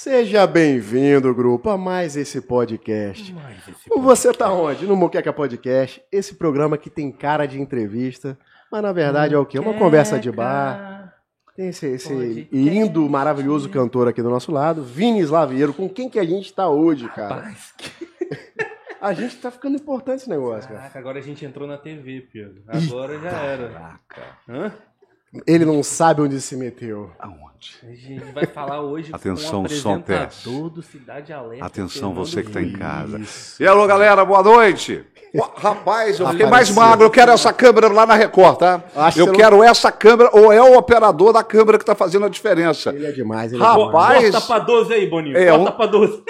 Seja bem-vindo, grupo, a mais esse podcast. Você tá onde? No Moqueca Podcast, esse programa que tem cara de entrevista, mas na verdade é o quê? Uma conversa de bar. Tem esse lindo, maravilhoso cantor aqui do nosso lado, Vini Slaviero, com quem que a gente tá hoje, cara? A gente tá ficando importante esse negócio, cara. Caraca, agora a gente entrou na TV, Pedro. Agora já era. Caraca. Hã? Ele não sabe onde se meteu. Aonde? A gente vai falar hoje Atenção, com o som teste. apresentador do Cidade Alerta. Atenção, Fernando você que tá em Vini. casa. E alô, galera, boa noite. Rapaz, eu fiquei mais magro, eu quero essa câmera lá na Record, tá? Eu quero essa câmera, ou é o operador da câmera que tá fazendo a diferença. Ele é demais, ele Rapaz, Corta pra 12 aí, Boninho. É, Corta pra 12.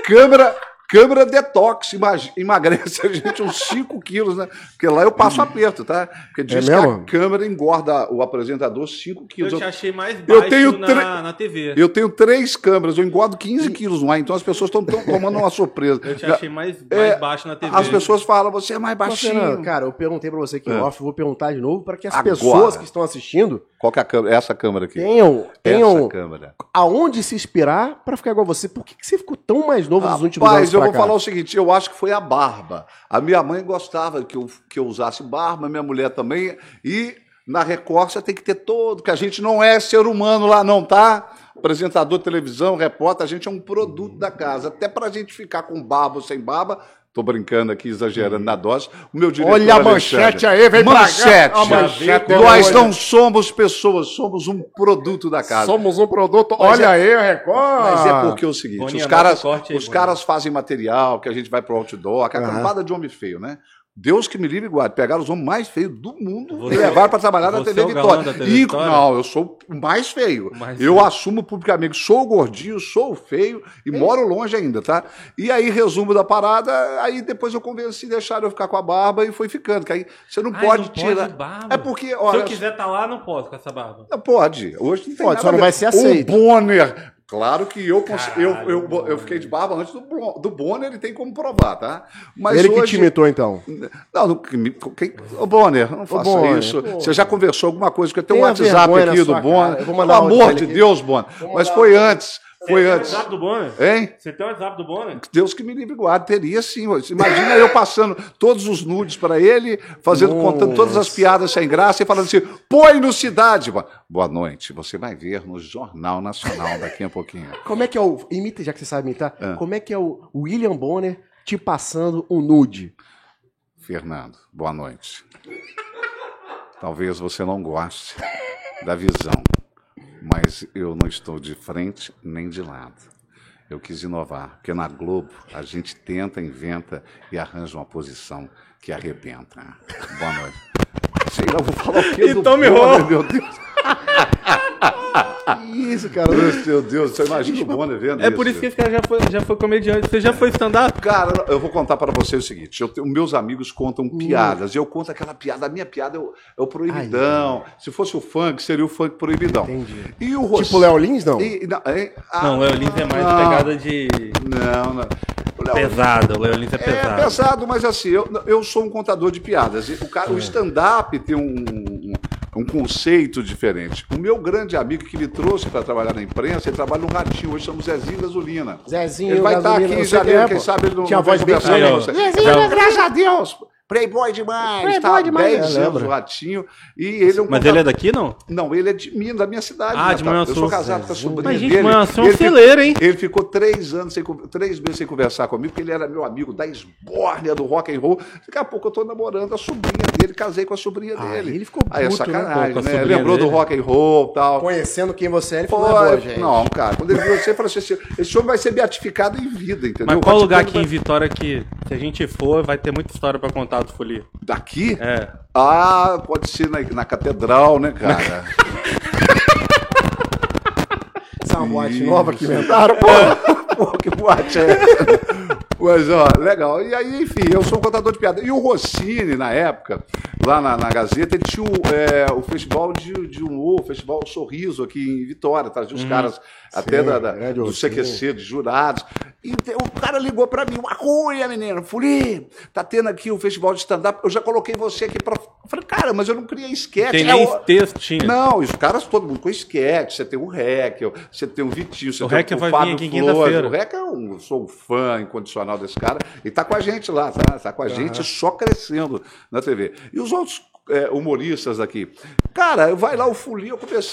Câmera detox, emagrece a gente uns 5 quilos, né? Porque lá eu passo aperto, tá? Porque diz que mesmo? a câmera engorda o apresentador 5 quilos. Eu te achei mais baixo na TV. Eu tenho 3 câmeras, eu engordo 15 quilos lá, então as pessoas estão tomando uma surpresa. Eu te achei mais baixo na TV. As pessoas falam, você é mais Mas, baixinho. Fernando, cara, eu perguntei pra você aqui em off, eu vou perguntar de novo para que as Agora. pessoas que estão assistindo Qual que é a câmera? Essa câmera aqui. tenham Essa câmera. aonde se inspirar pra ficar igual você. Por que você ficou tão mais novo nos últimos anos Rapaz, eu pra vou cá? falar o seguinte, eu acho que foi a barba. A minha mãe gostava que eu usasse barba, minha mulher também, e na Record você tem que ter todo, que a gente não é ser humano lá não, tá? Apresentador de televisão, repórter, a gente é um produto da casa. Até pra gente ficar com barba ou sem barba, tô brincando aqui, exagerando na dose, o meu diretor Olha a Alexandre. manchete aí, vem Manchete. pra cá. A manchete Nós hoje. não somos pessoas, somos um produto da casa. Somos um produto. Mas Olha aí, Record. Mas é porque é o seguinte, Boninho, os caras fazem material, que a gente vai pro outdoor, aquela campada de homem feio, né? Deus que me livre e guarde, pegaram os homens mais feios do mundo e levaram para trabalhar na você TV é o galã Vitória. da TV Vitória? Não, eu sou o mais feio. Mais eu feio. assumo publicamente, sou gordinho, sou feio e moro longe ainda, tá? E aí, resumo da parada, aí depois eu convenci, deixaram eu ficar com a barba e foi ficando, que aí você não pode não tirar. pode barba. É porque, Se olha, eu quiser estar lá, não posso com essa barba. não pode. Hoje não tem Pode, nada só a não ver. vai ser aceito. O Bonner. Claro que eu fiquei de Bonner. barba antes do Bonner, ele tem como provar, tá? Mas Ele que hoje, te imitou, então. não, ô Bonner, não faça Bonner, isso. pô. Você já conversou alguma coisa? Porque tem um Tenha WhatsApp vergonha aqui na do sua Bonner. cara. Eu vou Pelo mandar áudio amor pra de ele aqui. Deus, Bonner. Mas foi antes. Foi Você antes. tem o WhatsApp do Bonner? Hein? Você tem o WhatsApp do Bonner? Deus que me livre e guarde, teria sim. Imagina eu passando todos os nudes para ele, contando todas as piadas sem graça e falando assim, põe no Cidade. Boa noite, você vai ver no Jornal Nacional daqui a pouquinho. Como é que é o... Imita, já que você sabe imitar. Como é que é o William Bonner te passando um nude? Fernando, boa noite. Talvez você não goste da visão, mas eu não estou de frente nem de lado. Eu quis inovar, porque na Globo a gente tenta, inventa e arranja uma posição que arrebenta. Boa noite. Sei lá, eu vou falar o quê do Então me Bonner, rouba. meu Deus. Isso, cara. Meu Deus, você imagina o Bonner vendo É por isso que esse cara já foi comediante. Você já foi stand-up? Cara, eu vou contar para você o seguinte: meus amigos contam piadas, eu conto aquela piada, a minha piada é o proibidão. Se fosse o funk, seria o funk proibidão. Entendi. E o Rossi... Tipo Léo Lins, não? Não, o Léo Lins é mais pegada de... Não. O Léo- Pesado, o Léo Lins é É pesado. pesado, mas assim, eu sou um contador de piadas. O stand-up tem um conceito diferente. O meu grande amigo que me trouxe para trabalhar na imprensa, ele trabalha no Ratinho, hoje chama Zezinho Gasolina. Zezinho, Ele vai estar Gasolina, aqui em eu sei janeiro, quem é, quem pô. sabe ele não Tinha não voz vem bem conversar com feia. você. Já- Graças a Deus! Playboy demais, Playboy tá há demais, 10 eu anos lembro. o Ratinho. E ele é um Mas ele é daqui, não? Não, ele é de Minas, da minha cidade. Ah, né, de tá? Manhuaçu. Eu sou casado com a sobrinha Mas, gente, dele. Manhuaçu é um Ele ficou- celeiro, hein? Ele ficou 3 meses sem conversar comigo, porque ele era meu amigo da esbórnia do rock and roll. Daqui a pouco eu tô namorando a sobrinha dele, casei com a sobrinha dele. ele ficou Aí é puto, né, sacanagem, com a né? sobrinha Lembrou dele. do rock and roll e tal. Conhecendo quem você é, ele Pô, falou, é boa, gente. não, cara, quando ele viu você, ele falou assim, esse homem vai ser beatificado em vida, entendeu? Mas qual O lugar Vaticano aqui em Vitória que, se a gente for, vai ter muita história pra contar do Folia? Daqui? É. Ah, pode ser na catedral, né, cara? Essa é uma boate nova que inventaram, pô. Pô, que boate é essa? Mas, ó, legal. E aí, enfim, eu sou um contador de piada. E o Rossini, na época, lá na Gazeta, ele tinha o festival de humor, o festival Sorriso aqui em Vitória, trazia os caras até grande do Rossini. CQC, de jurados. E o cara ligou pra mim, Cunha, menino, Fuli, tá tendo aqui o festival de stand-up, eu já coloquei você aqui pra Eu falei, cara, mas eu não criei esquete. Tem nem texto, tinha. Não, os caras todo mundo com esquete. Você tem o Rec, você tem o Vitinho, você o tem Rec o vai Fábio vir aqui Flores. quinta-feira. O Rec eu sou um fã incondicional desse cara e tá com a gente lá, tá com a gente só crescendo na TV. E os outros humoristas aqui. Cara, vai lá o Folia,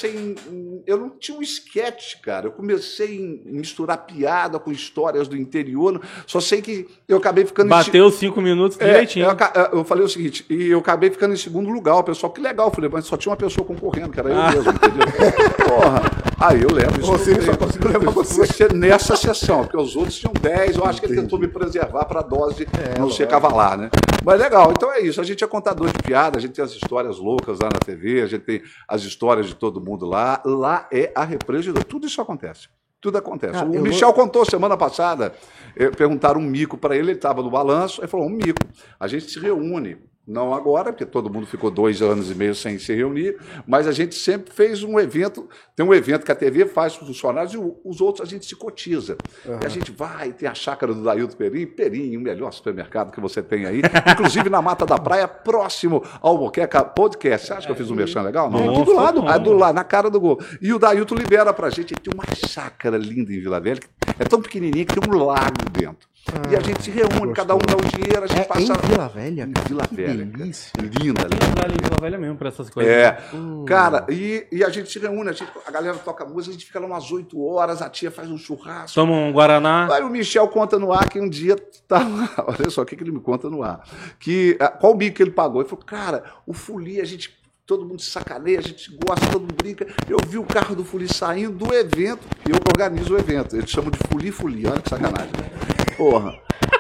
eu não tinha um esquete, cara. Eu comecei a misturar piada com histórias do interior. Só sei que eu acabei ficando... Bateu 5 minutos direitinho. Eu falei o seguinte, e eu acabei ficando em segundo lugar. O pessoal, que legal, eu falei, mas só tinha uma pessoa concorrendo, que era eu mesmo, entendeu? Porra, aí eu levo isso. Você só conseguiu levar você. Nessa sessão, porque os outros tinham 10, eu acho que ele tentou me preservar para a dose não ser cavalar, né? Mas legal, então é isso, a gente é contador de piada, a gente tem as histórias loucas lá na TV, a gente tem as histórias de todo mundo lá é a represa, tudo isso acontece. Tudo acontece. Cara, o Michel contou semana passada, perguntaram um mico para ele estava no balanço, ele falou, um mico. A gente se reúne, não agora, porque todo mundo ficou 2 anos e meio sem se reunir, mas a gente sempre fez um evento, tem um evento que a TV faz com os funcionários e os outros a gente se cotiza. E a gente vai, tem a chácara do Dailton Perim, o melhor supermercado que você tem aí, inclusive na Mata da Praia, próximo ao Moqueca Podcast. Você acha que eu fiz um merchan legal? Não, aqui do lado. do lado, na cara do gol. E o Dailton libera pra gente, ele tem uma chácara linda em Vila Velha, é tão pequenininha que tem um lago dentro. E a gente se reúne, cada um dá um dinheiro, a gente passa... Em Vila Velha? Em Vila Velha. Delícia. Linda. Ali em Vila Velha mesmo, pra essas coisas. Cara, e a gente se reúne, a galera toca música, a gente fica lá umas 8 horas, a tia faz um churrasco. Toma um Guaraná. Aí o Michel conta no ar que um dia olha só o que ele me conta no ar. Qual bico que ele pagou? Ele falou, cara, o Folia, todo mundo se sacaneia, a gente gosta, todo mundo brinca. Eu vi o carro do Folia saindo do evento, e eu organizo o evento. Eles chamam de Folia, olha que sacanagem. Porra.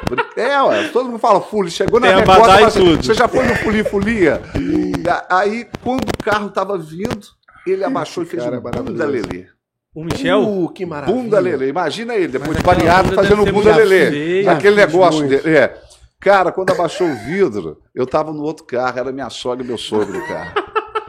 Todo mundo fala Folia, chegou na Record, você já foi no Folia? Aí, quando o carro tava vindo, ele abaixou e fez um bunda lelê. O Michel? Que maravilha. Bunda lelê, imagina ele, depois de baleado, fazendo bunda lelê. Aquele negócio dele. Cara, quando abaixou o vidro, eu tava no outro carro, era minha sogra e meu sogro no carro.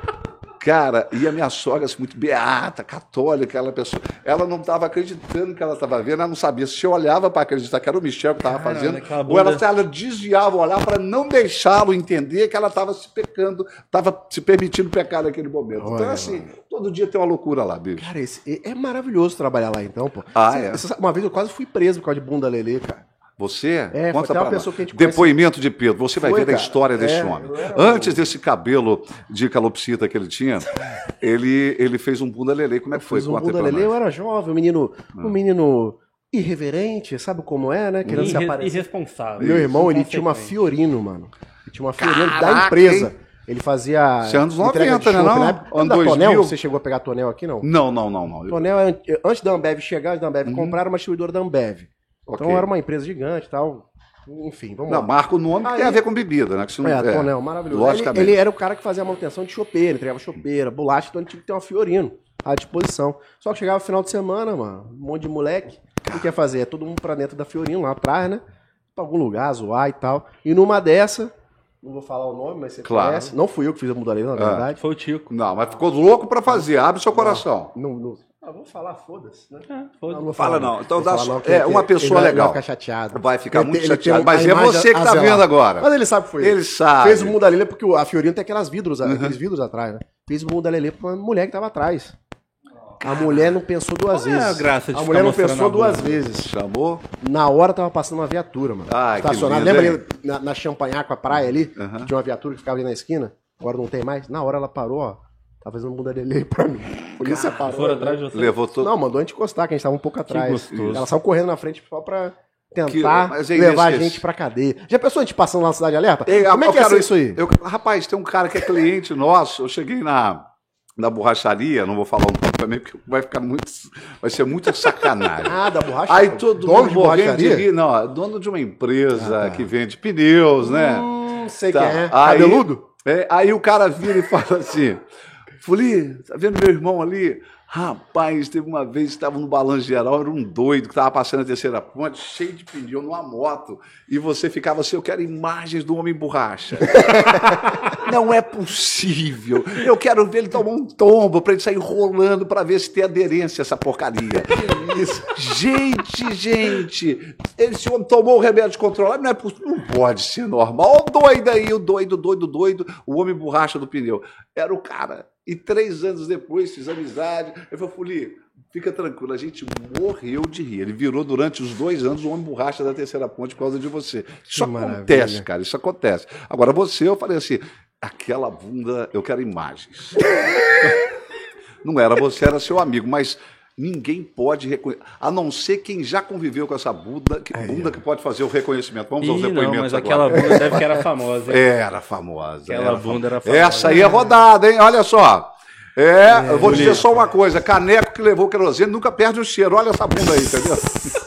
Cara, e a minha sogra, assim, muito beata, católica, aquela pessoa, ela não estava acreditando que ela estava vendo, ela não sabia se eu olhava para acreditar que era o Michel que estava fazendo, ou ela desviava o olhar para não deixá-lo entender que ela estava se pecando, estava se permitindo pecar naquele momento. Então, assim, todo dia tem uma loucura lá, bicho. Cara, é maravilhoso trabalhar lá, então, pô. Uma vez eu quase fui preso por causa de bunda lelê, cara. Você? Conta pra nós. Depoimento de Pedro. Você vai ver a história desse homem. Antes desse cabelo de calopsita que ele tinha, ele fez um bunda lelê. Como é que foi? Um bunda lelê, eu era jovem, um menino irreverente, sabe como é, né? Querendo se aparecer. Irresponsável. Meu irmão, ele tinha uma Fiorino, mano. Ele tinha uma Fiorino da empresa. Hein? Ele fazia... Isso é anos 90, né? Não? Ano 2000. Tonel, você chegou a pegar Tonel aqui, não? Não. Tonel, antes da Ambev chegar, antes da Ambev comprar uma distribuidora da Ambev. Então era uma empresa gigante e tal. Enfim, vamos lá. Não, marca o nome que tem a ver com bebida, né? Que Tonel, maravilhoso. Ele era o cara que fazia a manutenção de chopeira, entregava chopeira, bolacha, então ele tinha que ter uma Fiorino à disposição. Só que chegava no final de semana, mano, um monte de moleque, o que quer fazer? É todo mundo pra dentro da Fiorino, lá atrás, né? Pra algum lugar, zoar e tal. E numa dessa, não vou falar o nome, mas você conhece. Não fui eu que fiz a mudança, na verdade. Foi o Tico. Não, mas ficou louco pra fazer. Abre seu coração. Vamos falar, foda-se, né? Não fala não. Então dá uma pessoa legal. Vai ficar chateado. Vai ficar muito chateado. Mas é você que tá vendo agora. Mas ele sabe que foi ele. Ele sabe. Fez o Bunda Lelê porque a Fiorino tem aqueles vidros atrás, né? Fez o Bunda Lelê pra uma mulher que tava atrás. A mulher não pensou duas vezes. É a graça de a mulher não pensou duas vezes. Chamou? Na hora tava passando uma viatura, mano. Estacionada. Lembra ali na Champanhaco, a praia ali? Que tinha uma viatura que ficava ali na esquina? Agora não tem mais. Na hora ela parou, ó. Tá fazendo um bunda dele aí pra mim. Polícia parou. Foram atrás de você? Levou todo... Não, mandou a gente encostar, que a gente tava um pouco atrás. Ela saiu correndo na frente só pra tentar levar a gente pra cadeia. Já pensou a gente passando lá na Cidade Alerta? Como é que é isso aí? Rapaz, tem um cara que é cliente nosso. Eu cheguei na borracharia, não vou falar um pouco também, porque vai ser muito sacanagem. Da borracharia? Aí todo mundo morrendo de rir. Não, dono de uma empresa que vende pneus, né? Sei quem é. Cabeludo? Aí o cara vira e fala assim... Folia, tá vendo meu irmão ali? Rapaz, teve uma vez que estava no Balanço Geral, era um doido que estava passando a terceira ponte, cheio de pneu, numa moto, e você ficava assim, eu quero imagens do Homem Borracha. Não é possível. Eu quero ver ele tomar um tombo para ele sair rolando para ver se tem aderência essa porcaria. Isso. Gente, esse homem tomou o remédio controlado, não é possível, não pode ser normal. O doido aí, o doido, o Homem Borracha do pneu. Era o cara. E 3 anos depois, fiz amizade. Eu falei, Fuli, fica tranquilo, a gente morreu de rir. Ele virou durante os 2 anos o Homem Borracha da terceira ponte por causa de você. Isso acontece, cara, isso acontece. Agora você, eu falei assim, aquela bunda, eu quero imagens. Não era você, era seu amigo, mas ninguém pode reconhecer, a não ser quem já conviveu com essa bunda que pode fazer o reconhecimento. Vamos aos depoimentos mas agora. aquela bunda deve que era famosa. Hein? Era famosa. Aquela bunda era famosa. Essa aí é rodada, hein? Olha só. Eu vou dizer só uma coisa. Caneco que levou querosene nunca perde o cheiro. Olha essa bunda aí, entendeu?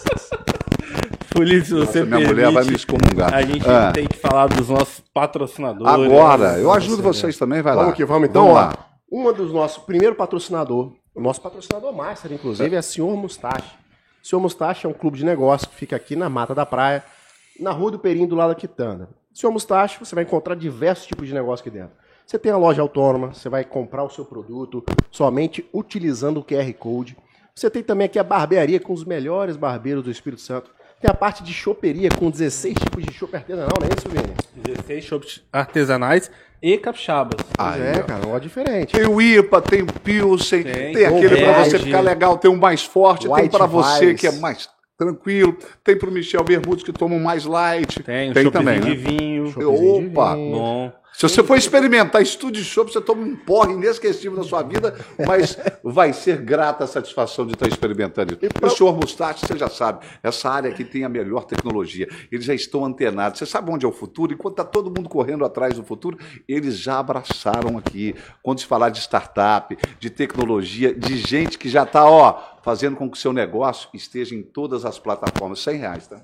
Fuli, se você minha mulher vai me excomungar. A gente tem que falar dos nossos patrocinadores. Agora, eu ajudo vocês também, vai lá. Vamos que vamos. Então, ó, uma dos nossos primeiro patrocinador, o nosso patrocinador master, inclusive, é o Sr. Mustache. O Sr. Mustache é um clube de negócio que fica aqui na Mata da Praia, na Rua do Perim, do lado da Quitanda. O Sr. Mustache, você vai encontrar diversos tipos de negócio aqui dentro. Você tem a loja autônoma, você vai comprar o seu produto somente utilizando o QR Code. Você tem também aqui a barbearia com os melhores barbeiros do Espírito Santo. Tem a parte de choperia com 16 tipos de chopp artesanal, não é isso, Vini? 16 chopps artesanais e capixabas. Cara, um diferente. Tem o IPA, tem o Pilsen, tem aquele para você ficar legal, tem um mais forte, tem para você que é mais tranquilo, tem para o Michel Bermudes que toma um mais light. Tem também, de né? vinho. Opa! Bom. Se você for experimentar estudo de chopp, você toma um porre inesquecível na sua vida, mas vai ser grata a satisfação de estar experimentando isso. E o senhor Mustache, você já sabe, essa área aqui tem a melhor tecnologia. Eles já estão antenados. Você sabe onde é o futuro? Enquanto está todo mundo correndo atrás do futuro, eles já abraçaram aqui. Quando se falar de startup, de tecnologia, de gente que já está fazendo com que o seu negócio esteja em todas as plataformas. R$100, tá?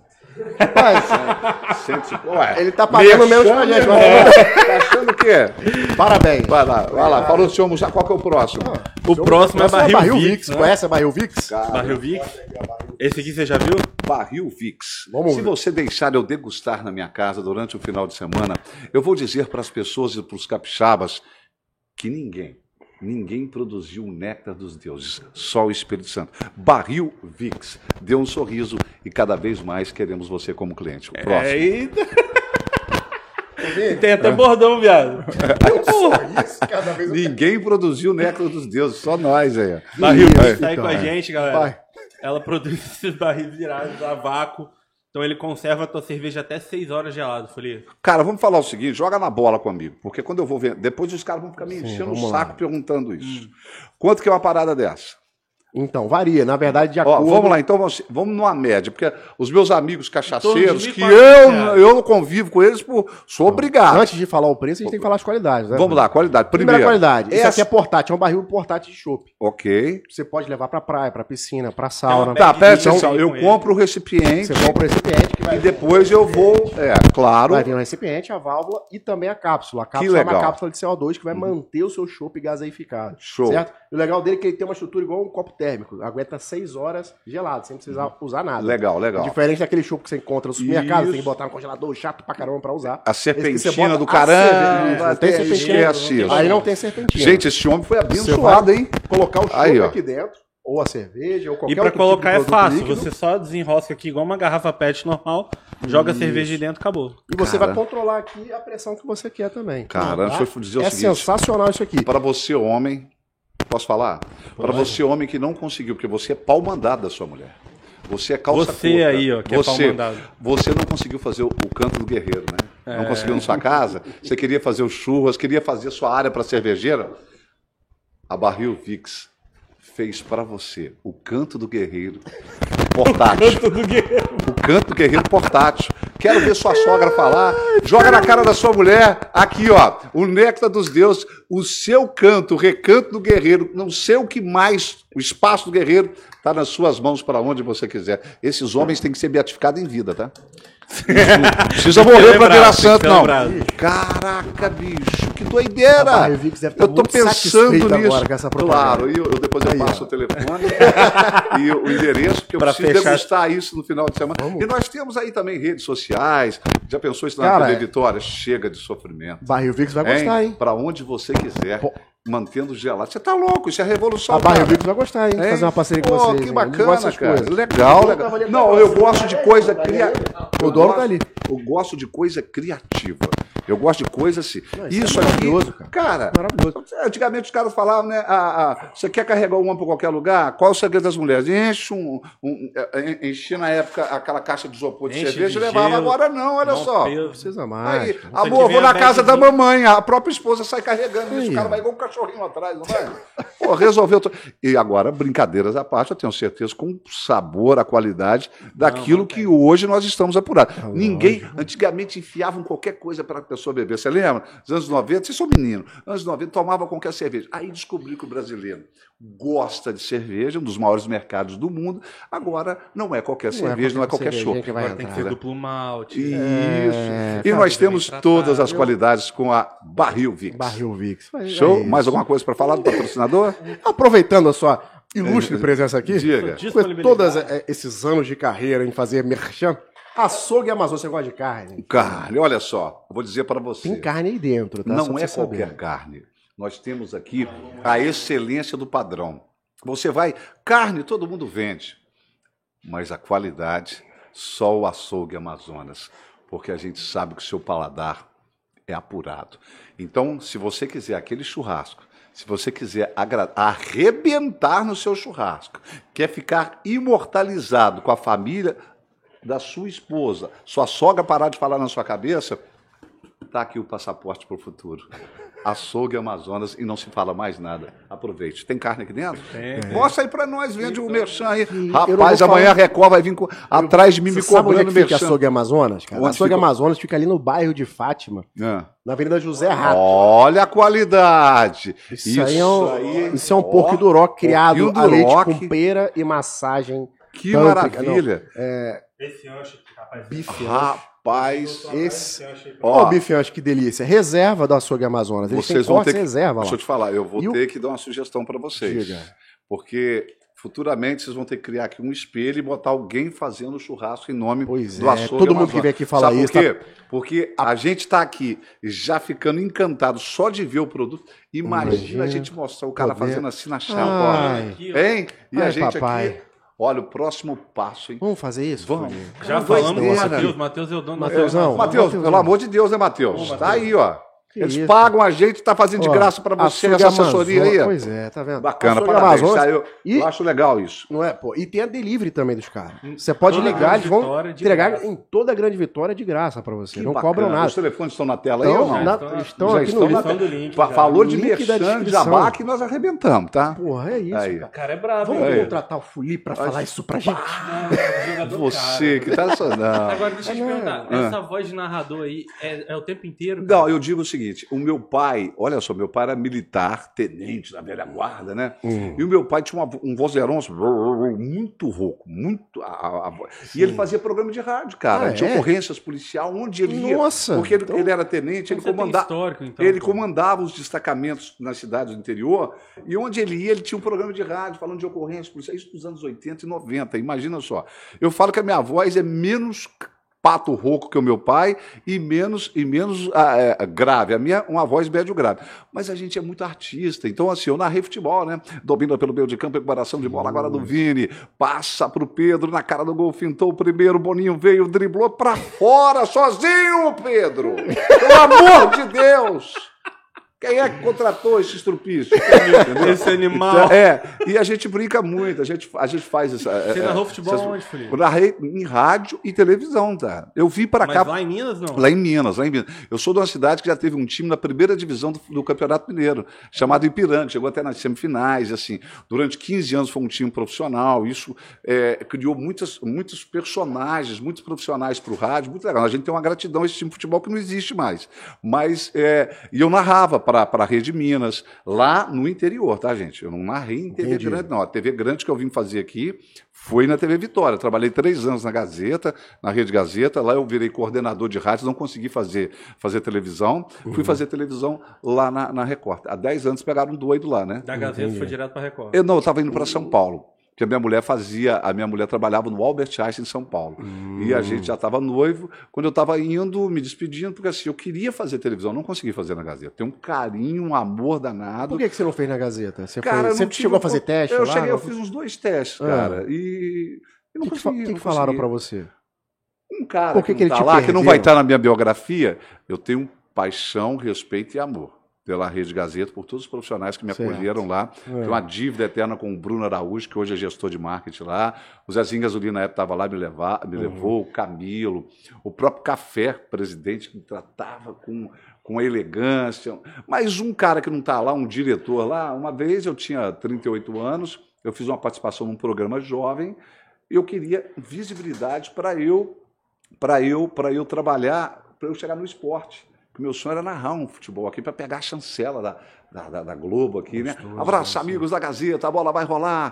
Ele tá pagando menos pra gente. Tá achando o quê? Parabéns. Vai lá. Falou o senhor Mustache, qual que é o próximo? O próximo é Barril Vix. Né? Conhece a Barril Vix? Barril Vix. Esse aqui você já viu? Barril Vix. Vamos ver. Você deixar eu degustar na minha casa durante o final de semana, eu vou dizer para as pessoas e para os capixabas que ninguém produziu o néctar dos deuses, só o Espírito Santo. Barril Vix. Dê um sorriso e cada vez mais queremos você como cliente. O próximo. Eita. Tem até bordão, viado. Ninguém produziu o néctar dos deuses, só nós aí. Barril Vix tá aí com a gente, galera. Ela produz esses barris virados a vácuo. Então ele conserva a tua cerveja até 6 horas gelado, Folia. Cara, vamos falar o seguinte, joga na bola comigo, porque quando eu vou ver, depois os caras vão ficar me enchendo o saco perguntando isso. Quanto que é uma parada dessa? Então, varia, na verdade, de acordo... Vamos lá, então vamos numa média, porque os meus amigos cachaceiros, que eu não convivo com eles, sou obrigado. Antes de falar o preço, a gente tem que falar as qualidades, né? Vamos lá, qualidade. Primeira qualidade. Isso aqui é portátil, é um barril portátil de chopp. Ok. Você pode levar pra praia, pra piscina, pra sauna. Tá, presta atenção, eu compro o recipiente. Você compra o recipiente que vai... E depois eu vou, claro... Vai vir o recipiente, a válvula e também a cápsula. A cápsula é uma cápsula de CO2 que vai manter o seu chopp gaseificado. Show. Certo? E o legal dele é que ele tem uma estrutura igual um copo térmico. Aguenta 6 horas gelado, sem precisar usar nada. Legal. Diferente daquele chopp que você encontra no supermercado, tem que botar no congelador, chato pra caramba pra usar. A serpentina do caramba. Não tem serpentina. Aí não tem serpentina. Gente, esse homem foi abençoado, hein? Colocar o chopp aqui dentro, ou a cerveja, ou qualquer outro tipo de colocar é fácil, líquido. você só desenrosca aqui igual uma garrafa PET normal, joga a cerveja de dentro, acabou. E você vai controlar aqui a pressão que você quer também. Cara, deixa eu dizer o seguinte. É sensacional isso aqui. Para você, homem, posso falar? Para você, homem que não conseguiu, porque você é pau mandado da sua mulher. Você é calça Você curta. aí, ó, que é pau mandado. Você não conseguiu fazer o canto do guerreiro, né? Não conseguiu na sua casa. Você queria fazer o churras, queria fazer sua área para cervejeira. A Barril Vix fez para você o canto do guerreiro portátil. O canto do guerreiro portátil. Quero ver sua sogra falar. Joga na cara da sua mulher. Aqui, o néctar dos deuses. O seu canto, o recanto do guerreiro. Não sei o que mais O espaço do guerreiro está nas suas mãos para onde você quiser. Esses homens têm que ser beatificados em vida, tá? Não precisa morrer para virar santo, não. Caraca, bicho, que doideira! Eu tô pensando nisso. Com essa claro, depois eu passo o telefone e o endereço, porque eu preciso degustar isso no final de semana. Vamos. E nós temos aí também redes sociais. Já pensou isso na TV Vitória? Chega de sofrimento. Barril Vix vai gostar, hein? Para onde você quiser. Mantendo gelado. Você tá louco, isso é revolução. A Barril Vix vai gostar, hein? Fazer uma parceria com vocês. Que bacana, cara. Legal. Não, eu gosto de coisa criativa. O dono tá ali. Eu gosto de coisa criativa. Eu gosto de coisa assim. Isso aqui, cara. Maravilhoso. Antigamente os caras falavam, né? Você quer carregar uma para qualquer lugar? Qual é o segredo das mulheres? Enchi na época aquela caixa de isopor de cerveja e levava. Agora não, olha só. Precisa mais. Aí, amor, vou na casa da mamãe. A própria esposa sai carregando isso. O cara vai igual um cachorrinho atrás, não vai? Pô, resolveu. E agora, brincadeiras à parte, eu tenho certeza, com o sabor, a qualidade daquilo que hoje nós estamos apurados. Ninguém, antigamente, enfiavam qualquer coisa para a pessoa beber. Você lembra? Nos anos 90, vocês são meninos, nos anos 90 tomava qualquer cerveja. Aí descobri que o brasileiro gosta de cerveja, um dos maiores mercados do mundo. Agora, não é qualquer cerveja, não é qualquer show. Agora tem que ser duplo malte. Isso. E nós temos todas as qualidades com a Barril Vix. Barril Vix. Show? Mais alguma coisa para falar do patrocinador? Aproveitando a sua ilustre presença aqui, diga. Com todos esses anos de carreira em fazer merchan, açougue Amazonas, você gosta de carne? Carne, olha só, eu vou dizer para você. Tem carne aí dentro, tá? Não é qualquer carne. Nós temos aqui a excelência do padrão. Você vai, carne todo mundo vende, mas a qualidade só o açougue Amazonas, porque a gente sabe que o seu paladar é apurado. Então, se você quiser aquele churrasco, se você quiser arrebentar no seu churrasco, quer ficar imortalizado com a família da sua esposa, sua sogra parar de falar na sua cabeça, tá aqui o passaporte para o futuro. Açougue Amazonas e não se fala mais nada. Aproveite. Tem carne aqui dentro? Tem. Mostra aí pra nós, vende o merchan aí. Rapaz, amanhã a Record vai vir atrás de mim me cobrando merchan. Sabe onde fica Açougue Amazonas, cara? Açougue Amazonas fica ali no bairro de Fátima, na Avenida José Rato. Olha a qualidade. Isso é um porco duró criado a leite com pera e massagem. Que maravilha. Esse ancho aqui, rapaz. Bife Rapaz, o bife ancho, que delícia. Reserva do Açougue Amazonas. Vocês vão ter que... reserva lá. Deixa eu te falar, eu vou ter que dar uma sugestão para vocês. Diga. Porque futuramente vocês vão ter que criar aqui um espelho e botar alguém fazendo churrasco em nome do Açougue todo mundo Amazonas. que vem aqui falar isso. Sabe por quê? Porque a gente está aqui já ficando só de ver o produto. Imagina a gente mostrar o cara fazendo assim na chapa. Hein? E a gente aqui... Olha, o próximo passo, hein? Vamos fazer isso? Vamos. Já falamos com o Matheus. Matheus é o dono do Matheus, pelo amor de Deus, né, Matheus? Tá aí, ó. Eles pagam a gente, tá fazendo de graça para você essa assessoria aí. Pois é, tá vendo? Bacana, parabéns. Eu acho legal isso. Não é, pô? E tem a delivery também dos caras. Você pode ligar, eles vão entregar em toda a Grande Vitória de graça para você. Não cobram nada. Os telefones estão na tela aí ou não? Estão aqui no link. Falou de merchan, de jabá, que nós arrebentamos, tá? Porra, é isso, cara. O cara é bravo. Vamos contratar o Fuli para falar isso pra gente. Você que tá... Agora, deixa eu te perguntar. Essa voz de narrador aí é o tempo inteiro? Não, eu digo o seguinte, o meu pai, olha só, meu pai era militar, tenente da velha guarda, né? E o meu pai tinha um vozeirão muito rouco, muito... E ele fazia programa de rádio, cara. Tinha ocorrências policial, onde ele ia. Nossa! Porque ele era tenente, ele comandava os destacamentos nas cidades do interior, e onde ele ia, ele tinha um programa de rádio falando de ocorrências policiais, isso dos anos 80 e 90, imagina só. Eu falo que a minha voz é menos... pato rouco que o meu pai e menos grave. A minha uma voz médio grave. Mas a gente é muito artista. Então, assim, eu narrei futebol, né? Domina pelo meio de campo, recuperação de bola agora do Vini. Passa pro Pedro, na cara do gol, fintou o primeiro, o Boninho veio, driblou pra fora, sozinho, Pedro! Pelo amor de Deus! Quem é que contratou esse estrupício? Esse animal. E a gente brinca muito, a gente faz essa... Você narrou futebol onde, Felipe? Eu narrei em rádio e televisão, tá? Eu vim para cá... Mas lá em Minas, não? Lá em Minas. Eu sou de uma cidade que já teve um time na primeira divisão do Campeonato Mineiro, chamado Ipiranga, chegou até nas semifinais, assim. Durante 15 anos foi um time profissional, isso criou muitos personagens, muitos profissionais para o rádio, muito legal. A gente tem uma gratidão a esse time de futebol que não existe mais. Mas, e eu narrava para para a Rede Minas, lá no interior, tá, gente? Eu não narrei em TV grande, não. A TV grande que eu vim fazer aqui foi na TV Vitória. Eu trabalhei 3 anos na Gazeta, na Rede Gazeta. Lá eu virei coordenador de rádio, não consegui fazer televisão. Fui fazer televisão lá na Record. Há 10 anos pegaram um doido lá, né? Da Gazeta foi direto para Record. Eu estava indo para São Paulo. Que a minha mulher trabalhava no Albert Einstein em São Paulo. E a gente já estava noivo. Quando eu estava indo, me despedindo, porque assim, eu queria fazer televisão, não consegui fazer na Gazeta. Tem um carinho, um amor danado. Por que você não fez na Gazeta? Você chegou a fazer teste lá? Eu fiz uns 2 testes, cara. E não consegui. O que falaram para você? Um cara que não tá lá, que não vai estar na minha biografia, eu tenho paixão, respeito e amor pela Rede Gazeta, por todos os profissionais que me acolheram lá. Tenho uma dívida eterna com o Bruno Araújo, que hoje é gestor de marketing lá. O Zezinho Gasolina, na época, estava lá, me levou, o Camilo, o próprio Café, presidente, que me tratava com elegância. Mas um cara que não está lá, um diretor lá, uma vez eu tinha 38 anos, eu fiz uma participação num programa jovem, e eu queria visibilidade para eu trabalhar, para eu chegar no esporte. O meu sonho era narrar um futebol aqui para pegar a chancela da Globo aqui, né? Abraço, amigos da Gazeta, a bola vai rolar.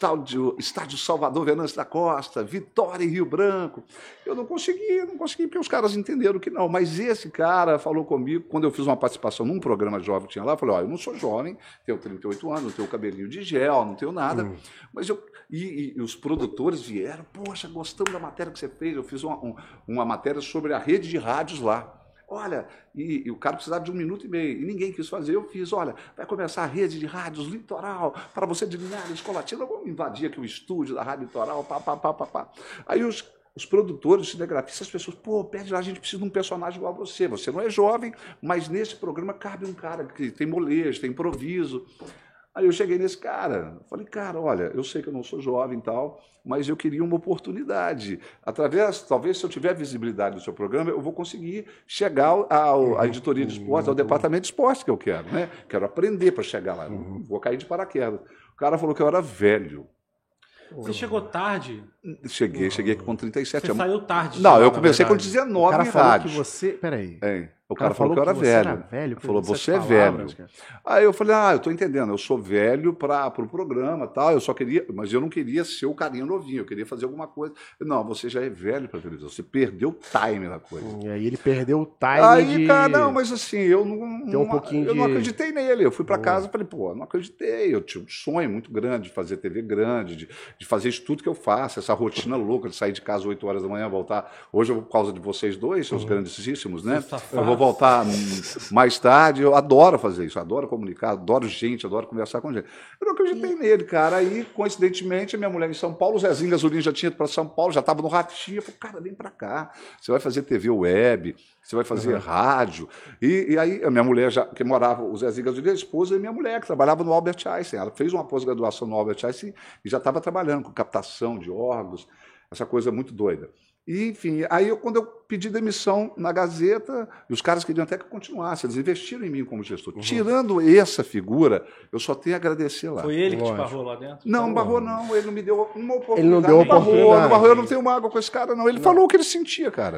Estádio Salvador Venâncio da Costa, Vitória e Rio Branco. Eu não consegui, porque os caras entenderam que não. Mas esse cara falou comigo, quando eu fiz uma participação num programa jovem que tinha lá, eu falei, eu não sou jovem, tenho 38 anos, não tenho cabelinho de gel, não tenho nada. Mas e os produtores vieram, poxa, gostamos da matéria que você fez. Eu fiz uma matéria sobre a rede de rádios lá. Olha, e o cara precisava de 1 minuto e meio, e ninguém quis fazer, eu fiz, olha, vai começar a rede de rádios Litoral, para você de Linhares, Colatina, vamos invadir aqui o estúdio da Rádio Litoral, pá. Aí os produtores, os cinegrafistas, as pessoas, pede lá, a gente precisa de um personagem igual a você não é jovem, mas nesse programa cabe um cara que tem molejo, tem improviso. Aí eu cheguei nesse cara, falei, cara, olha, eu sei que eu não sou jovem e tal, mas eu queria uma oportunidade. Talvez se eu tiver visibilidade no seu programa, eu vou conseguir chegar à editoria de esportes, ao departamento de esportes que eu quero, né? Quero aprender para chegar lá, não vou cair de paraquedas. O cara falou que eu era velho. Você chegou tarde? Cheguei aqui com 37 anos. Você saiu tarde. Não, eu comecei com 19 o cara falou rádios. que você... Peraí. O cara falou que eu era velho. Ele falou, você é velho. Cara. Aí eu falei, eu tô entendendo, eu sou velho para o programa, tal. Eu só queria, mas eu não queria ser o carinha novinho, eu queria fazer alguma coisa. Não, você já é velho para televisão, você perdeu o time da coisa. E aí ele perdeu o time aí, cara, não, mas assim, eu não acreditei nele. Eu fui para casa e falei, não acreditei. Eu tinha um sonho muito grande de fazer TV grande, de fazer isso tudo que eu faço, essa rotina louca de sair de casa 8 horas da manhã, voltar. Hoje, por causa de vocês dois, seus grandíssimos, né? Eu vou voltar mais tarde, eu adoro fazer isso, adoro comunicar, adoro gente, adoro conversar com gente. Eu não acreditei nele, cara. Aí, coincidentemente, a minha mulher em São Paulo, o Zezinho Gasolina já tinha ido para São Paulo, já estava no Ratinho. Eu falei, cara, vem para cá. Você vai fazer TV web, você vai fazer rádio. E aí, a minha mulher, que morava, o Zezinho Gasolina, a esposa e minha mulher, que trabalhava no Albert Einstein. Ela fez uma pós-graduação no Albert Einstein e já estava trabalhando com captação de órgãos, essa coisa muito doida. E, enfim, aí quando eu pedi demissão na Gazeta, e os caras queriam até que eu continuasse, eles investiram em mim como gestor. Tirando essa figura, eu só tenho a agradecer lá. Foi ele que te barrou lá dentro? Não, barrou não, ele não me deu uma oportunidade. Ele não deu oportunidade. Não barrou, eu não tenho mágoa com esse cara, não. Ele falou o que ele sentia, cara.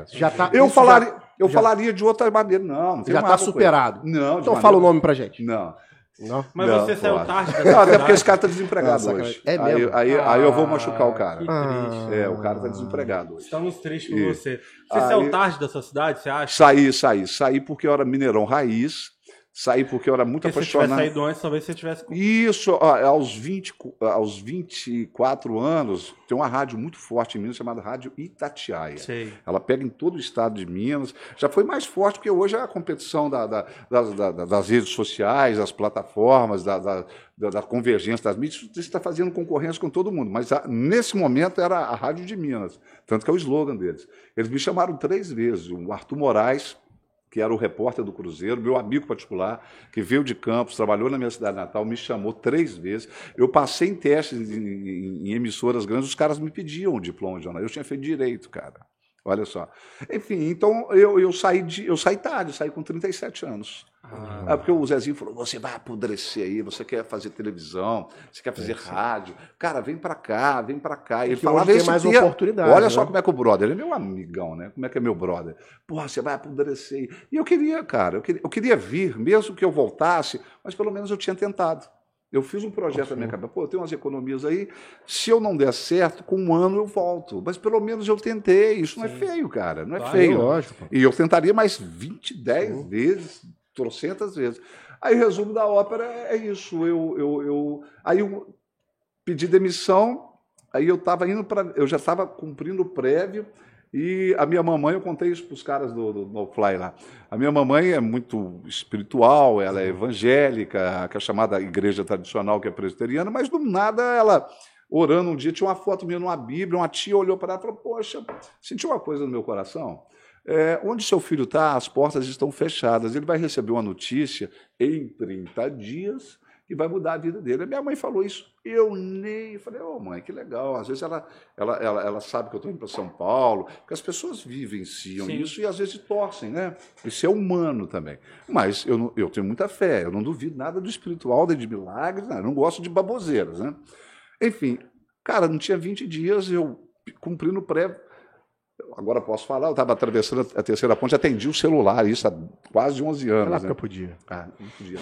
Eu falaria de outra maneira, não já está superado. Não, então fala o nome pra gente. Não. Mas você saiu tarde da Não, até porque esse cara tá desempregado hoje. É mesmo? Aí eu vou machucar o cara. Que triste. O cara tá desempregado hoje. Estamos tristes por você. Você saiu tarde da sua cidade, você acha? Saí porque eu era mineirão raiz. Saí porque eu era muito apaixonado. Se você tivesse saído antes, talvez você tivesse... Isso, aos 24 anos, tem uma rádio muito forte em Minas chamada Rádio Itatiaia. Sei. Ela pega em todo o estado de Minas. Já foi mais forte, porque hoje é a competição das redes sociais, das plataformas, da convergência das mídias. Você está fazendo concorrência com todo mundo. Mas nesse momento era a Rádio de Minas. Tanto que é o slogan deles. Eles me chamaram 3 vezes. O Arthur Moraes, que era o repórter do Cruzeiro, meu amigo particular, que veio de Campos, trabalhou na minha cidade natal, me chamou 3 vezes. Eu passei em testes em emissoras grandes, os caras me pediam o diploma de jornalista. Eu tinha feito direito, cara. Olha só. Enfim, então eu saí tarde, saí com 37 anos. Porque o Zezinho falou, você vai apodrecer aí, você quer fazer televisão, você quer fazer rádio. Cara, vem pra cá, vem pra cá. E ele falava, tem mais oportunidade. Olha só como é que o brother, ele é meu amigão, né? Como é que é meu brother? Porra, você vai apodrecer aí. E eu queria, cara, eu queria vir, mesmo que eu voltasse, mas pelo menos eu tinha tentado. Eu fiz um projeto na minha cabeça, eu tenho umas economias aí, se eu não der certo, com um ano eu volto. Mas pelo menos eu tentei, isso não é feio, cara, não é feio. Lógico. E eu tentaria mais 10 vezes, trocentas vezes. Aí o resumo da ópera é isso. Aí eu pedi demissão, aí eu já estava cumprindo o prévio, e a minha mamãe, eu contei isso para os caras do No Fly lá. A minha mamãe é muito espiritual, ela é evangélica, que é a chamada igreja tradicional, que é presbiteriana, mas do nada ela, orando um dia, tinha uma foto minha numa Bíblia, uma tia olhou para ela e falou, poxa, senti uma coisa no meu coração. Onde seu filho está, as portas estão fechadas, ele vai receber uma notícia em 30 dias que vai mudar a vida dele. A minha mãe falou isso, eu nem... Falei, mãe, que legal. Às vezes ela sabe que eu estou indo para São Paulo, porque as pessoas vivenciam isso e às vezes torcem, né? Isso é humano também. Mas eu tenho muita fé, eu não duvido nada do espiritual, nem de milagres, eu não gosto de baboseiras, né? Enfim, cara, não tinha 20 dias, eu cumprindo o prévio. Agora posso falar, eu estava atravessando a terceira ponte, atendi o celular, isso há quase 11 anos. Naquela época podia. Não podia.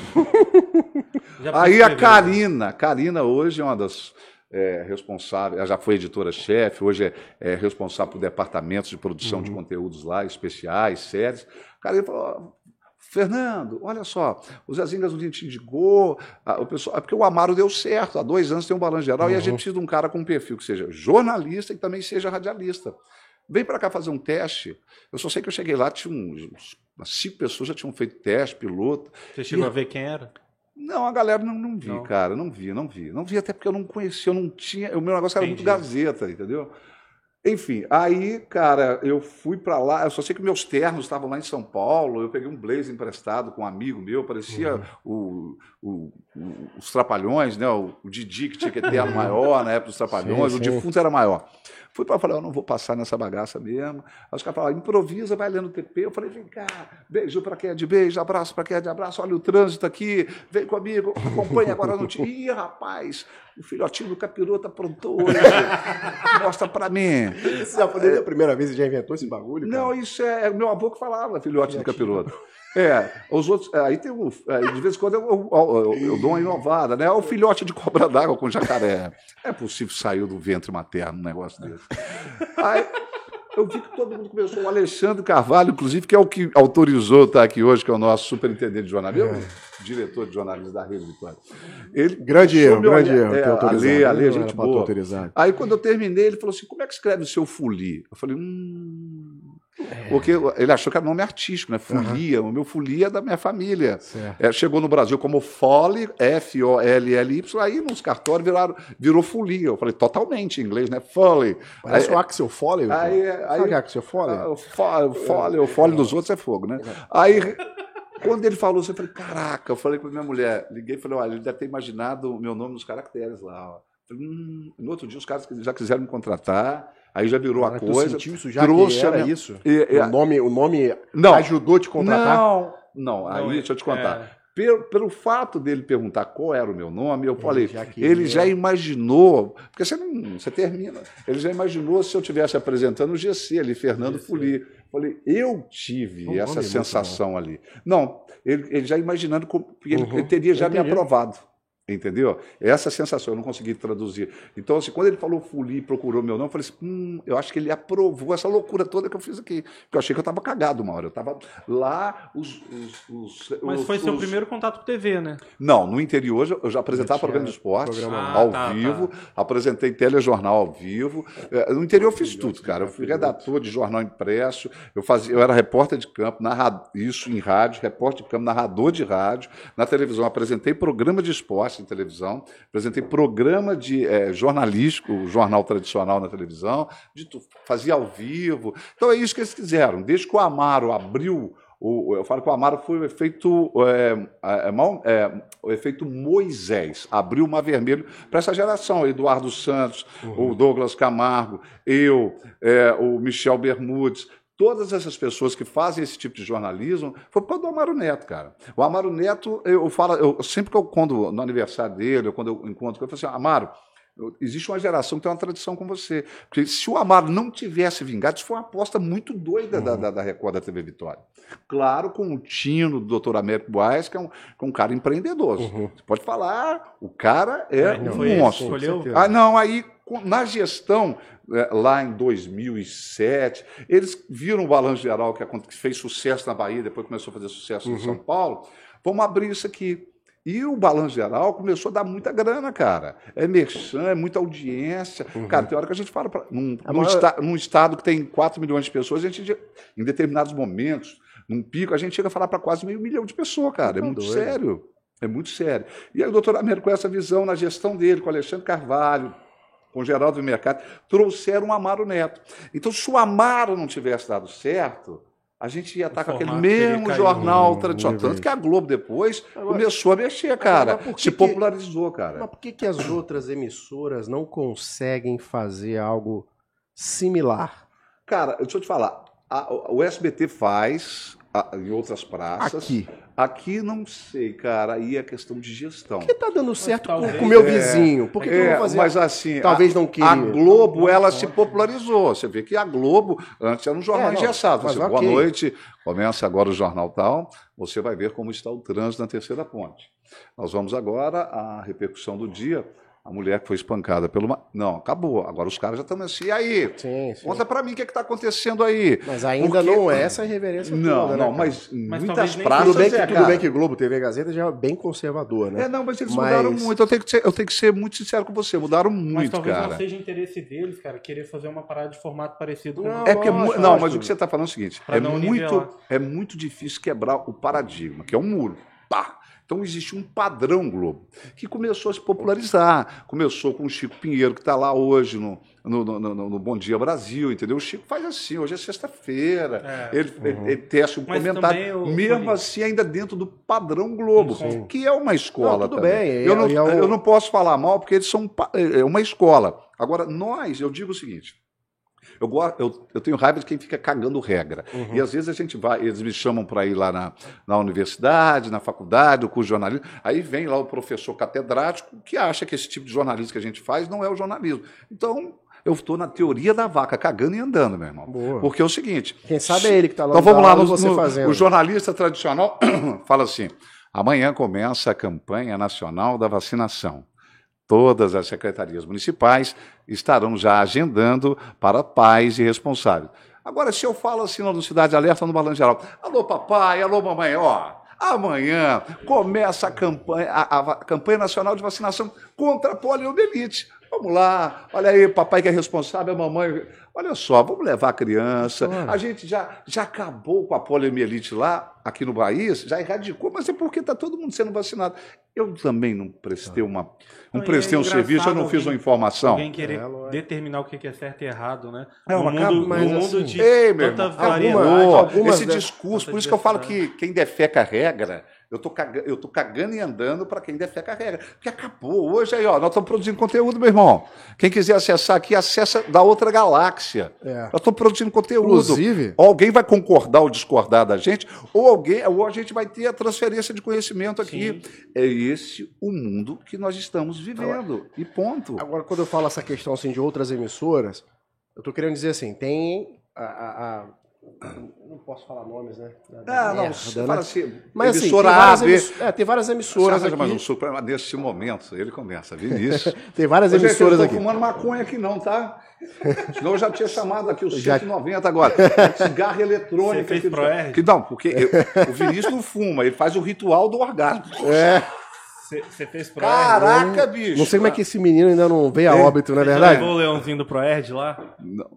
Aí a Karina hoje é uma das responsáveis, ela já foi editora-chefe, hoje é responsável por departamentos de produção de conteúdos lá, especiais, séries. A Karina falou, Fernando, olha só, o Zezinho Gasolina te indicou, o pessoal, porque o Amaro deu certo, há 2 anos tem um balanço geral, e a gente precisa de um cara com um perfil que seja jornalista e também seja radialista. Vem para cá fazer um teste. Eu só sei que eu cheguei lá, tinha umas 5 pessoas já tinham feito teste, piloto. Você chegou a ver quem era? Não, a galera não vi, cara, não vi. Não vi até porque eu não conhecia, eu não tinha... O meu negócio era muito Gazeta, entendeu? Enfim, aí, cara, eu fui para lá, eu só sei que meus ternos estavam lá em São Paulo, eu peguei um blazer emprestado com um amigo meu, parecia os Trapalhões, né? O Didi, que tinha que ter maior na época dos Trapalhões, o defunto era maior. Fui para falar, eu não vou passar nessa bagaça mesmo. Aí os caras falaram, improvisa, vai lendo o TP. Eu falei, vem cá, beijo para quem é de beijo, abraço para quem é de abraço, olha o trânsito aqui, vem comigo, acompanha agora no time. Ih, rapaz, o filhotinho do capiroto aprontou hoje, mostra para mim. Você já falou da primeira vez e já inventou esse bagulho? Cara? Não, isso é meu avô que falava, filhote do capiroto. Os outros, aí tem de vez em quando eu dou uma inovada, né? O filhote de cobra d'água com jacaré. É possível que saiu do ventre materno um negócio desse. Aí eu vi que todo mundo começou, o Alexandre Carvalho, inclusive, que é o que autorizou estar aqui hoje, que é o nosso superintendente de jornalismo, diretor de jornalismo da Rede Vitória. Grande erro. Ale, gente boa. Aí quando eu terminei, ele falou assim, como é que escreve o seu Fuli? Eu falei, porque ele achou que era nome artístico, né? Folia, o meu Folia é da minha família. Chegou no Brasil como Folly, F-O-L-L-Y, aí nos cartórios virou Folia. Eu falei, totalmente em inglês, né? Folly. Parece o Axel Foley. Sabe o que é Axel Foley? O Foley dos outros é fogo, né? Aí, quando ele falou isso, eu falei, caraca, eu falei com a minha mulher, liguei e falei, olha, ele deve ter imaginado o meu nome nos caracteres lá, ó. No outro dia os caras já quiseram me contratar, aí já virou a coisa. Sentiu isso já trouxe que era isso? O nome ajudou a te contratar? Não, aí deixa eu te contar. Pelo fato dele perguntar qual era o meu nome, eu falei, ele já imaginou, porque você termina, ele já imaginou se eu estivesse apresentando o GC ali, Fernando Fuli. Falei, eu tive essa sensação ali. Não, ele já imaginando que ele teria já me aprovado. Entendeu? Essa sensação eu não consegui traduzir. Então, assim, quando ele falou Fuli, procurou meu nome, eu falei assim, eu acho que ele aprovou essa loucura toda que eu fiz aqui. Porque eu achei que eu estava cagado uma hora. Eu estava lá, Mas foi seu primeiro contato com TV, né? Não, no interior eu já apresentava programa de esporte ao vivo, apresentei telejornal ao vivo. No interior eu fiz tudo, cara. Eu fui redator de jornal impresso, eu era repórter de campo, isso em rádio, repórter de campo, narrador de rádio. Na televisão apresentei programa de esporte em televisão, apresentei programa de jornalístico, o jornal tradicional na televisão, fazia ao vivo. Então é isso que eles quiseram. Desde que o Amaro abriu, eu falo que o Amaro foi o efeito Moisés, abriu o Mar Vermelho para essa geração, o Eduardo Santos, o Douglas Camargo, o Michel Bermudes, todas essas pessoas que fazem esse tipo de jornalismo, foi por causa do Amaro Neto, cara. O Amaro Neto, sempre que quando no aniversário dele, ou quando eu encontro, eu falo assim, Amaro, existe uma geração que tem uma tradição com você. Porque se o Amaro não tivesse vingado, isso foi uma aposta muito doida da Record, da TV Vitória. Claro, com o tino do Dr. Américo Buarque, que é um cara empreendedor. Você pode falar, o cara é um monstro. Aí na gestão, lá em 2007, eles viram o Balanço Geral, que fez sucesso na Bahia, depois começou a fazer sucesso em São Paulo. Vamos abrir isso aqui. E o Balanço Geral começou a dar muita grana, cara. É merchan, é muita audiência. Cara, tem hora que a gente fala... Num estado que tem 4 milhões de pessoas, a gente, em determinados momentos, num pico, a gente chega a falar para quase 500 mil de pessoas, cara. É muito sério. É muito sério. E aí o doutor Américo, com essa visão na gestão dele, com o Alexandre Carvalho, com o Geraldo Mercado, trouxeram o Amaro Neto. Então, se o Amaro não tivesse dado certo... a gente ia estar com aquele mesmo jornal tradicional. Tanto que a Globo depois começou a mexer, cara. Se popularizou, cara. Mas por que as outras emissoras não conseguem fazer algo similar? Cara, deixa eu te falar. O SBT faz em outras praças. Aqui não sei, cara. Aí é questão de gestão. Por que tá dando certo com o meu vizinho? Por que eu não fazia? Mas assim, talvez não queria. A Globo, ela se popularizou. Você vê que a Globo, antes era um jornal engessado. Boa noite, começa agora o jornal tal. Você vai ver como está o trânsito na Terceira Ponte. Nós vamos agora à repercussão do dia. A mulher que foi espancada pelo... Não, acabou. Agora os caras já estão assim. E aí? Sim. Conta pra mim o que está acontecendo aí. Mas ainda não é essa reverência toda, né, mas muitas praças... Tudo bem que Globo, TV Gazeta já é bem conservador, né? Mas eles mudaram muito. Eu tenho que ser muito sincero com você. Mudaram muito, cara. Mas talvez não seja interesse deles, cara, querer fazer uma parada de formato parecido com... Mas o que você está falando é o seguinte. É muito difícil quebrar o paradigma, que é um muro. Pá! Então, existe um padrão Globo que começou a se popularizar. Começou com o Chico Pinheiro, que está lá hoje no Bom Dia Brasil, entendeu? O Chico faz assim, hoje é sexta-feira, ele testa um comentário, mesmo assim, ainda dentro do padrão Globo, que é uma escola tudo bem. Eu não posso falar mal, porque eles são uma escola. Agora, eu digo o seguinte... Eu tenho raiva de quem fica cagando regra. E às vezes a gente vai, eles me chamam para ir lá na universidade, na faculdade, o curso de jornalismo. Aí vem lá o professor catedrático que acha que esse tipo de jornalismo que a gente faz não é o jornalismo. Então, eu estou na teoria da vaca, cagando e andando, meu irmão. Boa. Porque é o seguinte... Quem sabe é ele que está lá. Então vamos lá, o jornalista tradicional fala assim, amanhã começa a campanha nacional da vacinação. Todas as secretarias municipais estarão já agendando para pais e responsáveis. Agora, se eu falo assim no Cidade Alerta, no Balanço Geral, alô papai, alô mamãe, amanhã começa a campanha nacional de vacinação contra a poliomielite. Vamos lá, olha aí, papai que é responsável, a mamãe... Olha só, vamos levar a criança. A gente já acabou com a poliomielite lá, aqui no país, já erradicou, mas é porque está todo mundo sendo vacinado. Eu também não prestei um serviço, eu não fiz uma informação. Alguém querer determinar o que é certo e errado, né? No mundo de tanta variedade. Esse discurso, por isso que eu falo que quem defeca a regra... Eu tô cagando e andando para quem defeca a regra. Porque acabou. Hoje aí, nós estamos produzindo conteúdo, meu irmão. Quem quiser acessar aqui, acessa da outra galáxia. Nós estamos produzindo conteúdo. Inclusive, ou alguém vai concordar ou discordar da gente, ou a gente vai ter a transferência de conhecimento aqui. Sim. É esse o mundo que nós estamos vivendo. E ponto. Agora, quando eu falo essa questão assim, de outras emissoras, eu estou querendo dizer assim, tem não posso falar nomes, né? Fala assim. Mas emissora tem várias emissoras aqui. Mais um suco, nesse momento, ele começa, Vinícius. Tem várias emissoras aqui. Eu não estou fumando maconha aqui não, tá? Senão eu já tinha chamado aqui os 190 agora. Cigarro eletrônico. Você fez Proerd? Não, porque o Vinícius não fuma, ele faz o ritual do orgasmo. Você fez Proerd? Caraca, bicho! Não sei como é que esse menino ainda não veio a óbito, não é verdade? Você levou o leãozinho do Proerd lá? Não.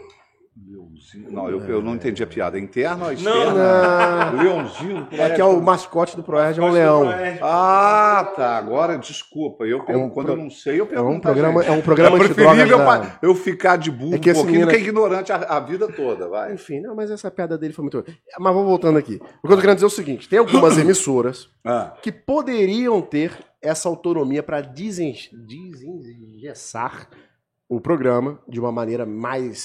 Não, eu não entendi a piada. Interna ou externa? Não. Leãozinho. É que é o mascote do Proerd, é um leão. Tá. Agora, desculpa. Quando eu não sei, eu pergunto. É um programa de preferível eu ficar de burro um pouquinho do que ignorante a vida toda. Vai. Enfim, não, mas essa piada dele foi muito... Mas vou voltando aqui. O que eu tô querendo dizer é o seguinte. Tem algumas emissoras que poderiam ter essa autonomia para desengessar o programa de uma maneira mais...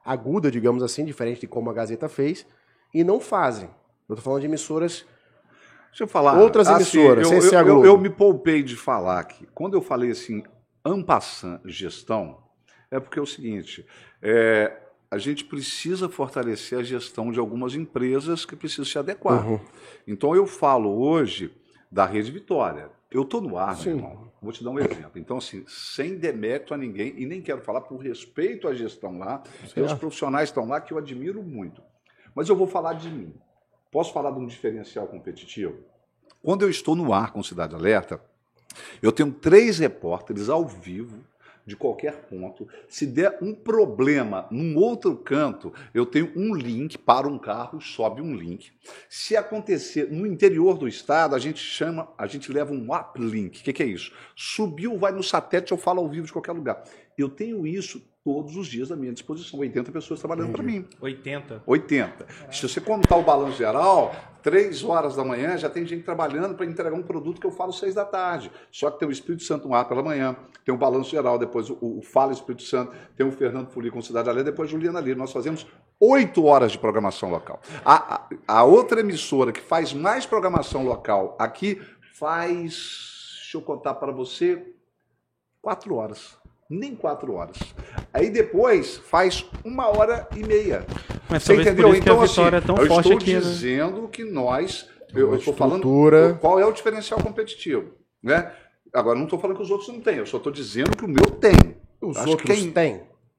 aguda, digamos assim, diferente de como a Gazeta fez, e não fazem. Eu tô falando de emissoras... Deixa eu falar. Outras emissoras, sem ser a Globo. Eu me poupei de falar aqui. Quando eu falei assim, en passant, gestão, é porque é o seguinte, a gente precisa fortalecer a gestão de algumas empresas que precisam se adequar. Uhum. Então eu falo hoje da Rede Vitória. Eu estou no ar, Sim. meu irmão. Vou te dar um exemplo. Então, assim, sem demérito a ninguém, e nem quero falar por respeito à gestão lá, e os profissionais estão lá que eu admiro muito. Mas eu vou falar de mim. Posso falar de um diferencial competitivo? Quando eu estou no ar com Cidade Alerta, eu tenho 3 repórteres ao vivo, de qualquer ponto. Se der um problema num outro canto, eu tenho um link para um carro, sobe um link. Se acontecer no interior do estado, a gente leva um uplink. O que é isso? Subiu, vai no satélite, eu falo ao vivo de qualquer lugar. Eu tenho isso todos os dias à minha disposição. 80 pessoas trabalhando para mim. 80? 80. Se você contar o balanço geral, 3 horas da manhã já tem gente trabalhando para entregar um produto que eu falo 6 da tarde. Só que tem o Espírito Santo no ar pela manhã, tem o balanço geral, depois o Fala Espírito Santo, tem o Fernando Fuli com Cidade Alerta, depois Juliana Lira. Nós fazemos 8 horas de programação local. A outra emissora que faz mais programação local aqui faz, deixa eu contar para você, 4 horas. Nem 4 horas. Aí depois faz 1h30. Mas você entendeu? Por isso então, que a Vitória assim, é tão eu forte estou aqui, dizendo, né, que nós... Eu estou falando qual é o diferencial competitivo. Né? Agora, não estou falando que os outros não têm. Eu só estou dizendo que o meu tem. Os outros têm?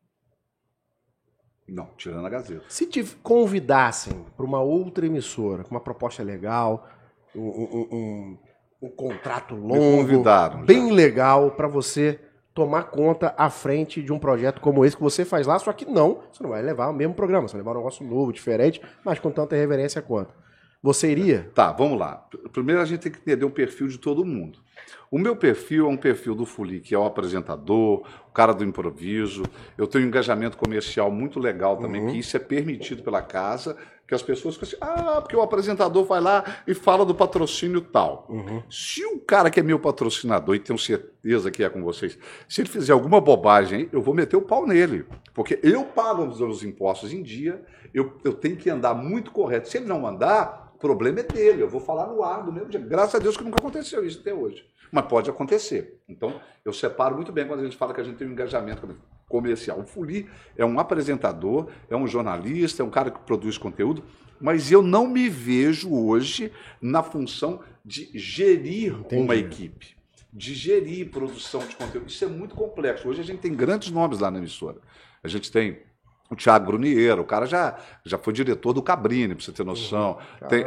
Não, tirando a Gazeta. Se te convidassem para uma outra emissora, com uma proposta legal, um contrato longo, bem legal, para você tomar conta à frente de um projeto como esse que você faz lá, só que você não vai levar o mesmo programa, você vai levar um negócio novo, diferente, mas com tanta reverência quanto. Você iria? Tá, vamos lá. Primeiro a gente tem que entender o perfil de todo mundo. O meu perfil é um perfil do Fuli, que é o apresentador, o cara do improviso. Eu tenho um engajamento comercial muito legal também, que isso é permitido pela casa, que as pessoas ficam assim, porque o apresentador vai lá e fala do patrocínio tal. Se o cara que é meu patrocinador, e tenho certeza que é com vocês, se ele fizer alguma bobagem, eu vou meter o pau nele. Porque eu pago os impostos em dia, eu tenho que andar muito correto. Se ele não andar, o problema é dele. Eu vou falar no ar do mesmo jeito. Graças a Deus que nunca aconteceu isso até hoje. Mas pode acontecer. Então, eu separo muito bem quando a gente fala que a gente tem um engajamento comercial. O Fuli é um apresentador, é um jornalista, é um cara que produz conteúdo, mas eu não me vejo hoje na função de gerir uma equipe, de gerir produção de conteúdo. Isso é muito complexo. Hoje a gente tem grandes nomes lá na emissora. A gente tem o Thiago Bruniero, o cara já foi diretor do Cabrini, para você ter noção.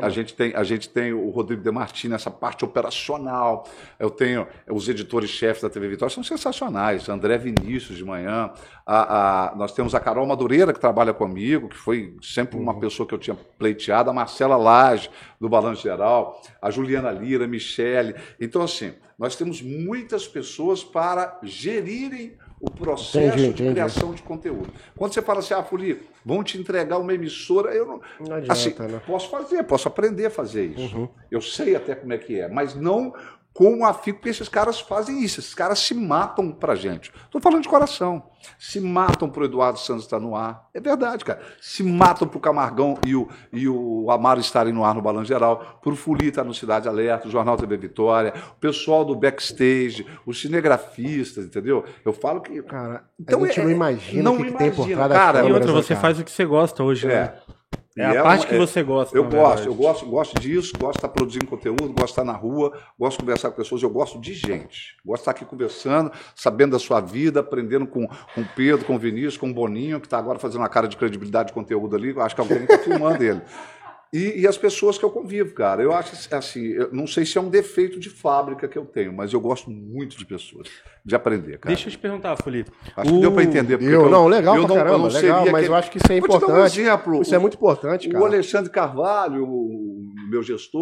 A gente tem o Rodrigo De Martini, essa parte operacional. Eu tenho os editores-chefes da TV Vitória, são sensacionais. André Vinícius, de manhã. Nós temos a Carol Madureira, que trabalha comigo, que foi sempre uma pessoa que eu tinha pleiteado. A Marcela Lage, do Balanço Geral. A Juliana Lira, a Michele. Então, assim, nós temos muitas pessoas para gerirem o processo de criação de conteúdo. Quando você fala assim, Fuli, vão te entregar uma emissora, eu não adianta, assim, né? Posso aprender a fazer isso. Eu sei até como é que é, mas não com afinco, porque esses caras fazem isso, esses caras se matam pra gente. Estou falando de coração. Se matam pro Eduardo Santos estar no ar. É verdade, cara. Se matam pro Camargão e o Amaro estarem no ar no Balanço Geral, pro Fuli estar no Cidade Alerta, o Jornal TV Vitória, o pessoal do backstage, os cinegrafistas, entendeu? Eu falo que... Cara, então, a gente não imagina o que tem por trás das câmeras. E outra, você faz o que você gosta hoje, né? É a parte que você gosta. Eu gosto disso, gosto de estar produzindo conteúdo, gosto de estar na rua, gosto de conversar com pessoas, eu gosto de gente. Gosto de estar aqui conversando, sabendo da sua vida, aprendendo com o Pedro, com o Vinícius, com o Boninho, que está agora fazendo uma cara de credibilidade de conteúdo ali, eu acho que alguém está filmando ele. E as pessoas que eu convivo, cara. Eu acho assim, eu não sei se é um defeito de fábrica que eu tenho, mas eu gosto muito de pessoas, de aprender, cara. Deixa eu te perguntar, Felipe. Acho que deu para entender. Legal pra caramba, legal, mas eu acho que isso é importante. Isso é muito importante, cara. O Alexandre Carvalho, o meu gestor,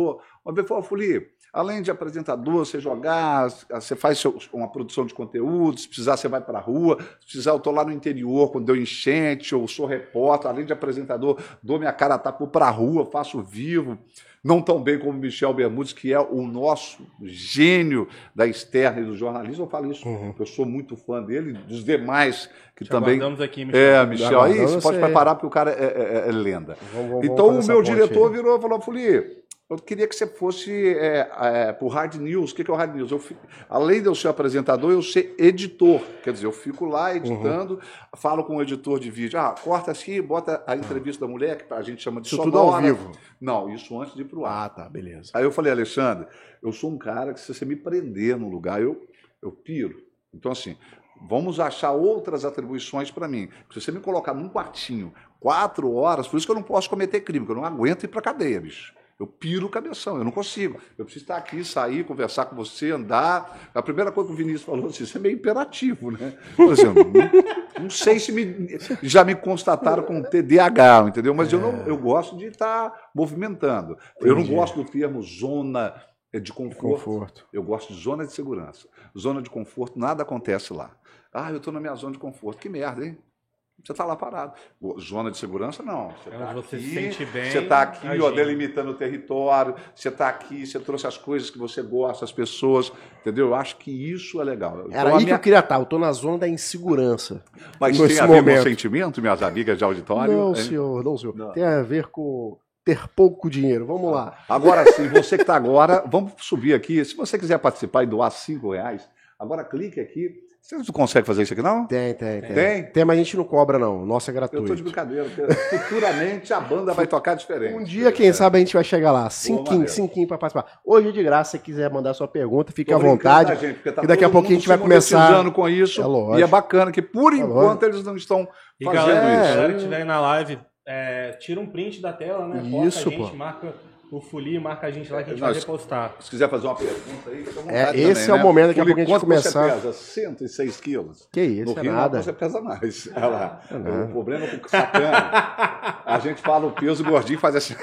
Uma vez falou, Fuli, além de apresentador, você jogar, você faz uma produção de conteúdo, se precisar você vai para a rua, se precisar eu estou lá no interior quando deu enchente, eu sou repórter, além de apresentador, dou minha cara a tapa para a rua, faço vivo, não tão bem como Michel Bermudes, que é o nosso gênio da externa e do jornalismo, eu falo isso, eu sou muito fã dele, dos demais que também... Aqui, Michel. Michel, aí você pode preparar porque o cara é lenda. Então o meu diretor virou e falou, Fuli, eu queria que você fosse para o Hard News. O que é o Hard News? Além de eu ser apresentador, eu ser editor. Quer dizer, eu fico lá editando, falo com o editor de vídeo. Corta aqui, bota a entrevista da mulher, que a gente chama de sonora. Tudo ao vivo? Não, isso antes de ir para o ar. Tá, beleza. Aí eu falei, Alexandre, eu sou um cara que se você me prender no lugar, eu piro. Então, assim, vamos achar outras atribuições para mim. Se você me colocar num quartinho 4 horas, por isso que eu não posso cometer crime, porque eu não aguento ir para cadeia, bicho. Eu piro o cabeção, eu não consigo. Eu preciso estar aqui, sair, conversar com você, andar. A primeira coisa que o Vinícius falou assim, isso é meio imperativo, né? Por exemplo, não sei se já me constataram com TDAH, entendeu? Mas eu gosto de estar movimentando. Entendi. Eu não gosto do termo zona de conforto. Eu gosto de zona de segurança. Zona de conforto, nada acontece lá. Eu estou na minha zona de conforto. Que merda, hein? Você está lá parado. Zona de segurança, não. Você se sente bem. Você está aqui, delimitando o território. Você está aqui, você trouxe as coisas que você gosta, as pessoas. Entendeu? Eu acho que isso é legal. Era aí que eu queria estar. Eu estou na zona da insegurança. Mas tem a ver com sentimento, minhas amigas de auditório? Não, senhor. Não, senhor. Não. Tem a ver com ter pouco dinheiro. Vamos lá. Agora sim, você que está agora, vamos subir aqui. Se você quiser participar e doar R$5, agora clique aqui. Você não consegue fazer isso aqui, não? Tem, mas a gente não cobra, não. Nossa, é gratuito. Eu estou de brincadeira, porque futuramente a banda vai tocar diferente. Um dia, quem sabe, a gente vai chegar lá. Cinquinho para participar. Hoje, de graça, se quiser mandar sua pergunta, fique à vontade. Gente, porque daqui a pouquinho a gente vai começar. Com isso, e é bacana que, por enquanto, eles não estão fazendo isso. Galera que estiver na live, tira um print da tela, né? Isso, a gente, marca o Fuli, marca a gente lá que a gente vai repostar. Se quiser fazer uma pergunta aí, fica à vontade esse também, é o momento que a pouco a gente começar. Você pesa 106 quilos. Que isso, no Rio, nada. Você pesa mais. Olha lá. O problema é com o sacana. A gente fala o peso gordinho faz assim.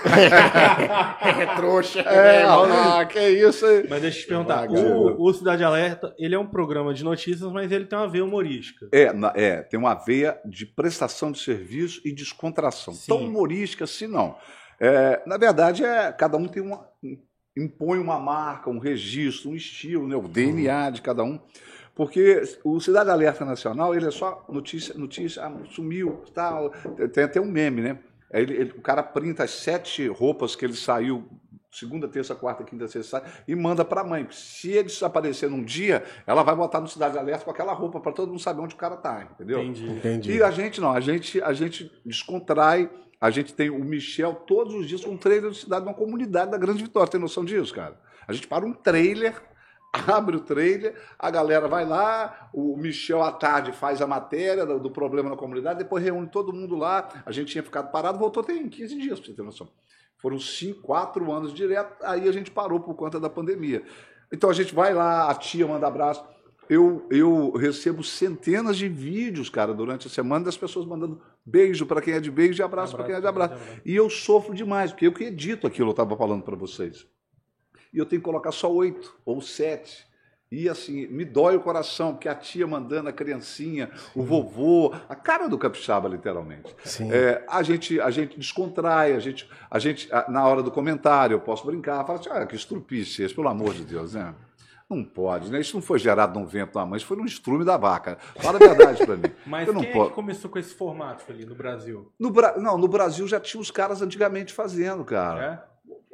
Trouxa. Que isso aí. Mas deixa eu te perguntar. O Cidade Alerta, ele é um programa de notícias, mas ele tem uma veia humorística. Tem uma veia de prestação de serviço e descontração. Sim. Tão humorística assim, não. Na verdade, cada um impõe uma marca, um registro, um estilo, né, o DNA de cada um. Porque o Cidade Alerta Nacional, ele é só notícia, sumiu, tal. Tem até um meme, né? O cara printa as 7 roupas que ele saiu, segunda, terça, quarta, quinta, sexta, e manda para a mãe. Se ele desaparecer num dia, ela vai botar no Cidade Alerta com aquela roupa para todo mundo saber onde o cara está, entendeu? Entendi. E a gente não, a gente descontrai. A gente tem o Michel todos os dias com um trailer de cidade, uma comunidade da Grande Vitória. Tem noção disso, cara? A gente para um trailer, abre o trailer, a galera vai lá, o Michel à tarde faz a matéria do problema na comunidade, depois reúne todo mundo lá. A gente tinha ficado parado, voltou tem 15 dias, pra você ter noção. Foram 4 anos direto, aí a gente parou por conta da pandemia. Então a gente vai lá, a tia manda abraço. Eu recebo centenas de vídeos, cara, durante a semana, das pessoas mandando beijo para quem é de beijo e abraço para quem é de abraço. E eu sofro demais, porque eu que edito aquilo, eu estava falando para vocês. E eu tenho que colocar só 8 ou 7. E assim, me dói o coração, porque a tia mandando a criancinha, o vovô, a cara do capixaba, literalmente. A gente descontrai, a gente na hora do comentário, eu posso brincar, falar assim, que estrupice esse, pelo amor de Deus, né? Não pode, né? Isso não foi gerado num vento da mãe, isso foi num estrume da vaca. Fala a verdade para mim. Mas quem é que começou com esse formato ali no Brasil? No Brasil já tinha os caras antigamente fazendo, cara.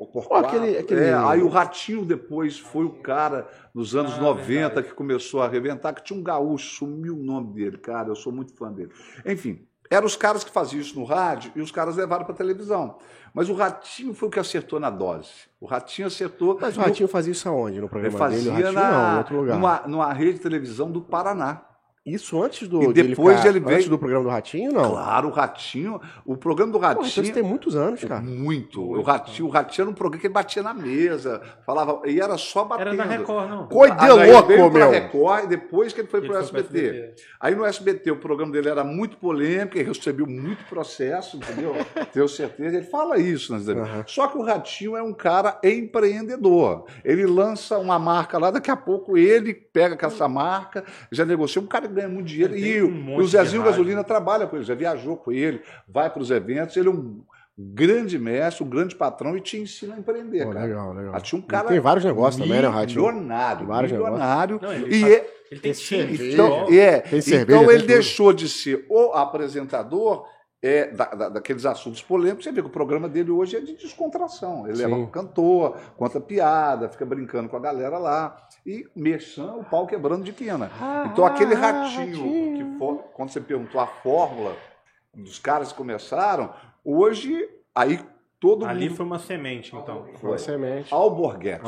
Aí o Ratinho depois foi o cara, nos anos 90, que começou a arrebentar, que tinha um gaúcho, sumiu o nome dele, cara, eu sou muito fã dele. Enfim, eram os caras que faziam isso no rádio e os caras levaram para televisão. Mas o Ratinho foi o que acertou na dose. O Ratinho acertou... Mas o Ratinho fazia isso aonde? No programa dele? O Ratinho não, em outro lugar. Numa rede de televisão do Paraná. Isso antes do E depois ele veio... Antes do programa do Ratinho, não? Claro, o Ratinho... O programa do Ratinho... Então isso tem muitos anos, cara. Muito. O Ratinho era um programa que ele batia na mesa, falava... E era só batendo. Era na Record, não. Coisa de louco, meu. Pra Record, e depois que ele foi pro SBT. Aí no SBT o programa dele era muito polêmico, ele recebeu muito processo, entendeu? Tenho certeza. Ele fala isso nas entrevistas. Só que o Ratinho é um cara empreendedor. Ele lança uma marca lá, daqui a pouco ele pega com essa marca, já negocia. Um cara que ganha muito dinheiro. E o Zezinho Gasolina trabalha com ele, já viajou com ele, vai para os eventos. Ele é um grande mestre, um grande patrão e te ensina a empreender, cara. Legal. Tinha um cara tem vários negócios também, né, Ratinho? Milionário. Não, ele tem cerveja. Então ele deixou de ser o apresentador daqueles assuntos polêmicos. Você vê que o programa dele hoje é de descontração. Ele leva um cantor, conta piada, fica brincando com a galera lá e mexendo o pau quebrando de quina. Então aquele Ratinho, que foi, quando você perguntou a fórmula dos caras que começaram, hoje aí todo ali mundo... foi uma semente, então. Foi uma semente. Alborguete,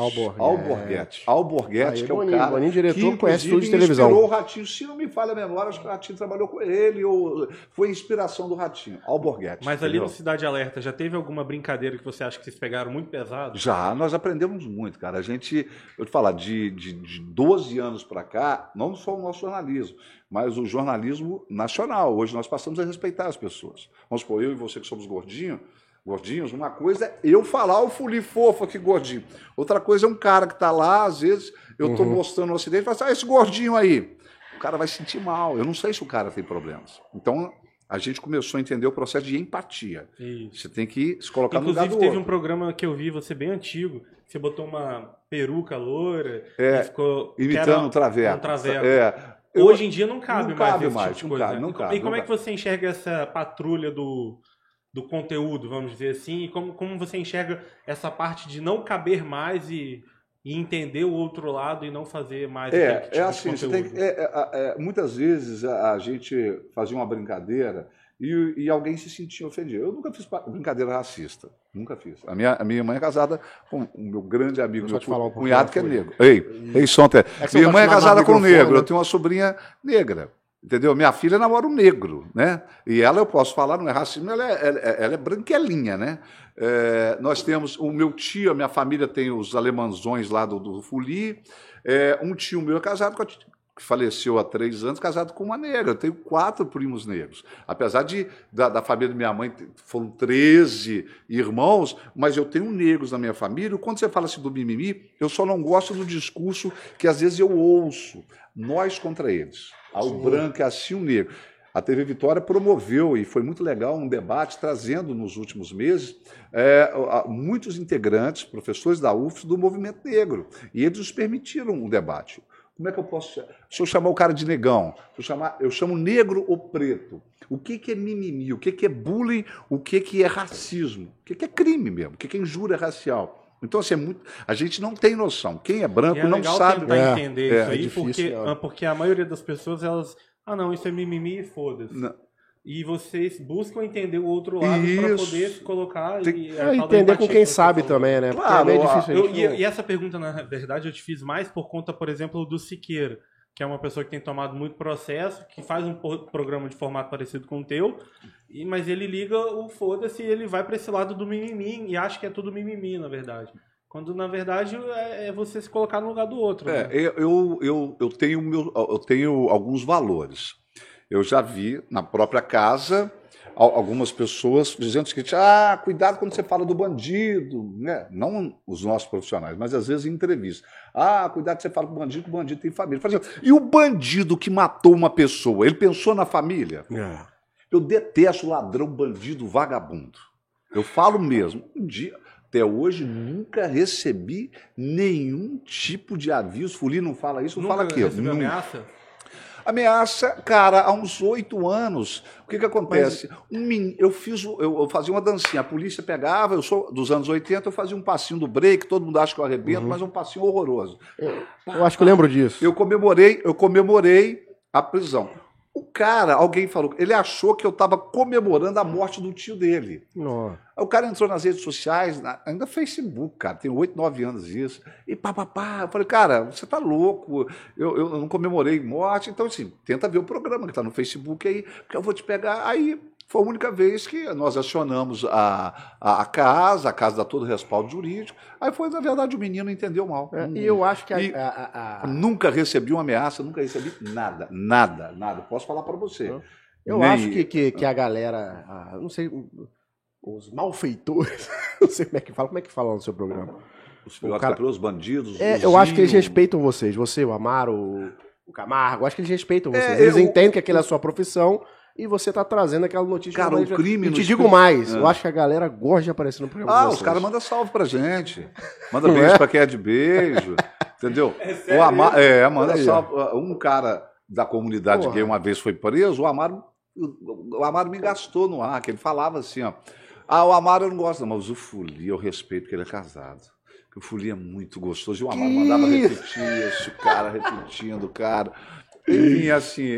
que é o cara Boninho, diretor, que conhece tudo de televisão. Inspirou o Ratinho. Se não me falha a memória, acho que o Ratinho trabalhou com ele, ou foi inspiração do Ratinho. Alborguete. Mas ali no Cidade Alerta, já teve alguma brincadeira que você acha que vocês pegaram muito pesado? Já, nós aprendemos muito, cara. A gente, eu te falar, de 12 anos para cá, não só o nosso jornalismo, mas o jornalismo nacional. Hoje nós passamos a respeitar as pessoas. Vamos supor, eu e você que somos gordinhos, uma coisa é eu falar o fuli fofo aqui, gordinho. Outra coisa é um cara que está lá, às vezes, eu estou mostrando um acidente e falo assim, esse gordinho aí. O cara vai se sentir mal. Eu não sei se o cara tem problemas. Então, a gente começou a entender o processo de empatia. Isso. Você tem que se colocar no lugar do outro. Inclusive, teve um programa que eu vi, você bem antigo, você botou uma peruca loura e ficou... Imitando um traveco. Hoje em dia não cabe mais esse tipo de coisa. Não cabe. E como é que você enxerga essa patrulha do conteúdo, vamos dizer assim, e como você enxerga essa parte de não caber mais e entender o outro lado e não fazer mais aquele tipo assim, de conteúdo? Muitas vezes a gente fazia uma brincadeira e alguém se sentia ofendido. Eu nunca fiz brincadeira racista, nunca fiz. A minha mãe é casada com o meu grande amigo, meu cunhado que é negro. Ei, Sonter. Minha irmã é casada com um negro, eu tenho uma sobrinha negra. Entendeu? Minha filha namora um negro, né? E ela, eu posso falar, não é racismo, ela é branquelinha, né? Nós temos, o meu tio, a minha família tem os alemãozões lá do Fuli. Um tio meu é casado com que faleceu há 3 anos, casado com uma negra. Eu tenho 4 primos negros. Apesar da família da minha mãe, foram 13 irmãos, mas eu tenho negros na minha família. Quando você fala assim do mimimi, eu só não gosto do discurso que às vezes eu ouço. Nós contra eles. O branco é assim, o negro. A TV Vitória promoveu, e foi muito legal, um debate trazendo nos últimos meses muitos integrantes, professores da UFS, do movimento negro. E eles nos permitiram um debate. Como é que eu posso... Se eu chamar o cara de negão, eu chamo negro ou preto. O que é mimimi? O que é bullying? O que é racismo? O que é crime mesmo? O que é injúria racial? Então, assim, a gente não tem noção. Quem é branco não sabe. É legal tentar entender isso aí, difícil, porque a maioria das pessoas, elas... não, isso é mimimi e foda-se. E vocês buscam entender o outro lado para poder se colocar e entender com quem sabe também, né? Claro, é meio difícil. E essa pergunta, na verdade, eu te fiz mais por conta, por exemplo, do Siqueira, que é uma pessoa que tem tomado muito processo, que faz um programa de formato parecido com o teu, mas ele liga o foda-se e ele vai para esse lado do mimimi e acha que é tudo mimimi, na verdade. Quando, na verdade, é você se colocar no lugar do outro. Né? Eu tenho alguns valores. Eu já vi na própria casa algumas pessoas dizendo o seguinte, cuidado quando você fala do bandido, né? Não os nossos profissionais, mas às vezes em entrevista. Cuidado quando você fala do bandido, que o bandido tem família. E o bandido que matou uma pessoa, ele pensou na família? Eu detesto ladrão, bandido, vagabundo. Eu falo mesmo, um dia... Até hoje, nunca recebi nenhum tipo de aviso. Fuli não fala isso, não fala aquilo. Recebeu ameaça? Ameaça, cara, há uns 8 anos. O que acontece? Eu fazia uma dancinha, a polícia pegava, eu sou dos anos 80, eu fazia um passinho do break, todo mundo acha que eu arrebento, mas é um passinho horroroso. Eu acho que eu lembro disso. Eu comemorei a prisão. O cara, alguém falou, ele achou que eu estava comemorando a morte do tio dele. Nossa. Aí o cara entrou nas redes sociais, ainda Facebook, cara, tem 8, 9 anos isso, e papapá. Eu falei, cara, você tá louco, eu não comemorei morte, então assim, tenta ver o programa que tá no Facebook aí, porque eu vou te pegar. Aí foi a única vez que nós acionamos a casa dá todo o respaldo jurídico. Aí foi, na verdade, o menino entendeu mal. E eu acho que nunca recebi uma ameaça, nunca recebi nada. Posso falar para você. Eu acho que a galera, não sei, os malfeitores, não sei como é que fala no seu programa. Os filhotes os bandidos. Eu acho que eles respeitam vocês. Você, o Amaro, o Camargo, eu acho que eles respeitam vocês. Eles entendem que aquela é a sua profissão. E você tá trazendo aquela notícia. Cara, o crime... E te digo mais, eu acho que a galera gosta de aparecer no programa. Os caras mandam salve pra gente. Manda beijo pra quem é de beijo. Entendeu? Manda salve. Um cara da comunidade gay uma vez foi preso, o Amaro me gastou no ar, que ele falava assim, ó. O Amaro eu não gosto, não, mas o Fuli, eu respeito que ele é casado. Que o Fuli é muito gostoso. E o Amaro mandava repetir isso, cara, repetindo, cara. Enfim, assim,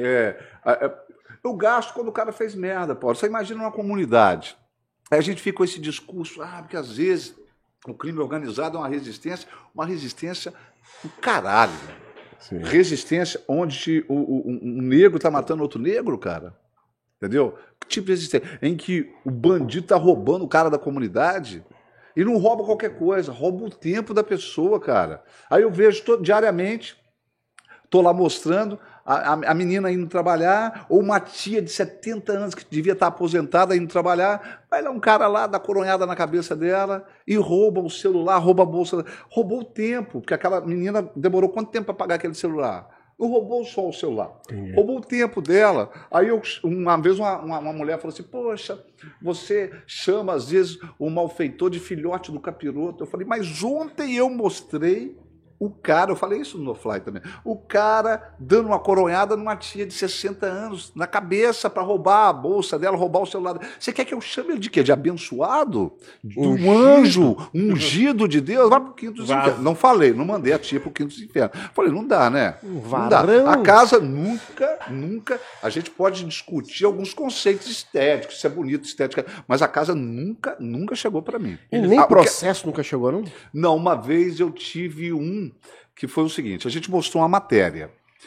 eu gasto quando o cara fez merda, Paulo. Você imagina uma comunidade. Aí a gente fica com esse discurso, porque às vezes o crime organizado é uma resistência do caralho. Sim. Resistência onde um negro tá matando outro negro, cara. Entendeu? Que tipo de resistência? Em que o bandido tá roubando o cara da comunidade e não rouba qualquer coisa, rouba o tempo da pessoa, cara. Aí eu vejo diariamente, tô lá mostrando a menina indo trabalhar, ou uma tia de 70 anos que devia estar aposentada indo trabalhar, vai lá um cara lá, dá coronhada na cabeça dela e rouba o celular, rouba a bolsa. Roubou o tempo, porque aquela menina demorou quanto tempo para pagar aquele celular? Não roubou só o celular, roubou o tempo dela. Aí uma vez uma mulher falou assim, poxa, você chama às vezes o malfeitor de filhote do capiroto. Eu falei, mas ontem eu mostrei o cara, eu falei isso no No Fly também, o cara dando uma coronhada numa tia de 60 anos na cabeça para roubar a bolsa dela, roubar o celular dela. Você quer que eu chame ele de quê? De abençoado? De um anjo, ungido de Deus? Vai pro quinto dos infernos. Não falei, não mandei a tia pro quinto dos infernos. Falei, não dá, né? Não dá. A casa nunca, a gente pode discutir alguns conceitos estéticos, se é bonito, estética, mas a casa nunca chegou para mim. E nem processo nunca chegou, não? Não, uma vez eu tive que foi o seguinte, a gente mostrou uma matéria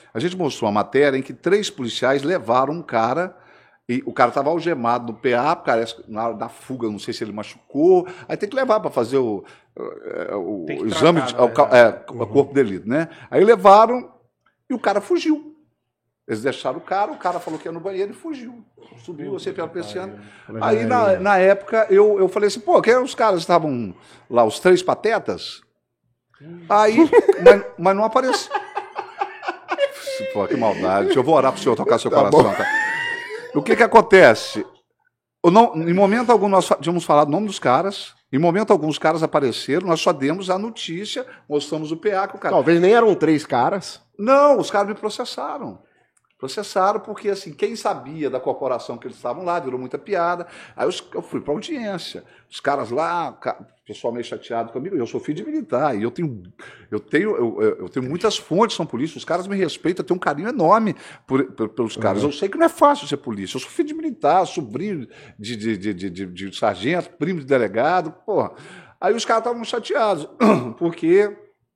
em que 3 policiais levaram um cara, e o cara estava algemado no PA, parece que na hora da fuga, não sei se ele machucou, aí tem que levar para fazer o exame, o corpo de delito, né? Aí levaram e o cara fugiu. Eles deixaram o cara falou que ia no banheiro e fugiu. Subiu assim pela persiana. Aí na época eu falei assim, pô, quem eram os caras que estavam lá, os 3 patetas? Aí, mas não apareceu. Pô, que maldade. Eu vou orar para o senhor tocar seu coração. Tá? O que acontece? Em momento algum nós tínhamos falado o nome dos caras. Em momento algum os caras apareceram. Nós só demos a notícia, mostramos o PA que o cara... Talvez nem eram 3 caras. Não, os caras me processaram. Processaram porque, assim, quem sabia da corporação que eles estavam lá, virou muita piada. Aí eu fui para audiência. Os caras lá, o pessoal meio chateado comigo, eu sou filho de militar, e eu tenho muitas fontes, são polícia, os caras me respeitam, eu tenho um carinho enorme pelos caras. Eu sei que não é fácil ser polícia, eu sou filho de militar, sobrinho de sargento, primo de delegado, porra. Aí os caras estavam chateados, porque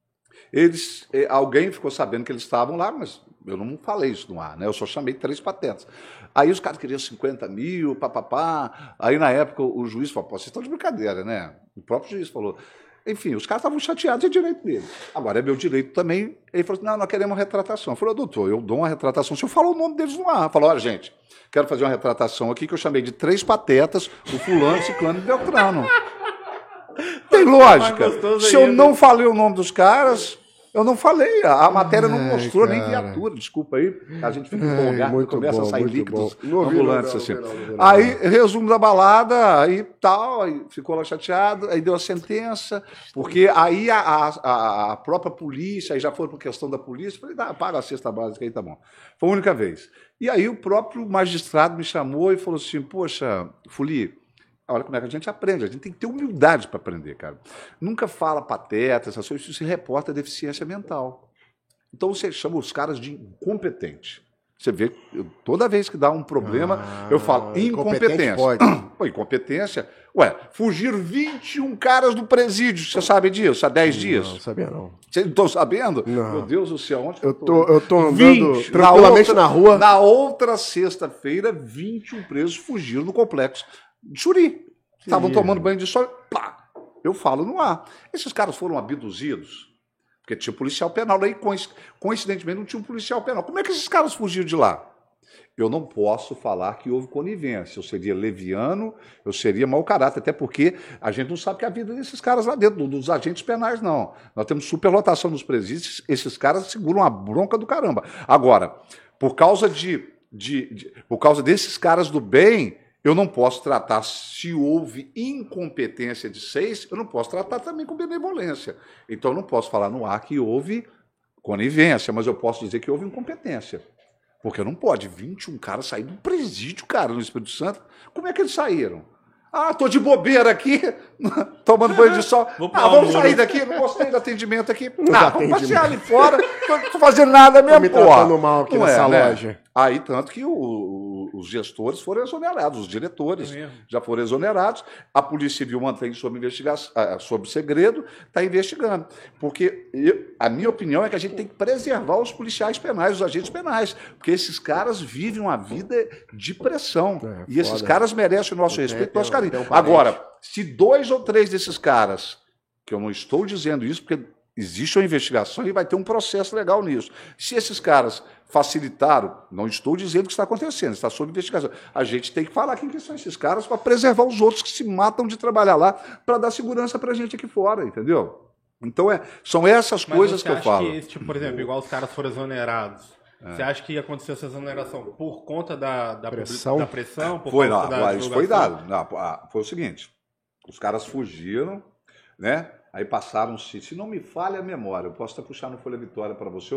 alguém ficou sabendo que eles estavam lá, mas eu não falei isso no ar, né? Eu só chamei 3 patetas. Aí os caras queriam 50 mil, papapá. Aí na época o juiz falou, pô, vocês estão de brincadeira, né? O próprio juiz falou. Enfim, os caras estavam chateados, é direito deles. Agora é meu direito também. Ele falou assim, não, nós queremos uma retratação. Eu falei, doutor, eu dou uma retratação. Se eu falar o nome deles no ar, falou, olha, gente, quero fazer uma retratação aqui que eu chamei de 3 patetas, o fulano, ciclano e beltrano. Tem lógica. Se eu não falei o nome dos caras... Eu não falei, a matéria não mostrou nem viatura, desculpa aí, a gente fica empolgado, começa a sair líquidos ambulantes assim. Aí, resumo da balada, aí tal, aí ficou lá chateado, aí deu a sentença, porque aí a própria polícia, aí já foi por questão da polícia, falei, paga a cesta básica aí, tá bom. Foi a única vez. E aí o próprio magistrado me chamou e falou assim, poxa, Fuli, olha como é que a gente aprende, a gente tem que ter humildade para aprender, cara. Nunca fala pateta, essas coisas, isso se reporta a deficiência mental. Então você chama os caras de incompetente. Você vê, toda vez que dá um problema, eu falo incompetência. Pô, incompetência? Ué, fugiram 21 caras do presídio, você sabe disso, há 10 dias? Não sabia não. Vocês não estão sabendo? Não. Meu Deus do céu, onde eu tô andando tranquilamente na rua. Na outra sexta-feira, 21 presos fugiram do complexo de Xuri. Estavam tomando banho de sol, pá, eu falo no ar. Esses caras foram abduzidos, porque tinha policial penal, aí coincidentemente não tinha um policial penal. Como é que esses caras fugiram de lá? Eu não posso falar que houve conivência, eu seria leviano, eu seria mau caráter, até porque a gente não sabe que a vida desses caras lá dentro, dos agentes penais, não. Nós temos superlotação nos presídios, esses caras seguram a bronca do caramba. Agora, por causa desses caras do bem, eu não posso tratar, se houve incompetência de 6, eu não posso tratar também com benevolência. Então, eu não posso falar no ar que houve conivência, mas eu posso dizer que houve incompetência. Porque não pode 21 caras sair do presídio, cara, no Espírito Santo. Como é que eles saíram? Ah, tô de bobeira aqui, tomando banho de sol. Vamos sair daqui, não gostei do atendimento aqui. Vamos passear ali fora, não tô fazendo nada mesmo, pô. Tô me tratando mal aqui nessa loja. Aí, tanto que os gestores foram exonerados, os diretores já foram exonerados. A Polícia Civil mantém sob investigação, sob segredo, está investigando. Porque a minha opinião é que a gente tem que preservar os policiais penais, os agentes penais, porque esses caras vivem uma vida de pressão. E esses caras merecem o nosso respeito, nosso carinho. Agora, se 2 ou 3 desses caras, que eu não estou dizendo isso, porque existe uma investigação e vai ter um processo legal nisso. Se esses caras facilitaram, não estou dizendo que está acontecendo, está sob investigação. A gente tem que falar quem que são esses caras para preservar os outros que se matam de trabalhar lá para dar segurança para a gente aqui fora, entendeu? Então, são essas coisas que eu falo. Mas você acha que, tipo, por exemplo, igual os caras foram exonerados, você acha que aconteceu essa exoneração por conta da pressão? Foi, não, isso foi dado. Não, foi o seguinte, os caras fugiram, né? Aí passaram-se, se não me falha a memória, eu posso até puxar no Folha Vitória para você,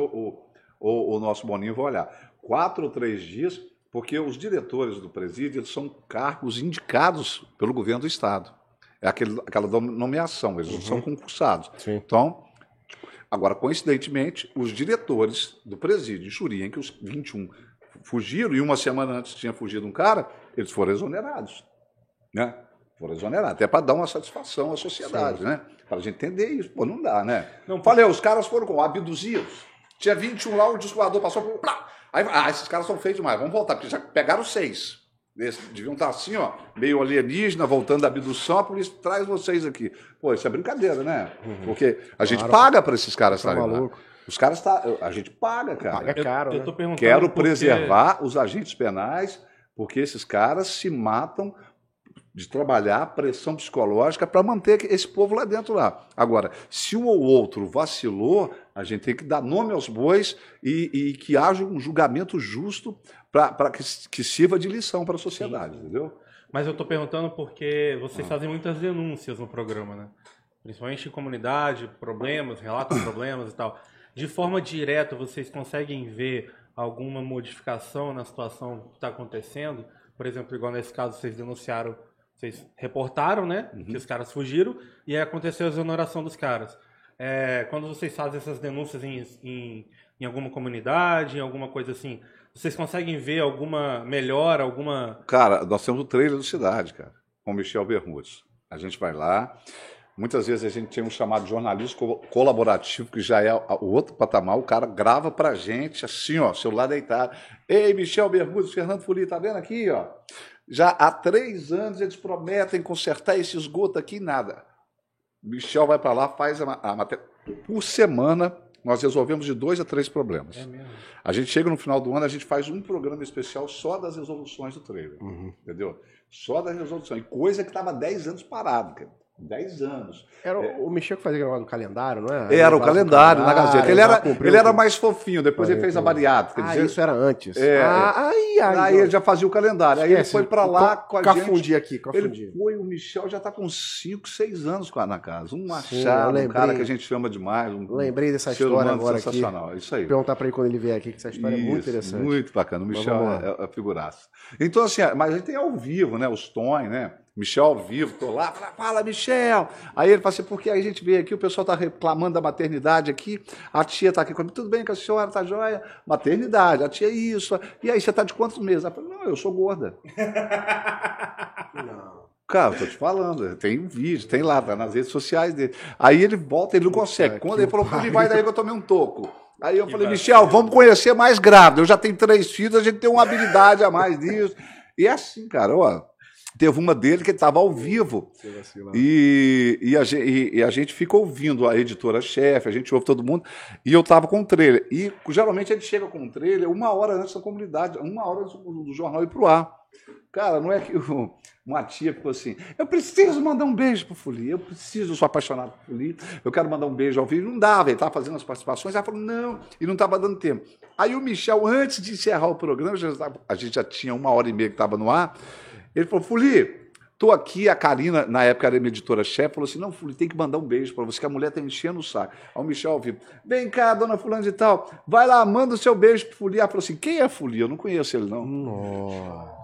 o nosso Boninho vai olhar, 4 ou 3 dias, porque os diretores do presídio eles são cargos indicados pelo governo do Estado. É aquela nomeação, eles não são concursados. Sim. Então, agora, coincidentemente, os diretores do presídio de Xuri, em que os 21 fugiram, e uma semana antes tinha fugido um cara, eles foram exonerados, né? Foram exonerados, até para dar uma satisfação à sociedade, né? Para a gente entender isso. Pô, não dá, né? Não, falei, os caras foram abduzidos. Tinha 21 lá, o disco voador passou. Plá! Aí, esses caras são feios demais, vamos voltar, porque já pegaram 6. Deviam estar assim, ó, meio alienígena, voltando da abdução, a polícia traz vocês aqui. Pô, isso é brincadeira, né? Porque a gente paga para esses caras estarem lá. Os caras, a gente paga, cara. Paga caro, eu tô perguntando Quero preservar os agentes penais, porque esses caras se matam de trabalhar pressão psicológica para manter esse povo lá dentro lá. Agora, se um ou outro vacilou, a gente tem que dar nome aos bois e que haja um julgamento justo para que sirva de lição para a sociedade, entendeu? Mas eu estou perguntando porque vocês fazem muitas denúncias no programa, né? Principalmente em comunidade, problemas, relatos de problemas e tal. De forma direta, vocês conseguem ver alguma modificação na situação que está acontecendo? Por exemplo, igual nesse caso, vocês denunciaram, vocês reportaram, né, que os caras fugiram e aí aconteceu a exoneração dos caras. Quando vocês fazem essas denúncias em alguma comunidade, em alguma coisa assim, vocês conseguem ver alguma melhora, alguma... Cara, nós temos o trailer do Cidade, cara, com o Michel Bermudes. A gente vai lá, muitas vezes a gente tem um chamado jornalismo colaborativo, que já é o outro patamar, o cara grava pra gente, assim, ó, celular deitado. Ei, Michel Bermudes, Fernando Fuli, tá vendo aqui, ó? Já há 3 anos eles prometem consertar esse esgoto aqui e nada. Michel vai para lá, faz a matéria. Por semana, nós resolvemos de 2 a 3 problemas. É mesmo. A gente chega no final do ano, a gente faz um programa especial só das resoluções do trailer. Entendeu? Só das resoluções. Coisa que estava 10 anos parado, cara. 10 anos. Era o Michel que fazia no calendário, não é? Era o calendário na Gazeta. Ele era mais fofinho, depois ele fez a bariátrica. Isso era antes. Aí ele já fazia o calendário. Aí ele foi pra lá com a gente. Confundi. O Michel já tá com 5, 6 anos na casa. Um machado, um cara que a gente chama demais. Lembrei dessa história agora aqui. Sensacional, isso aí. Perguntar pra ele quando ele vier aqui, que essa história é muito interessante. Muito bacana. O Michel é figuraça. Então, assim, mas a gente tem ao vivo, né? Os Tony, né? Michel ao vivo, tô lá, fala, Michel. Aí ele fala assim, porque aí a gente vê aqui, o pessoal tá reclamando da maternidade aqui, a tia tá aqui comigo, tudo bem que a senhora tá joia? Maternidade, a tia é isso. E aí, você tá de quantos meses? Ela fala, não, eu sou gorda. Não. Cara, eu tô te falando, tem um vídeo, tem lá, tá nas redes sociais dele. Aí ele volta, ele não consegue. Quando ele falou, ele vai daí que eu tomei um toco. Aí eu falei, Michel, vamos conhecer mais grávida. Eu já tenho 3 filhos, a gente tem uma habilidade a mais disso. E é assim, cara, ó. Teve uma dele que estava ao vivo e a gente fica ouvindo a editora-chefe, a gente ouve todo mundo, e eu estava com o trailer. E geralmente ele chega com o trailer 1 hora antes da comunidade, 1 hora antes do jornal ir para o ar. Cara, não é que uma tia ficou assim, eu preciso mandar um beijo pro Fuli, eu sou apaixonado por Fuli, eu quero mandar um beijo ao vivo. Não dava, ele estava fazendo as participações, ela falou, não, e não estava dando tempo. Aí o Michel, antes de encerrar o programa, a gente já tinha 1h30 que estava no ar, ele falou, Fuli, tô aqui, a Karina, na época era minha editora-chefe, falou assim, não, Fuli, tem que mandar um beijo para você, que a mulher tá enchendo o saco. Aí o Michel ao vivo, vem cá, dona fulana de tal, vai lá, manda o seu beijo pro Fuli. Ela falou assim, quem é Fuli? Eu não conheço ele, não. Nossa.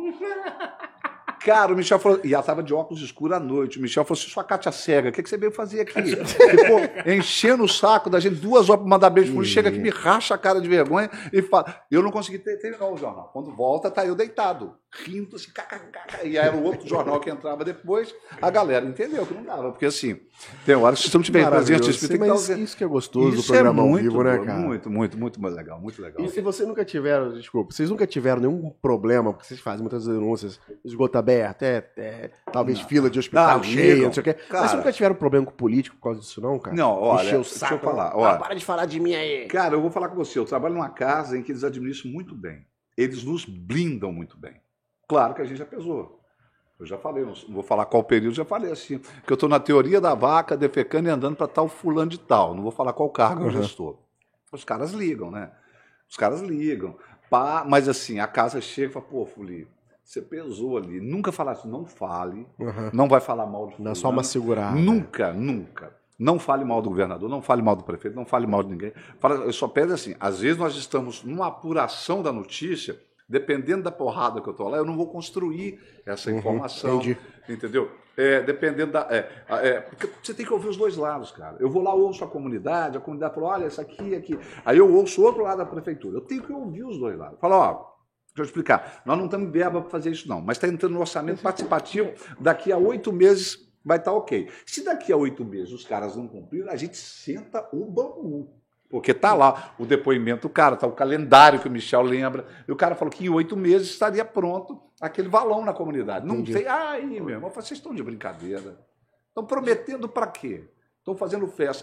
Cara, o Michel falou, e ela estava de óculos escuros à noite. O Michel falou assim, sua Cátia cega, o que você veio fazer aqui? Ficou enchendo o saco da gente 2 horas para mandar beijo pro Fuli, chega aqui, me racha a cara de vergonha e fala, eu não consegui terminar o jornal. Quando volta, tá eu deitado, rindo assim, e aí era o outro jornal que entrava depois, a galera entendeu que não dava, porque assim, tem horas que se você não tiver presente, tem que dar isso que é gostoso do programa ao vivo, né, cara? Muito mais legal, muito legal. E se vocês nunca tiveram, vocês nunca tiveram nenhum problema, porque vocês fazem muitas denúncias, esgoto aberto, talvez fila de hospital cheia, não sei o quê. Cara, mas vocês nunca tiveram problema com político por causa disso, não, cara? Não, olha, encher o saco, deixa eu falar. Olha, para de falar de mim aí. Cara, eu vou falar com você, eu trabalho numa casa em que eles administram muito bem. Eles nos blindam muito bem. Claro que a gente já pesou. Eu já falei, não vou falar qual período, já falei assim, que eu estou na teoria da vaca, defecando e andando para tal fulano de tal. Não vou falar qual cargo eu já estou. Os caras ligam, né? Os caras ligam. Pá, mas assim, a casa chega e fala, pô, Fuli, você pesou ali. Nunca falar assim, não fale, não vai falar mal de fulano. Não é só uma segurada. Nunca, nunca. Não fale mal do governador, não fale mal do prefeito, não fale mal de ninguém. Eu só peço assim, às vezes nós estamos numa apuração da notícia, dependendo da porrada que eu estou lá, eu não vou construir essa informação, entendeu? Dependendo da... porque você tem que ouvir os dois lados, cara. Eu vou lá, ouço a comunidade fala, olha, isso aqui, aqui. Aí eu ouço o outro lado da prefeitura. Eu tenho que ouvir os dois lados. Fala, ó, deixa eu explicar, nós não estamos em verba para fazer isso não, mas está entrando no orçamento participativo, daqui a 8 meses vai estar ok. Se daqui a 8 meses os caras não cumpriram, a gente senta o bambu. Porque está lá o depoimento do cara, está o calendário que o Michel lembra. E o cara falou que em 8 meses estaria pronto aquele valão na comunidade. Não tem. Aí, meu irmão, vocês estão de brincadeira. Estão prometendo para quê? Estão fazendo festa.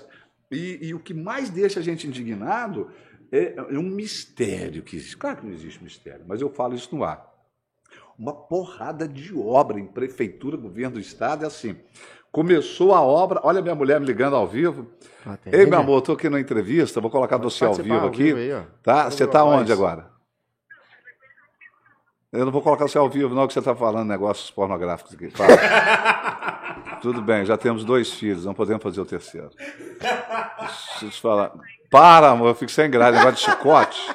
E o que mais deixa a gente indignado é um mistério que existe. Claro que não existe mistério, mas eu falo isso no ar. Uma porrada de obra em prefeitura, governo do estado, é assim. Começou a obra, olha minha mulher me ligando ao vivo. Ei, meu amor, estou aqui na entrevista, vou colocar você ao vivo aqui. Aí, tá? Você está onde agora? Eu não vou colocar você ao vivo, não, que você está falando negócios pornográficos aqui. Fala. Tudo bem, já temos 2 filhos, não podemos fazer o terceiro. Deixa eu te falar. Para, amor, eu fico sem graça, negócio de chicote.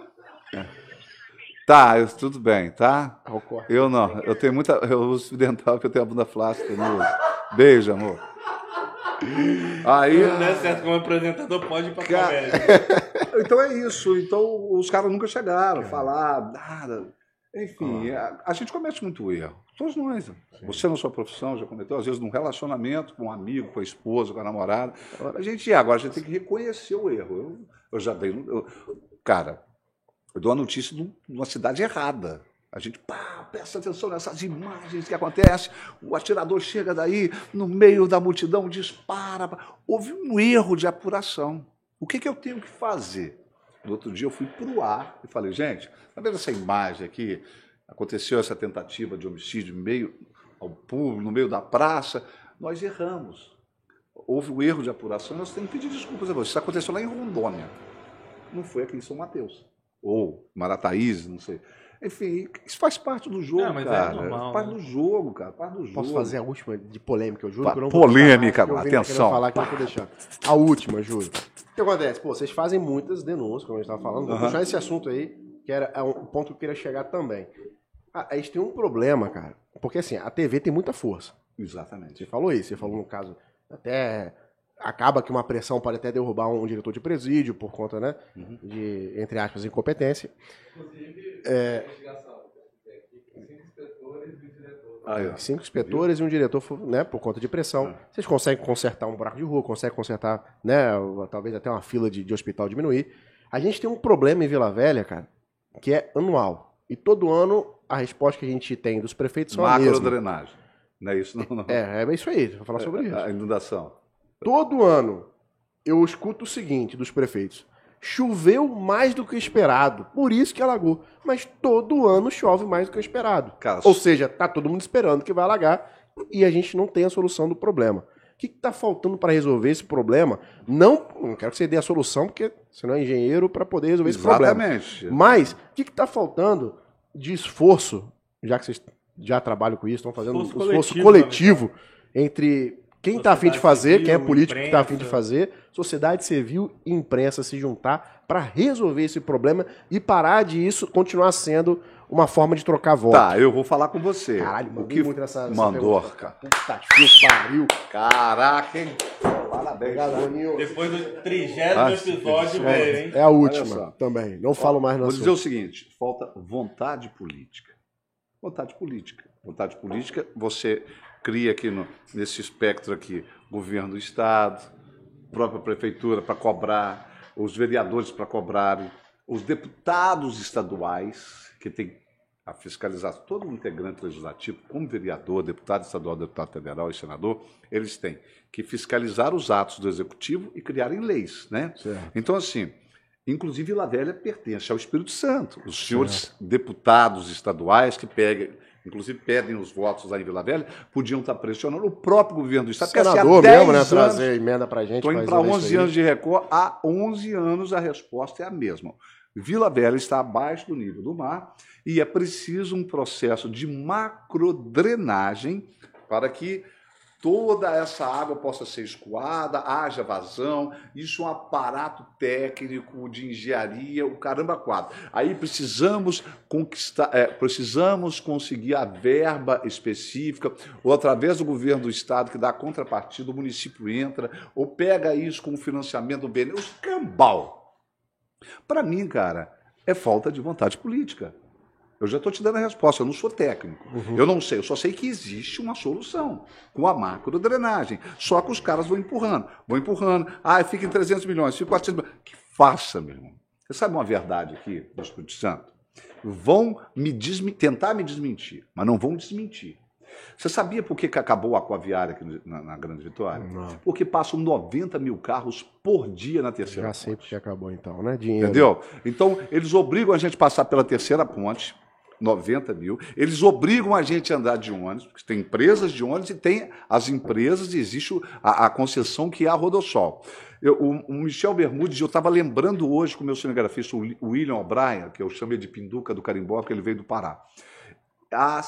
Tá, tudo bem, tá? Eu não, eu tenho muita. Eu uso fio dental porque eu tenho a bunda flácida, não uso. Beijo, amor. Aí. Não é certo como apresentador pode ir pra comédia. Então é isso. Então os caras nunca chegaram a falar nada. Enfim, a gente comete muito erro. Todos nós. Sim. Você na sua profissão já cometeu, às vezes num relacionamento com um amigo, com a esposa, com a namorada. Agora a gente tem que reconhecer o erro. Eu já dei. Cara, eu dou a notícia de uma cidade errada. A gente, presta atenção nessas imagens que acontecem, o atirador chega daí, no meio da multidão, dispara. Houve um erro de apuração. O que eu tenho que fazer? No outro dia eu fui para o ar e falei, gente, tá vendo essa imagem aqui? Aconteceu essa tentativa de homicídio no meio ao público, no meio da praça. Nós erramos. Houve um erro de apuração, nós temos que pedir desculpas a vocês. Isso aconteceu lá em Rondônia. Não foi aqui em São Mateus. Ou Marataízes, não sei. Enfim, isso faz parte do jogo, mas cara. É normal, parte do jogo, cara. Parte do jogo. Posso fazer a última de polêmica, eu juro? Que eu não polêmica vou agora, atenção. Falar que eu não vou deixar. A última, juro. O que acontece? Pô, vocês fazem muitas denúncias, como a gente estava falando. Vou puxar esse assunto aí, que era um ponto que eu queria chegar também. A gente tem um problema, cara. Porque assim, a TV tem muita força. Exatamente. Você falou isso. Você falou no caso, até acaba que uma pressão pode até derrubar um diretor de presídio por conta, né, de, entre aspas, incompetência. Inclusive, investigação. 5 inspetores e o diretor. 5 inspetores e um diretor, né, por conta de pressão. Vocês conseguem consertar um buraco de rua, conseguem consertar, né, talvez até uma fila de hospital diminuir. A gente tem um problema em Vila Velha, cara, que é anual. E todo ano a resposta que a gente tem dos prefeitos são a mesma. Macrodrenagem. Não é isso, não? É isso aí, vou falar sobre isso. A inundação. Todo ano eu escuto o seguinte dos prefeitos: choveu mais do que o esperado, por isso que alagou. Mas todo ano chove mais do que o esperado. Cara, ou seja, tá todo mundo esperando que vai alagar e a gente não tem a solução do problema. O que está faltando para resolver esse problema? Não quero que você dê a solução, porque você não é engenheiro para poder resolver esse problema. Exatamente. Mas o que está faltando de esforço, já que vocês já trabalham com isso, estão fazendo um esforço coletivo entre quem está afim de fazer, civil, quem é político que está imprensa. afim de fazer, sociedade civil e imprensa se juntar para resolver esse problema e parar de isso continuar sendo uma forma de trocar voto. Tá, eu vou falar com você. Caralho, o que muito nessa mandou, pergunta. cara. Puta que pariu. Caraca, hein? Parabéns. Obrigado, Boninho. Depois do 30º episódio, veio, hein? É a Olha última só. também. Não falo mais no Vou assunto. dizer o seguinte, falta vontade política. Vontade política. Vontade política, você cria aqui nesse espectro aqui, governo do Estado, própria prefeitura para cobrar, os vereadores para cobrarem, os deputados estaduais, que tem a fiscalização, todo integrante legislativo, como vereador, deputado estadual, deputado federal e senador, eles têm que fiscalizar os atos do executivo e criarem leis, né? Certo. Então, assim, inclusive Vila Velha pertence ao Espírito Santo. Os senhores deputados estaduais que inclusive pedem os votos lá em Vila Velha, podiam estar pressionando o próprio governo do Estado. Senador mesmo, né? Trazer emenda pra gente. Estou indo para 11 anos de Record. Há 11 anos a resposta é a mesma. Vila Velha está abaixo do nível do mar e é preciso um processo de macrodrenagem para que toda essa água possa ser escoada, haja vazão. Isso é um aparato técnico de engenharia, o caramba quatro. Aí precisamos conseguir a verba específica, ou através do governo do Estado, que dá a contrapartida, o município entra, ou pega isso com o financiamento do BNDES, o escambau. Para mim, cara, é falta de vontade política. Eu já estou te dando a resposta, eu não sou técnico. Eu não sei, eu só sei que existe uma solução com a macrodrenagem. Só que os caras vão empurrando. Fica em 300 milhões, fica em 400 milhões. Que faça, meu irmão. Você sabe uma verdade aqui do Espírito Santo? Vão tentar me desmentir, mas não vão desmentir. Você sabia por que acabou a Aquaviária aqui na Grande Vitória? Não. Porque passam 90 mil carros por dia na terceira Já ponte. sei porque acabou então, né? Dinheiro. Entendeu? Então, eles obrigam a gente a passar pela terceira ponte, 90 mil. Eles obrigam a gente a andar de ônibus, porque tem empresas de ônibus e tem as empresas, e existe a concessão que é a Rodossol. O Michel Bermudes, eu estava lembrando hoje com o meu cinegrafista, o William O'Brien, que eu chamei de Pinduca do Carimbó, que ele veio do Pará. Há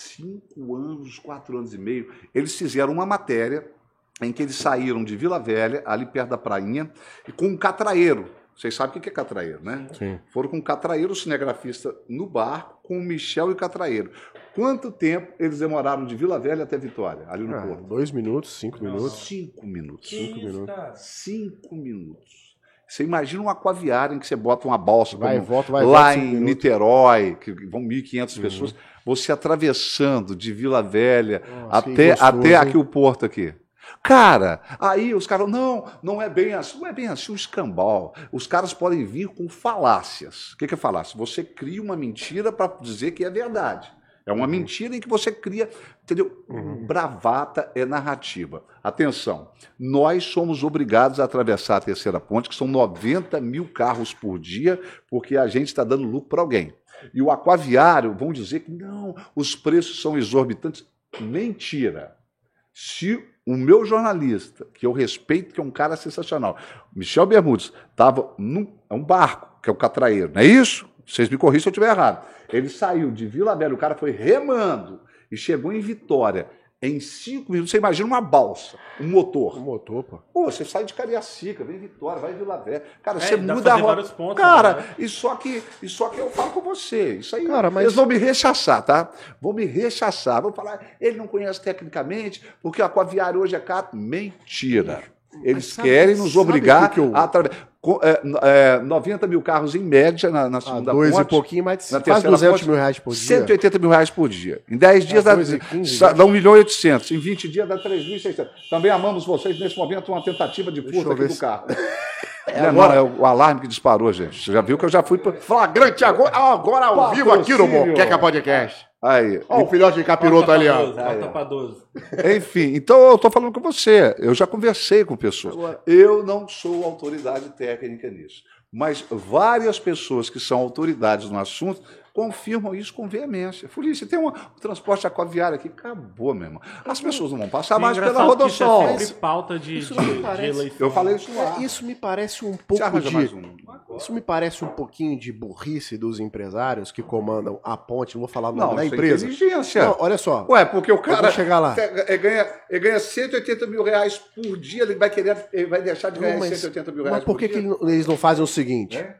5 anos, 4 anos e meio, eles fizeram uma matéria em que eles saíram de Vila Velha, ali perto da prainha, e com um catraeiro. Vocês sabem o que é catraeiro, né? Sim. Foram com o catraeiro, o cinegrafista, no barco, com o Michel e o catraeiro. Quanto tempo eles demoraram de Vila Velha até Vitória, ali no Porto? 2 minutos, 5 minutos. 5 minutos. Que 5 isso, minutos. cara? 5 minutos. Você imagina um aquaviário em que você bota uma balsa Vai e como volta, vai e lá volta, 5 em minutos. Niterói, que vão 1.500 pessoas, você atravessando de Vila Velha Nossa, que gostoso, até hein? aqui o porto aqui. Cara, aí os caras, não é bem assim, não é bem assim um escambau. Os caras podem vir com falácias. O que é falácia? Você cria uma mentira para dizer que é verdade. É uma mentira em que você cria, entendeu? Bravata é narrativa. Atenção, nós somos obrigados a atravessar a terceira ponte, que são 90 mil carros por dia, porque a gente está dando lucro para alguém. E o aquaviário vão dizer que não, os preços são exorbitantes. Mentira. Se o meu jornalista, que eu respeito, que é um cara sensacional, Michel Bermudes, estava num barco, que é o catraeiro, não é isso? Vocês me corrigem se eu estiver errado. Ele saiu de Vila Velha, o cara foi remando e chegou em Vitória Em 5 minutos, você imagina uma balsa, um motor. Um motor, pô. Pô, você sai de Cariacica, vem em Vitória, vai em Vila Velha. Cara, você dá pra muda a fazer rota. vários pontos, Cara, né? e só que eu falo com você. Isso aí, Cara, mas- eles vão me rechaçar, tá? Vão me rechaçar. Vão falar, ele não conhece tecnicamente, porque a Aquaviária hoje é caro. Mentira. Eles querem nos obrigar que eu- a... 90 mil carros em média na segunda ponte. 2 e pouquinho, mas Na faz terceira 200 ponte, mil reais por dia. 180 mil reais por dia. Em 10 dias dá 2,15, dá 1.800.000. Em 20 dias dá 3.600. Também amamos vocês nesse momento, uma tentativa de Deixa furto eu aqui ver do se- carro. agora- É o alarme que disparou, gente. Você já viu que eu já fui para... Flagrante agora ao vivo aqui no Patrocínio. Moqueca Podcast. Aí. Ó, o filhote de capiroto ali, ó. Bota pra 12. Enfim, então eu estou falando com você. Eu já conversei com pessoas. Eu não sou autoridade técnica nisso. Mas várias pessoas que são autoridades no assunto confirmam isso com veemência. Polícia, tem um transporte aquaviário aqui, acabou, meu irmão. As pessoas não vão passar mais pela Rodossol. Isso é sempre pauta de me parece- eleição. Eu falei isso lá. Isso me parece um Você pouco arranja de... mais um. Isso me parece um pouquinho de burrice dos empresários que comandam a ponte. Não vou falar o Não, nome da isso é empresa. inteligência. Não, olha só. Ué, porque o cara vou chegar lá. Ele ganha 180 mil reais por dia, ele vai deixar de ganhar Não, mas- 180 mil reais Mas por que, dia? eles não fazem o seguinte? É?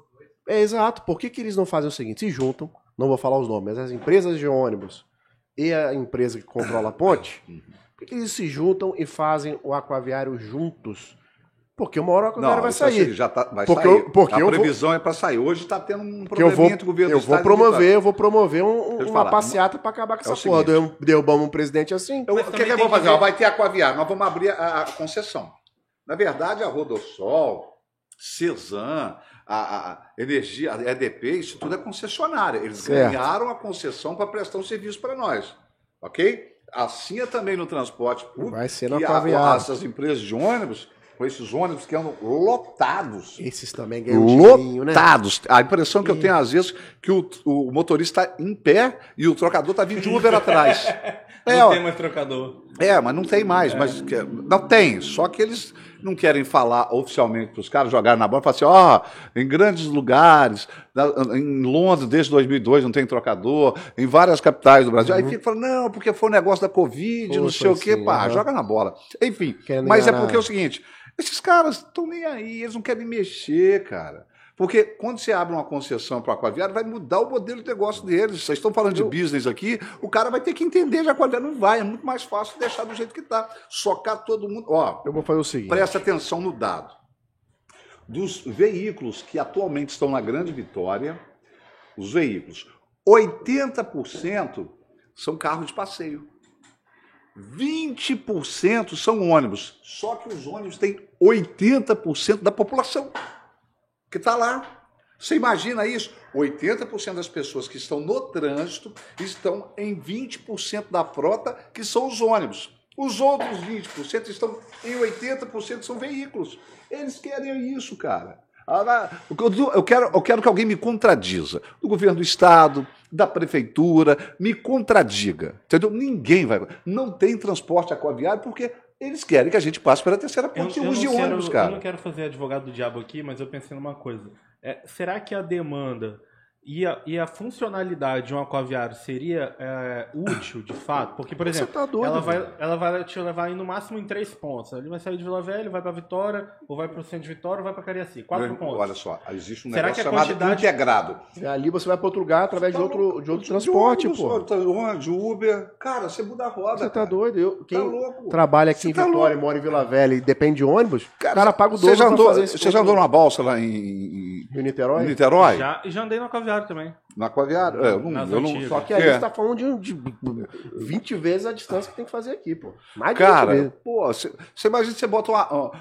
É exato. Por que eles não fazem o seguinte? Se juntam, não vou falar os nomes, mas as empresas de ônibus e a empresa que controla a ponte, por que eles se juntam e fazem o aquaviário juntos? Porque uma hora o aquaviário vai isso assim, sair. vai Porque sair. eu- porque a eu vou- previsão é para sair. Hoje está tendo um Porque eu probleminha entre o governo eu do vou Estado e do promover, Estado. eu vou promover Deixa eu uma falar. passeata pra acabar com É o essa porra. seguinte. Derrubamos um presidente assim. O Mas que, também que eu tem vou fazer? que ver- Ó, vai ter aquaviário, nós vamos abrir a concessão. Na verdade, a Rodossol, Cesan, a Energia, a EDP, isso tudo é concessionária. Eles Certo. ganharam a concessão para prestar um serviço para nós. Ok? Assim é também no transporte público. Vai ser no E aquaviário. essas empresas de ônibus, com esses ônibus que andam lotados. Esses também ganham um dinheirinho, né? Lotados. A impressão que eu tenho, às vezes, que o motorista está em pé e o trocador está vindo de Uber atrás. Não tem mais trocador. Mas não tem mais. Mas, não tem, só que eles não querem falar oficialmente para os caras jogarem na bola e falar assim, em grandes lugares, em Londres, desde 2002 não tem trocador, em várias capitais do Brasil. Aí fica falando, não, porque foi um negócio da Covid, não sei o quê, assim, pá, joga na bola. Enfim, Querendo mas é enganar. porque é o seguinte, esses caras estão nem aí, eles não querem mexer, cara. Porque quando você abre uma concessão para o aquaviário, vai mudar o modelo de negócio deles. Vocês estão falando de business aqui, o cara vai ter que entender de aquaviário. Não vai, é muito mais fácil deixar do jeito que está. Socar todo mundo. Ó, Eu vou fazer o seguinte. presta atenção no dado. Dos veículos que atualmente estão na Grande Vitória, os veículos, 80% são carros de passeio. 20% são ônibus. Só que os ônibus têm 80% da população que está lá. Você imagina isso? 80% das pessoas que estão no trânsito estão em 20% da frota, que são os ônibus. Os outros 20% estão em 80% são veículos. Eles querem isso, cara. Eu quero que alguém me contradiza. Do governo do Estado, da prefeitura, me contradiga. Entendeu? Ninguém vai. Não tem transporte aquaviário porque eles querem que a gente passe pela terceira ponte e use ônibus, cara. Eu não quero fazer advogado do diabo aqui, mas eu pensei numa coisa. Será que a demanda e a funcionalidade de um aquaviário seria útil, de fato? Porque, por exemplo, tá doido, ela vai te levar aí no máximo em 3 pontos. Ele vai sair de Vila Velha, vai para Vitória, ou vai para o centro de Vitória, ou vai para Cariacica. 4 pontos. Olha só, existe um Será negócio que a chamado quantidade- integrado. E ali você vai para outro lugar através de outro transporte, pô. De Uber. Cara, você muda a roda. Você tá cara. doido? Quem louco. trabalha aqui Você em tá Vitória louco. e mora em Vila Velha e depende de ônibus, o cara paga o dobro Você já pra andou, fazer esse você já andou numa balsa lá em Rio Niterói? Niterói? E já andei no aquaviário também. No aquaviário? Eu não, Nas eu não, antigas. Só que aí você tá falando de 20 vezes a distância que tem que fazer aqui, pô. Mais de 20 Cara, vezes. pô, você imagina que você bota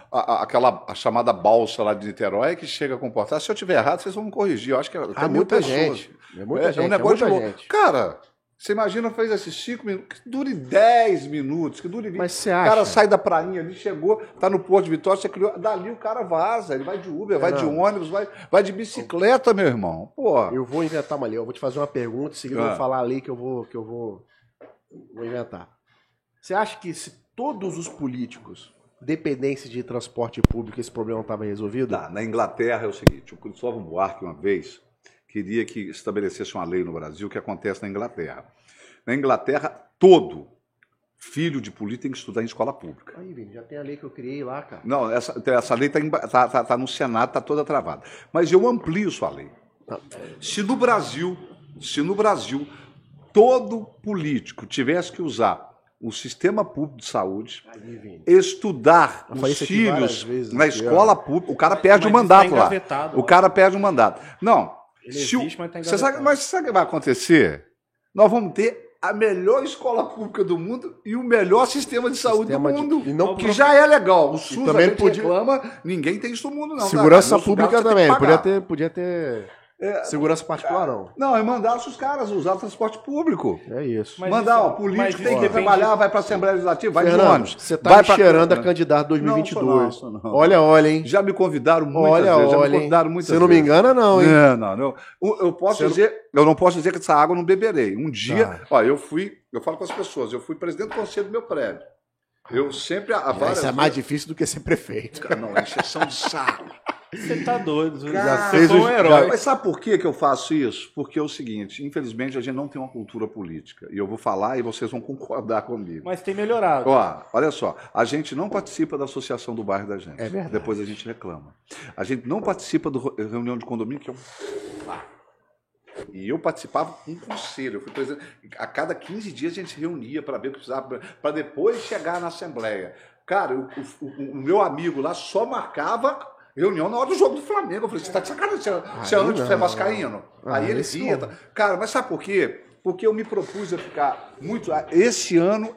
a chamada balsa lá de Niterói que chega a comportar. Se eu tiver errado, vocês vão me corrigir. Eu acho que é Há muita gente. É muita gente. um negócio é de muita louco. gente. Cara, você imagina, fez esses 5 minutos, que dure 10 minutos, que dure 20. Mas você O acha? cara sai da prainha ali, chegou, tá no Porto de Vitória, você criou. Dali o cara vaza, ele vai de Uber, vai de ônibus, vai de bicicleta, meu irmão. Pô. Eu vou inventar uma lei. Eu vou te fazer uma pergunta, em seguida eu vou falar a lei que eu vou inventar. Você acha que se todos os políticos dependessem de transporte público, esse problema estava resolvido? Na Inglaterra é o seguinte, o Cristóvão Buarque uma vez queria que estabelecesse uma lei no Brasil que acontece na Inglaterra. Na Inglaterra, todo filho de político tem que estudar em escola pública. Aí, Vini, já tem a lei que eu criei lá, cara. Não, essa lei tá no Senado, está toda travada. Mas eu amplio sua lei. Se no Brasil todo político tivesse que usar o sistema público de saúde, estudar os filhos na escola pública, o cara perde o mandato lá. O cara perde o mandato. Não. Você sabe o que vai acontecer? Nós vamos ter a melhor escola pública do mundo e o melhor sistema de saúde do mundo. Que já é legal. O SUS também reclama, ninguém tem isso no mundo, não. Segurança pública também. Podia ter segurança particular, não. Não, é mandar os caras usar o transporte público. É isso. Mandar, o político tem que trabalhar, vai para a Assembleia Legislativa, vai de ônibus. Você está cheirando a candidato 2022. Não. Olha, hein? Já me convidaram muitas vezes. Já me convidaram muitas vezes. Você não me engana, não, hein? Não. Eu não posso dizer que essa água eu não beberei. Um dia, eu falo com as pessoas, eu fui presidente do conselho do meu prédio. Eu sempre... Isso é mais difícil do que ser prefeito. Não, é encheção de saco. Você tá doido. Já fez um herói. Mas sabe por que eu faço isso? Porque é o seguinte, infelizmente a gente não tem uma cultura política. E eu vou falar e vocês vão concordar comigo. Mas tem melhorado. Olha só, a gente não participa da associação do bairro da gente. É verdade. Depois a gente reclama. A gente não participa da reunião de condomínio, que é E eu participava com um conselho. Eu fui presidente. A cada 15 dias a gente se reunia para ver o que precisava, para depois chegar na Assembleia. Cara, o meu amigo lá só marcava reunião na hora do jogo do Flamengo. Eu falei, você tá de sacanagem, você é antes de ser vascaíno? Aí ele ia. Cara, mas sabe por quê? Porque eu me propus a ficar muito... Esse ano,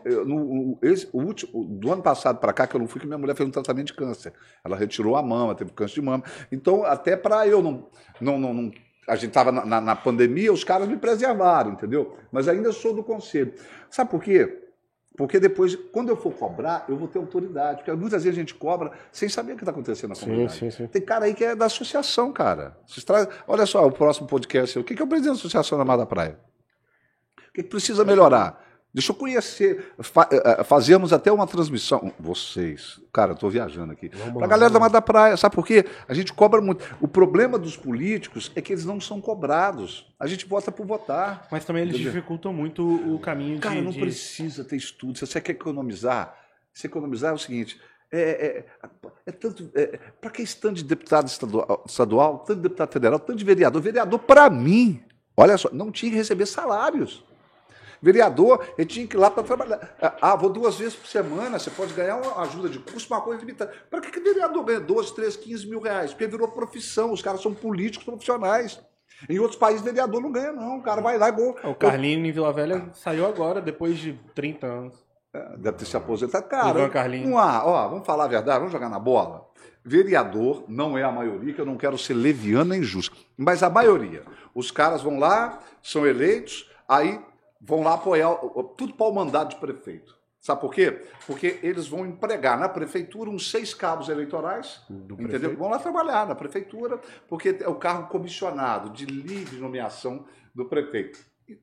do ano passado para cá, que eu não fui, que minha mulher fez um tratamento de câncer. Ela retirou a mama, teve câncer de mama. Então, até para eu não a gente estava na pandemia, os caras me preservaram, entendeu? Mas ainda sou do conselho. Sabe por quê? Porque depois, quando eu for cobrar, eu vou ter autoridade. Porque muitas vezes a gente cobra sem saber o que está acontecendo na comunidade. Sim. Tem cara aí que é da associação, cara. Olha só, o próximo podcast. O que é o presidente da Associação da Mar da Praia? O que precisa melhorar? Deixa eu conhecer. Fazemos até uma transmissão. Vocês. Cara, eu estou viajando aqui. Para a galera da Mar da Praia. Sabe por quê? A gente cobra muito. O problema dos políticos é que eles não são cobrados. A gente vota por votar. Mas também eles dificultam muito o caminho de... Cara, não precisa ter estudo. Se você quer economizar, é o seguinte... Para que esse tanto de deputado estadual, tanto de deputado federal, tanto de vereador? Vereador, para mim, olha só, não tinha que receber salários. Vereador, ele tinha que ir lá para trabalhar. Vou 2 vezes por semana, você pode ganhar uma ajuda de custo, uma coisa limitada. Para que vereador ganha 12, 13, 15 mil reais? Porque virou profissão, os caras são políticos profissionais. Em outros países, vereador não ganha, não. O cara vai lá e... O Carlinho em Vila Velha saiu agora, depois de 30 anos. Deve ter se aposentado. Cara, vamos falar a verdade, vamos jogar na bola. Vereador não é a maioria, que eu não quero ser leviano nem injusto. Mas a maioria. Os caras vão lá, são eleitos, aí... vão lá apoiar tudo para o mandato de prefeito. Sabe por quê? Porque eles vão empregar na prefeitura uns 6 cabos eleitorais, entendeu? Vão lá trabalhar na prefeitura, porque é o cargo comissionado de livre nomeação do prefeito.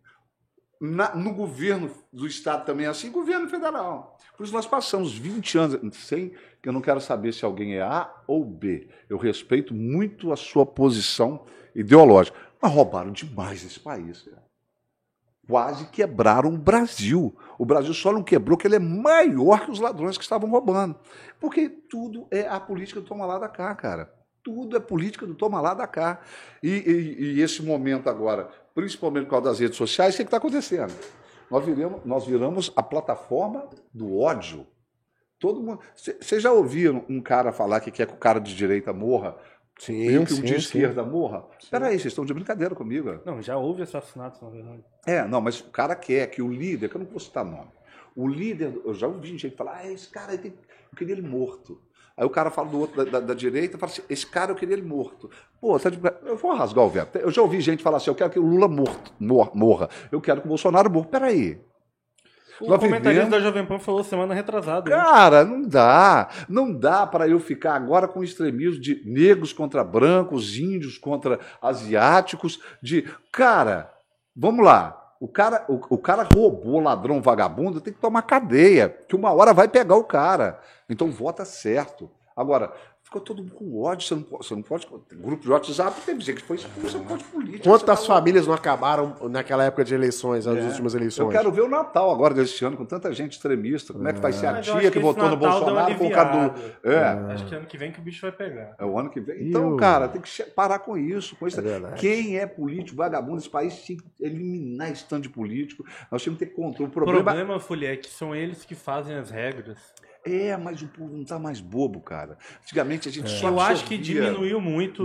No governo do estado também é assim, governo federal. Por isso nós passamos 20 anos, sem que eu não quero saber se alguém é A ou B. Eu respeito muito a sua posição ideológica. Mas roubaram demais esse país, cara. Quase quebraram o Brasil. O Brasil só não quebrou porque ele é maior que os ladrões que estavam roubando. Porque tudo é a política do toma lá da cá, cara. Tudo é política do toma lá da cá. E esse momento agora, principalmente por causa das redes sociais, o que está acontecendo? Nós viramos a plataforma do ódio. Todo mundo. Vocês já ouviram um cara falar que quer que o cara de direita morra? Sim, que um de esquerda morra? Espera aí, vocês estão de brincadeira comigo. Não, já houve assassinatos, na verdade. Não, mas o cara quer que o líder, que eu não vou citar nome, o líder, eu já ouvi gente falar, esse cara, eu queria ele morto. Aí o cara fala do outro da direita, fala assim, esse cara eu queria ele morto. Pô, eu vou rasgar o verbo. Eu já ouvi gente falar assim, eu quero que o Lula morra, eu quero que o Bolsonaro morra. Peraí. O comentarista da Jovem Pan falou semana retrasada. Cara, não dá para eu ficar agora com extremismo de negros contra brancos, índios contra asiáticos, cara, vamos lá, o cara roubou, ladrão, vagabundo, tem que tomar cadeia, que uma hora vai pegar o cara, então vota certo. Agora, Ficou todo mundo com ódio, você não pode... Grupo de WhatsApp teve gente que foi expulso, você não pode política. Quantas famílias não acabaram naquela época de eleições, as últimas eleições? Eu quero ver o Natal agora desse ano, com tanta gente extremista. Como é que vai ser a Mas eu tia acho que que votou esse no Natal deu uma Bolsonaro com o Cadu? aliviada. Acho que ano que vem que o bicho vai pegar. É o ano que vem. Então, cara, tem que parar com isso. verdade. Quem é político, vagabundo, nesse país tinha que eliminar esse tanto de político. Nós tínhamos que ter controle. O problema, Folha, é que são eles que fazem as regras. Mas o povo não tá mais bobo, cara. Antigamente a gente só Eu acho que diminuiu muito.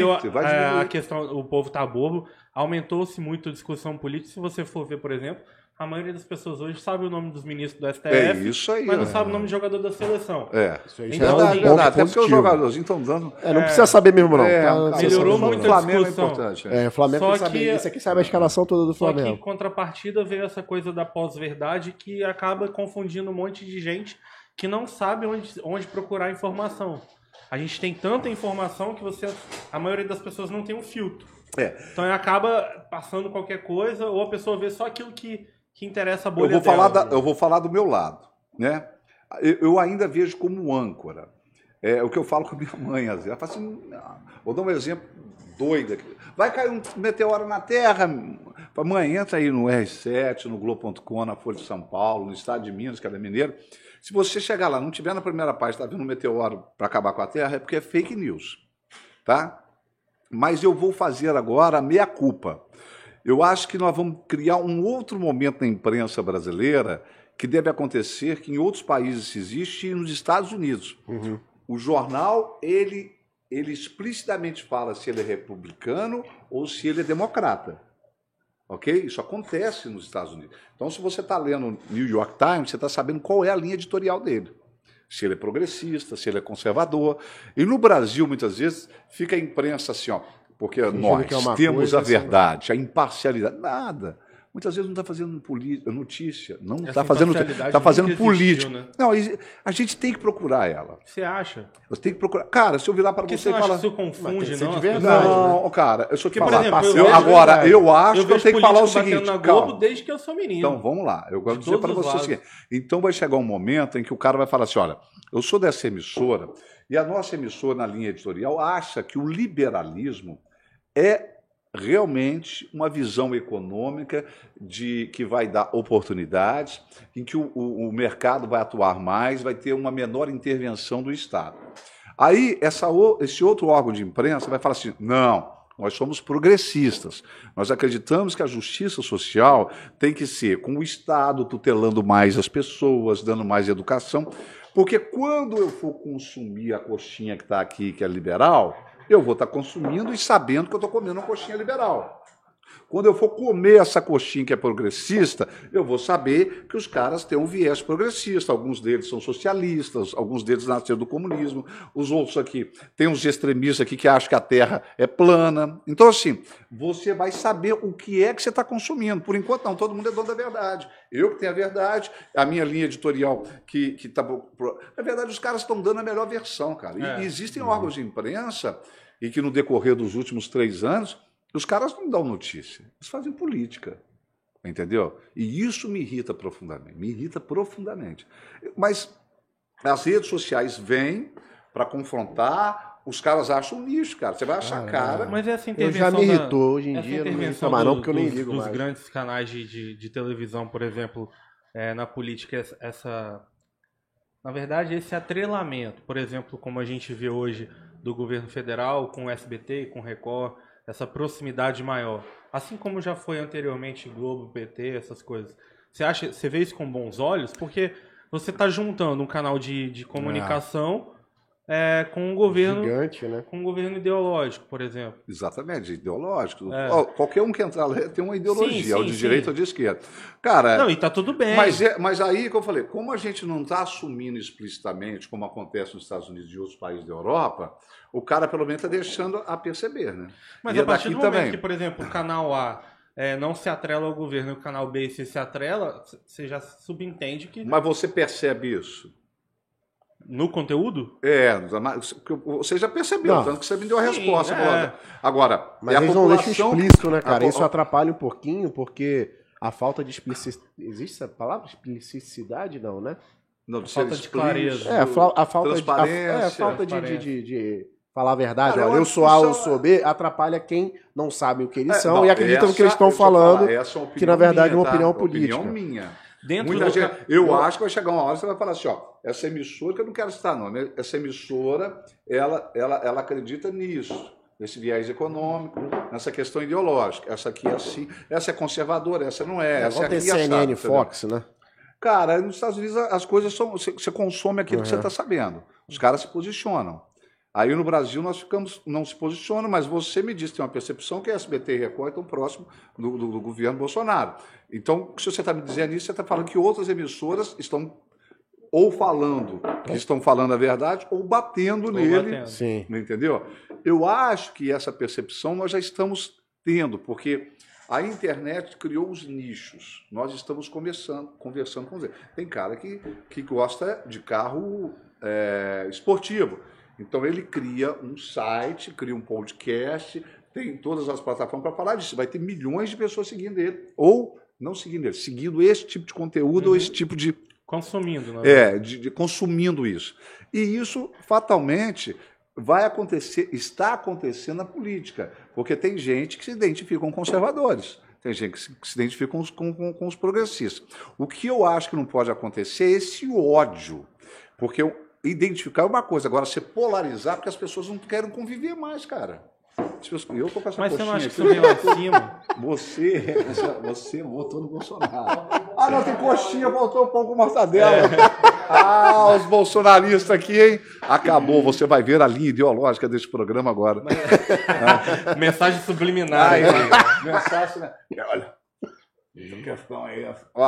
A questão, o povo tá bobo. Aumentou-se muito a discussão política. Se você for ver, por exemplo, a maioria das pessoas hoje sabe o nome dos ministros do STF, isso aí, mas não sabe o nome do jogador da seleção. Isso aí então, é verdade. Até porque os jogadores estão dando... não precisa saber mesmo, não. Melhorou muito a discussão. É importante. Flamengo tem que saber. Esse aqui sabe a escalação toda do Flamengo. Só que, em contrapartida, veio essa coisa da pós-verdade que acaba confundindo um monte de gente que não sabe onde procurar informação. A gente tem tanta informação que a maioria das pessoas não tem um filtro. Então acaba passando qualquer coisa ou a pessoa vê só aquilo que interessa a bolha dela. Eu vou falar do meu lado, né? Eu ainda vejo como âncora. É o que eu falo com a minha mãe, às vezes. Ela fala assim, vou dar um exemplo doido aqui. Vai cair um meteoro na Terra. Mãe, entra aí no R7, no Globo.com, na Folha de São Paulo, no estado de Minas, que é mineiro. Se você chegar lá, não tiver na primeira página, está vendo um meteoro para acabar com a Terra, é porque é fake news, tá? Mas eu vou fazer agora a meia-culpa. Eu acho que nós vamos criar um outro momento na imprensa brasileira que deve acontecer, que em outros países existe, e nos Estados Unidos. O jornal, ele explicitamente fala se ele é republicano ou se ele é democrata. Ok? Isso acontece nos Estados Unidos. Então, se você está lendo o New York Times, você está sabendo qual é a linha editorial dele. Se ele é progressista, se ele é conservador. E no Brasil, muitas vezes, fica a imprensa assim, porque nós temos a verdade, a imparcialidade. Nada. Muitas vezes não está fazendo notícia, não está fazendo política. Né? Não, a gente tem que procurar ela. Você acha? Eu tenho que procurar. Cara, se eu virar para você e falar... Você confunde, não? De verdade, não, cara, eu só te falar. Por exemplo, eu acho que eu tenho que falar o seguinte. Na Globo desde que eu sou menino. Então, vamos lá. Eu quero dizer para você o seguinte. Então vai chegar um momento em que o cara vai falar assim, olha, eu sou dessa emissora e a nossa emissora na linha editorial acha que o liberalismo é realmente uma visão econômica que vai dar oportunidades, em que o mercado vai atuar mais, vai ter uma menor intervenção do Estado. Aí, esse outro órgão de imprensa vai falar assim, não, nós somos progressistas, nós acreditamos que a justiça social tem que ser com o Estado tutelando mais as pessoas, dando mais educação, porque quando eu for consumir a coxinha que está aqui, que é liberal, eu vou estar consumindo e sabendo que eu estou comendo uma coxinha liberal. Quando eu for comer essa coxinha que é progressista, eu vou saber que os caras têm um viés progressista. Alguns deles são socialistas, alguns deles nasceram do comunismo, os outros aqui, tem uns extremistas aqui que acham que a Terra é plana. Então, assim, você vai saber o que é que você está consumindo. Por enquanto, não, todo mundo é dono da verdade. Eu que tenho a verdade, a minha linha editorial que está... Na verdade, os caras estão dando a melhor versão, cara. E existem órgãos de imprensa e que no decorrer dos últimos 3 anos, os caras não dão notícia, eles fazem política, entendeu? E isso me irrita profundamente, Mas as redes sociais vêm para confrontar, os caras acham um nicho, cara. Você vai achar cara... Mas essa intervenção... Já me irritou, hoje em dia não me irrita mais não, porque eu nem ligo mais. Dos grandes canais de televisão, por exemplo, na política, na verdade, esse atrelamento, por exemplo, como a gente vê hoje do governo federal com o SBT e com o Record, essa proximidade maior. Assim como já foi anteriormente Globo, PT, essas coisas. Você vê isso com bons olhos? Porque você está juntando um canal de comunicação com um governo... Gigante, né? Com um governo ideológico, por exemplo. Exatamente, ideológico. Qualquer um que entrar lá tem uma ideologia, ou de direita ou de esquerda. Cara... Não, e tá tudo bem. Mas aí que eu falei, como a gente não está assumindo explicitamente, como acontece nos Estados Unidos e outros países da Europa, o cara pelo menos está deixando a perceber, né? Mas a partir do momento que, por exemplo, o canal A não se atrela ao governo e o canal B se atrela, você já subentende que... Mas você percebe isso? No conteúdo? Você já percebeu, tanto que você me deu a resposta. Agora, mas eles não deixam explícito, né, cara? Isso atrapalha um pouquinho, porque a falta de explicidade... Existe essa palavra? Explicidade, não, né? Não, Falta de clareza. A falta transparência. a falta de falar a verdade. Cara, Olha, eu sou A, eu sou B, atrapalha quem não sabe o que eles são e acreditam no que eles estão falando, que na verdade é uma opinião política. Opinião minha. Dentro Muita do gente, eu acho que vai chegar uma hora que você vai falar assim, ó, essa emissora, que eu não quero citar não, né? Essa emissora, ela acredita nisso, nesse viés econômico, nessa questão ideológica. Essa aqui é assim, essa é conservadora, essa não é, essa aqui é CNN, Fox, né? Cara, nos Estados Unidos as coisas são, você consome aquilo que você está sabendo. Os caras se posicionam. Aí no Brasil nós não se posicionam, mas você me disse, tem uma percepção que a SBT e Record estão próximo do governo Bolsonaro. Então, se você está me dizendo isso, você está falando que outras emissoras estão ou falando que estão falando a verdade ou batendo nele. Sim. Entendeu? Eu acho que essa percepção nós já estamos tendo, porque a internet criou os nichos. Nós estamos conversando com eles. Tem cara que gosta de carro esportivo. Então ele cria um site, cria um podcast, tem todas as plataformas para falar disso. Vai ter milhões de pessoas seguindo ele. Ou não seguindo ele, seguindo esse tipo de conteúdo ou esse tipo de... Consumindo, né? Consumindo isso. E isso, fatalmente, vai acontecer, está acontecendo na política. Porque tem gente que se identifica com conservadores. Tem gente que se identifica com os progressistas. O que eu acho que não pode acontecer é esse ódio. Porque identificar é uma coisa, agora você polarizar, porque as pessoas não querem conviver mais, cara. Eu tô com essa Mas coxinha você não acha que aqui, isso vem lá em cima? Você votou no Bolsonaro. Ah, não, tem coxinha, voltou um pouco com mortadela. Ah, os bolsonaristas aqui, hein? Acabou, você vai ver a linha ideológica desse programa agora. Mensagem subliminar. Mensagem, né? Olha, essa questão aí,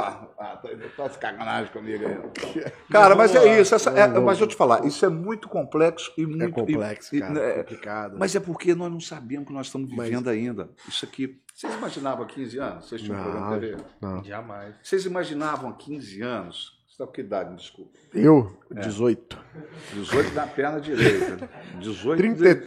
tá de caganagem comigo aí. Cara, mas é isso, mas eu te falar, isso é muito complexo e muito... É complexo, cara, é complicado. Mas é porque nós não sabemos o que nós estamos vivendo ainda. Isso aqui, vocês imaginavam há 15 anos? Vocês tinham um programa de TV? Não. Jamais. Vocês imaginavam há 15 anos? Você está com que idade, me desculpa? Eu? 18. 18 na perna direita. 18,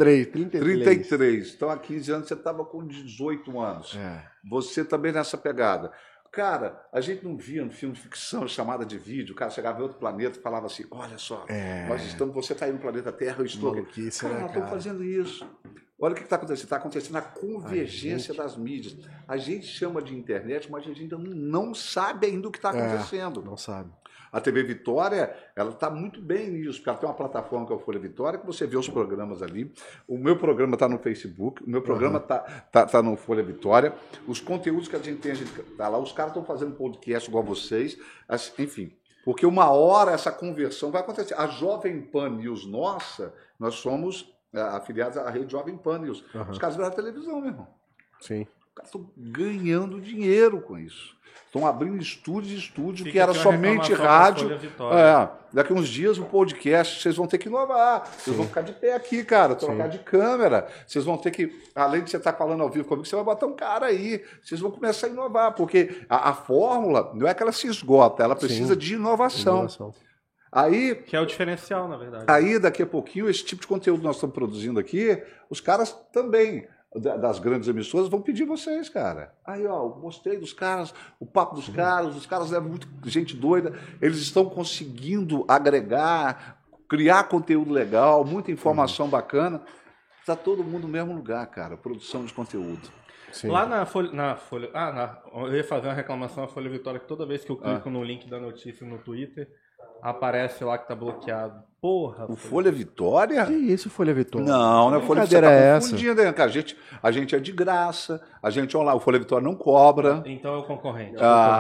33. Então, há 15 anos você estava com 18 anos. Você também nessa pegada. Cara, a gente não via no filme de ficção, chamada de vídeo, o cara chegava em outro planeta e falava assim, olha só, você está aí no planeta Terra, eu estou aqui. Cara, nós estamos fazendo isso. Olha o que está acontecendo. Está acontecendo a convergência das mídias. A gente chama de internet, mas a gente ainda não sabe ainda o que está acontecendo. Não sabe. A TV Vitória, ela está muito bem nisso, porque ela tem uma plataforma que é o Folha Vitória, que você vê os programas ali. O meu programa está no Facebook, o meu programa tá no Folha Vitória. Os conteúdos que a gente tem, tá lá. Os caras estão fazendo podcast igual vocês. Enfim, porque uma hora essa conversão vai acontecer. A Jovem Pan News nossa, nós somos afiliados à rede Jovem Pan News. Os caras viraram televisão, meu irmão. Sim. Os caras estão ganhando dinheiro com isso. Estão abrindo estúdios que era somente rádio. Daqui uns dias o podcast, vocês vão ter que inovar. Vocês vão ficar de pé aqui, cara, trocar de câmera. Vocês vão ter que, além de você estar falando ao vivo comigo, você vai botar um cara aí. Vocês vão começar a inovar, porque a fórmula não é que ela se esgota, ela precisa de inovação. Aí, que é o diferencial, na verdade. Aí, daqui a pouquinho, esse tipo de conteúdo que nós estamos produzindo aqui, os caras também, das grandes emissoras, vão pedir vocês, cara. Aí, ó, gostei dos caras, o papo dos caras, os caras é muito gente doida, eles estão conseguindo agregar, criar conteúdo legal, muita informação bacana. Está todo mundo no mesmo lugar, cara, produção de conteúdo. Sim. Lá na Folha... eu ia fazer uma reclamação na Folha Vitória, que toda vez que eu clico no link da notícia no Twitter, aparece lá que tá bloqueado. Porra. O Folha Vitória? Que isso, Folha Vitória? Não é Folha Vitória. É essa? Confundindo, né, cara? A gente é de graça. A gente, olha lá, o Folha Vitória não cobra. Então é o concorrente.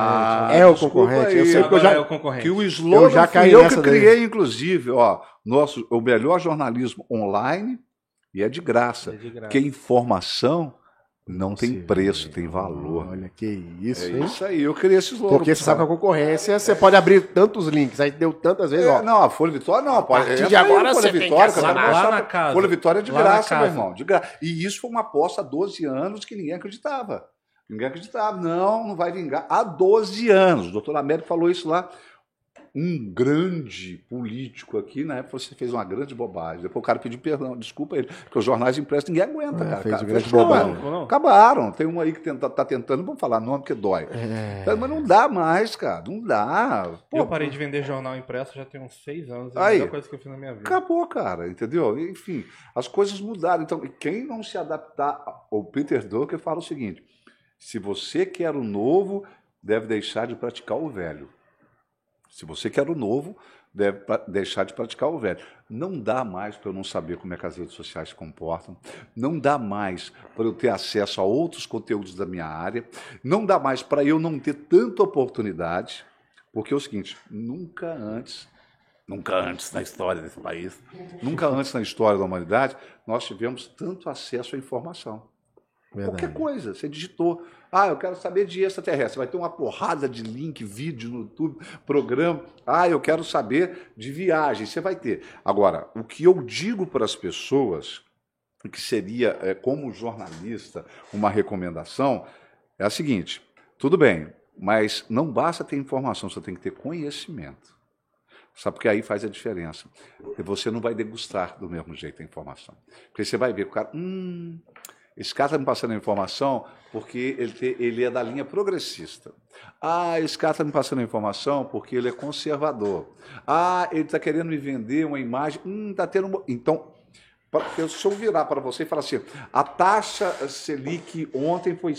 É o concorrente. Eu sei que eu já... é o concorrente. Que o slogan fui eu que criei, inclusive, ó. O melhor jornalismo online e é de graça. Porque informação não tem preço, tem valor. Olha, que isso, hein? Isso aí, eu criei esse slogan. Porque você sabe que a concorrência, você pode abrir tantos links, aí deu tantas vezes, ó. Não, a Folha Vitória não. A partir de agora você tem que assinar. Lá na casa. Folha Vitória é de graça, meu irmão. De graça. E isso foi uma aposta há 12 anos que ninguém acreditava. Ninguém acreditava. Não vai vingar. Há 12 anos. O doutor Américo falou isso lá. um grande político aqui, na época você fez uma grande bobagem. Depois o cara pediu perdão, desculpa ele, porque os jornais impressos ninguém aguenta, cara. Fez cara, uma grande bobagem. Acabaram. Tem um aí que tá tentando, não vou falar nome porque dói. Mas não dá mais, cara. Não dá. Pô, eu parei de vender jornal impresso já tem uns 6 anos. É a aí, melhor coisa que eu fiz na minha vida. Acabou, cara, entendeu? Enfim, as coisas mudaram. Então, quem não se adaptar... O Peter Drucker fala o seguinte, se você quer o novo, deve deixar de praticar o velho. Se você quer o novo, deve deixar de praticar o velho. Não dá mais para eu não saber como é que as redes sociais se comportam. Não dá mais para eu ter acesso a outros conteúdos da minha área. Não dá mais para eu não ter tanta oportunidade. Porque é o seguinte, nunca antes na história desse país, nunca antes na história da humanidade, nós tivemos tanto acesso à informação. Verdade. Qualquer coisa, você digitou, eu quero saber de extraterrestre, vai ter uma porrada de link, vídeo no YouTube, programa, eu quero saber de viagem, você vai ter. Agora, o que eu digo para as pessoas, que seria, como jornalista, uma recomendação, é a seguinte, tudo bem, mas não basta ter informação, você tem que ter conhecimento. Sabe, porque aí faz a diferença. E você não vai degustar do mesmo jeito a informação. Porque você vai ver que o cara, esse cara está me passando a informação porque ele é da linha progressista. Esse cara está me passando a informação porque ele é conservador. Ele está querendo me vender uma imagem. Está tendo. Então, se eu virar para você e falar assim, a taxa Selic ontem foi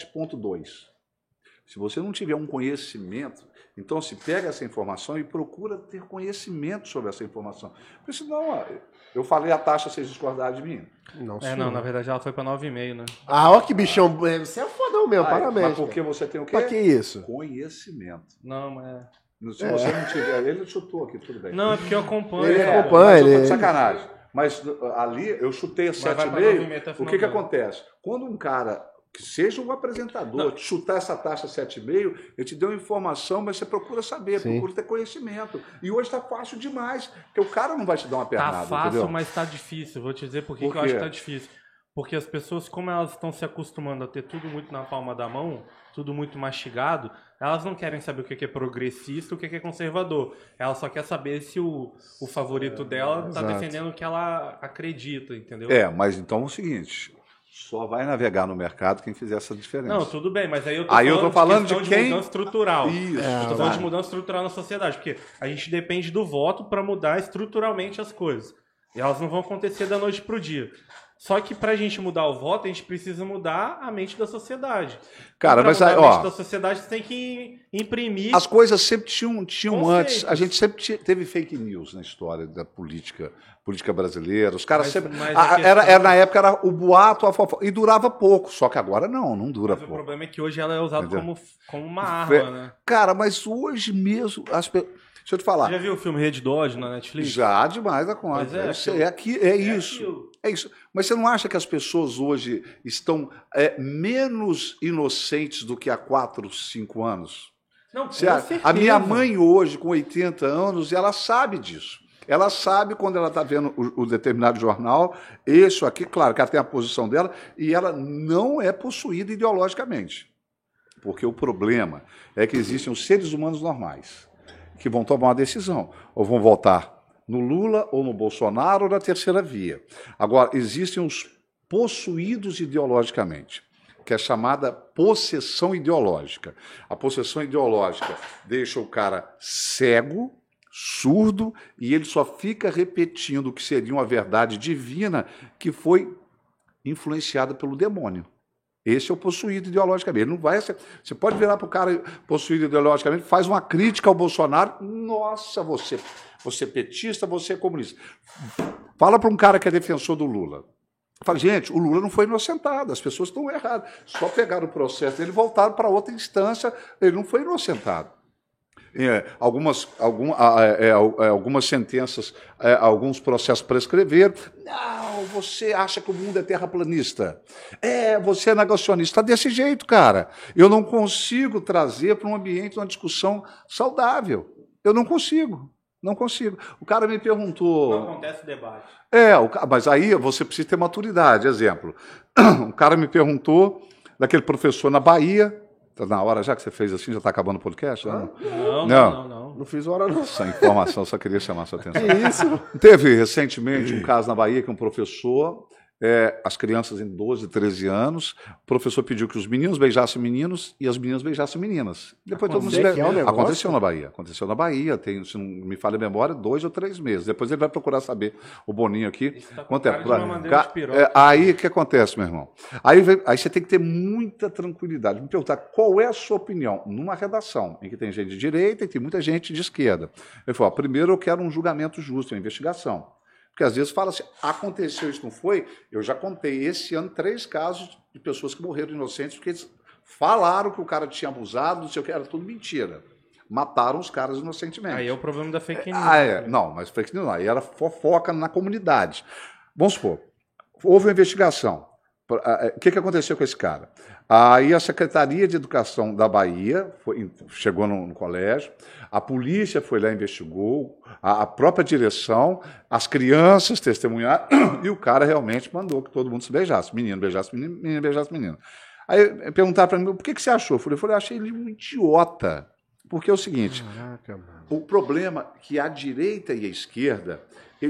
7,2. Se você não tiver um conhecimento, então se pega essa informação e procura ter conhecimento sobre essa informação. Porque senão, eu falei a taxa, vocês discordaram de mim? Não, na verdade ela foi para 9,5, né? Ó que bichão, você é fodão mesmo, parabéns. Mas porque você tem o quê? Pra que isso? Conhecimento. Não, mas... Se você não tiver, ele chutou aqui, tudo bem. Não, é porque eu acompanho. Ele acompanha, ele... Sacanagem. Mas ali eu chutei a 7,5. O que acontece? Quando um cara... que seja um apresentador, chutar essa taxa 7,5, ele te deu uma informação, mas você procura saber, procura ter conhecimento. E hoje está fácil demais, porque o cara não vai te dar uma pernada. Tá fácil, entendeu? Mas está difícil. Vou te dizer por que eu acho que está difícil. Porque as pessoas, como elas estão se acostumando a ter tudo muito na palma da mão, tudo muito mastigado, elas não querem saber o que é progressista, o que é conservador. Ela só quer saber se o favorito dela está defendendo o que ela acredita, entendeu? Mas então é o seguinte... Só vai navegar no mercado quem fizer essa diferença. Não, tudo bem, mas aí eu tô falando de quem... mudança estrutural. Isso. Eu tô falando de mudança estrutural na sociedade, porque a gente depende do voto para mudar estruturalmente as coisas. E elas não vão acontecer da noite pro dia. Só que pra gente mudar o voto, a gente precisa mudar a mente da sociedade. Cara, mas aí, a mente da sociedade, você tem que imprimir... As coisas sempre tinham antes. A gente sempre teve fake news na história da política brasileira. Os caras sempre... na época era o boato, a fofoca, e durava pouco. Só que agora não dura pouco. O problema é que hoje ela é usada como uma arma, né? Cara, mas hoje mesmo... Deixa eu te falar. Você já viu o filme Rede Dodge na Netflix? Já, demais a conta. É isso. Mas você não acha que as pessoas hoje estão menos inocentes do que há 4, 5 anos? Não, com certeza. A minha mãe hoje, com 80 anos, ela sabe disso. Ela sabe quando ela está vendo o determinado jornal, isso aqui, claro que ela tem a posição dela, e ela não é possuída ideologicamente. Porque o problema é que existem os seres humanos normais, que vão tomar uma decisão, ou vão votar no Lula, ou no Bolsonaro, ou na terceira via. Agora, existem os possuídos ideologicamente, que é chamada possessão ideológica. A possessão ideológica deixa o cara cego, surdo, e ele só fica repetindo o que seria uma verdade divina que foi influenciada pelo demônio. Esse é o possuído ideologicamente. Ele não vai ser... Você pode virar para o cara possuído ideologicamente, faz uma crítica ao Bolsonaro, nossa, você é petista, você é comunista. Fala para um cara que é defensor do Lula. Fala, gente, o Lula não foi inocentado, as pessoas estão erradas. Só pegaram o processo dele e voltaram para outra instância, ele não foi inocentado. Algumas sentenças, alguns processos prescreveram. Não, você acha que o mundo é terraplanista. Você é negacionista. Está desse jeito, cara. Eu não consigo trazer para um ambiente uma discussão saudável. Eu não consigo. Não consigo. O cara me perguntou... Não acontece debate. Mas aí você precisa ter maturidade. Exemplo, o cara me perguntou daquele professor na Bahia... Na hora já que você fez assim, já está acabando o podcast? Não. Não fiz hora, não. Essa informação, só queria chamar a sua atenção. Que isso? Teve recentemente um caso na Bahia que um professor, as crianças em 12, 13 anos, o professor pediu que os meninos beijassem meninos e as meninas beijassem meninas. Depois todo mundo se Aconteceu na Bahia, tem, se não me falha a memória, 2 ou 3 meses. Depois ele vai procurar saber, o Boninho aqui. Quanto tempo? Aí o que acontece, meu irmão? Aí você tem que ter muita tranquilidade. Me perguntar qual é a sua opinião numa redação em que tem gente de direita e tem muita gente de esquerda. Ele falou: primeiro eu quero um julgamento justo, uma investigação. Porque às vezes fala assim, aconteceu isso, não foi? Eu já contei esse ano 3 casos de pessoas que morreram inocentes porque eles falaram que o cara tinha abusado, não sei o que, era tudo mentira. Mataram os caras inocentemente. Aí é o problema da fake news. Não, mas fake news não. Aí era fofoca na comunidade. Vamos supor, houve uma investigação. O que aconteceu com esse cara? Aí a Secretaria de Educação da Bahia chegou no colégio, a polícia foi lá e investigou, a própria direção, as crianças testemunharam, e o cara realmente mandou que todo mundo se beijasse. Menino beijasse menino, menino beijasse menino. Aí perguntaram para mim, por que você achou? Eu falei, achei ele um idiota. Porque é o seguinte, o problema é que a direita e a esquerda,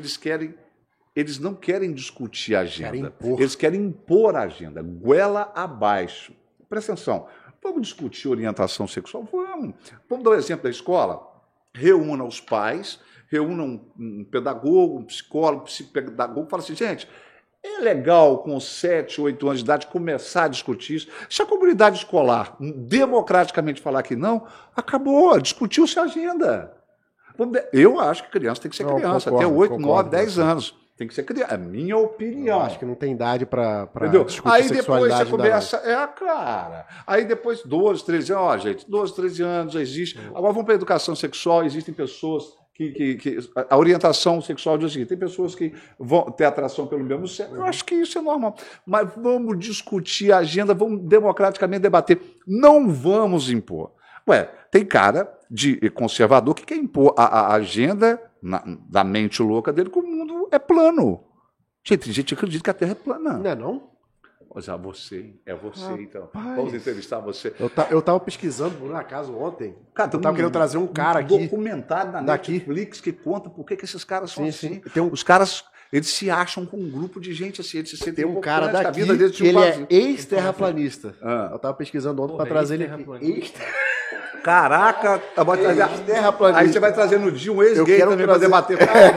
eles não querem discutir a agenda, eles querem impor a agenda, goela abaixo. Presta atenção, vamos discutir orientação sexual? Vamos dar um exemplo da escola? Reúna os pais, reúna um pedagogo, um psicólogo, psicopedagogo, fala assim, gente, é legal com 7, 8 anos de idade começar a discutir isso. Se a comunidade escolar democraticamente falar que não, acabou, discutiu-se a agenda. Eu acho que criança tem que ser criança, até 8, 9, 10 anos. Tem que ser criança. É a minha opinião. Eu acho que não tem idade para discutir aí sexualidade. Aí depois você começa... cara. Aí depois 12, 13 anos... gente, 12, 13 anos já existe. Agora vamos para a educação sexual. Existem pessoas que a orientação sexual diz assim, tem pessoas que vão ter atração pelo mesmo sexo. Eu acho que isso é normal. Mas vamos discutir a agenda, vamos democraticamente debater. Não vamos impor. Tem cara de conservador que quer impor a agenda da mente louca dele, que o mundo é plano. Gente que acredita que a Terra é plana. Não é não? Já você, então. Vamos entrevistar você. Eu tava pesquisando, por um acaso, ontem. Cara, eu tava querendo trazer um cara aqui. Documentário na Netflix que conta por que esses caras são assim. Sim. Os caras, eles se acham com um grupo de gente assim. Eles se sentem tem um cara daqui a vida deles, que ele é ex-terraplanista. Eu tava pesquisando ontem para trazer ele aqui. Caraca, aí você vai trazer no dia um ex-gay também para debater.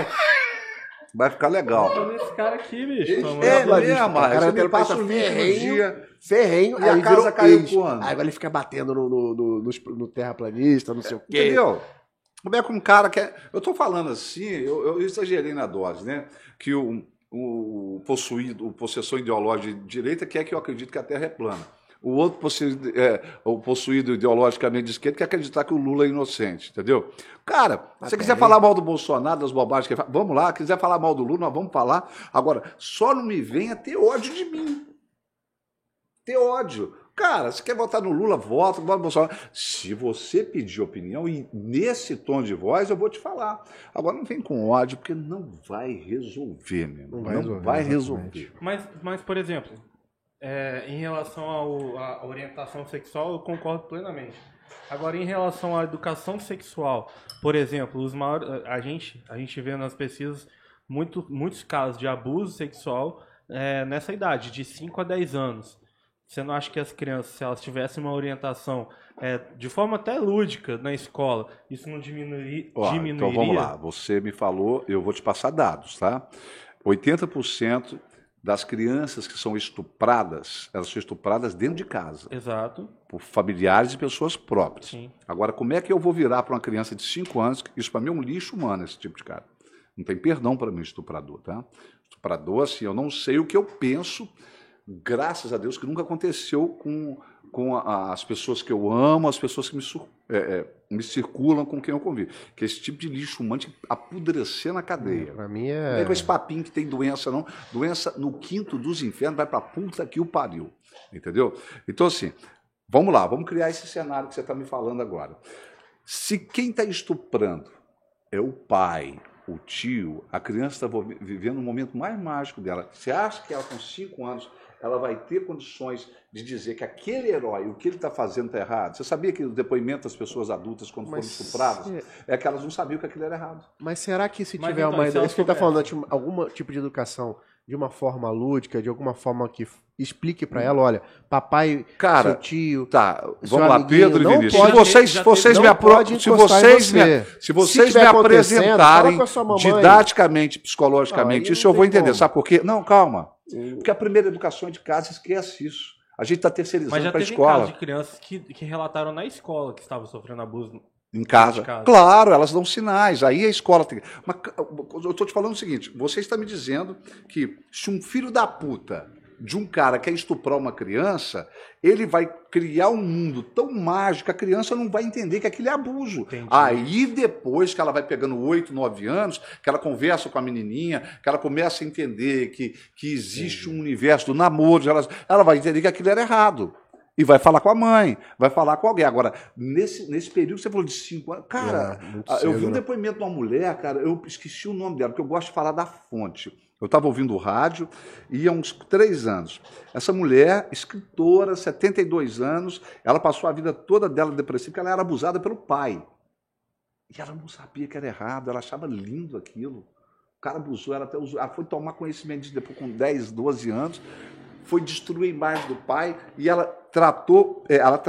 Vai ficar legal. Esse cara aqui, bicho. O cara me passa ferrenho, e a casa caiu quando? Aí agora ele fica batendo no terraplanista, não sei o quê. Entendeu? Como é que um cara quer... Eu tô falando assim, eu exagerei na dose, né? Que o possessor ideológico de direita quer que eu acredite que a Terra é plana. O outro possuído ideologicamente de esquerda quer acreditar que o Lula é inocente, entendeu? Cara, se você quiser falar mal do Bolsonaro, das bobagens que ele fala, vamos lá, quiser falar mal do Lula, nós vamos falar. Agora, só não me venha ter ódio de mim. Ter ódio. Cara, se quer votar no Lula, vota no Bolsonaro. Se você pedir opinião, e nesse tom de voz, eu vou te falar. Agora não vem com ódio, porque não vai resolver, meu irmão. Não vai resolver. Mas, por exemplo... em relação à orientação sexual, eu concordo plenamente. Agora, em relação à educação sexual, por exemplo, a gente vê nas pesquisas muitos casos de abuso sexual nessa idade, de 5 a 10 anos. Você não acha que as crianças, se elas tivessem uma orientação de forma até lúdica na escola, isso não diminuiria? Então vamos lá, você me falou, eu vou te passar dados, tá? 80% das crianças que são estupradas, elas são estupradas dentro de casa. Exato. Por familiares e pessoas próprias. Sim. Agora, como é que eu vou virar para uma criança de 5 anos? Isso para mim é um lixo humano, esse tipo de cara. Não tem perdão para mim, estuprador, tá? Estuprador, assim, eu não sei o que eu penso, graças a Deus, que nunca aconteceu com as pessoas que eu amo, as pessoas que me circulam, com quem eu convivo. Que é esse tipo de lixo humano que apodrecer na cadeia. Para mim não é com esse papinho que tem doença, não. Doença no quinto dos infernos, vai para a puta que o pariu. Entendeu? Então, assim, vamos lá, vamos criar esse cenário que você está me falando agora. Se quem está estuprando é o pai, o tio, a criança está vivendo o momento mais mágico dela. Você acha que ela com 5 anos... ela vai ter condições de dizer que aquele herói, o que ele está fazendo está errado? Você sabia que o depoimento das pessoas adultas, quando foram estupradas, é que elas não sabiam que aquilo era errado. Mas será que se tiver uma... Isso que ele está falando, algum tipo de educação de uma forma lúdica, de alguma forma que explique para ela, olha, papai, seu tio, vamos lá, Pedro e Vinícius. Se vocês me apresentarem didaticamente, psicologicamente, isso eu vou entender. Sabe por quê? Não, calma. Porque a primeira educação é de casa, esquece isso. A gente está terceirizando para a escola. Mas já teve casos de crianças que relataram na escola que estavam sofrendo abuso. Em casa. Claro, elas dão sinais. Aí a escola tem... Mas eu estou te falando o seguinte, você está me dizendo que se um filho da puta de um cara quer estuprar uma criança, ele vai criar um mundo tão mágico que a criança não vai entender que aquilo é abuso. Entendi. Aí depois que ela vai pegando 8, 9 anos, que ela conversa com a menininha, que ela começa a entender que existe um universo do namoro, ela vai entender que aquilo era errado. E vai falar com a mãe, vai falar com alguém. Agora, nesse período, você falou de 5 anos. Cara, eu vi um depoimento de uma mulher, cara, eu esqueci o nome dela, porque eu gosto de falar da fonte. Eu estava ouvindo o rádio e há uns 3 anos. Essa mulher, escritora, 72 anos, ela passou a vida toda dela depressiva, porque ela era abusada pelo pai. E ela não sabia que era errado, ela achava lindo aquilo. O cara abusou, ela até usou. Ela foi tomar conhecimento disso depois com 10, 12 anos, foi destruir a imagem do pai e ela tratou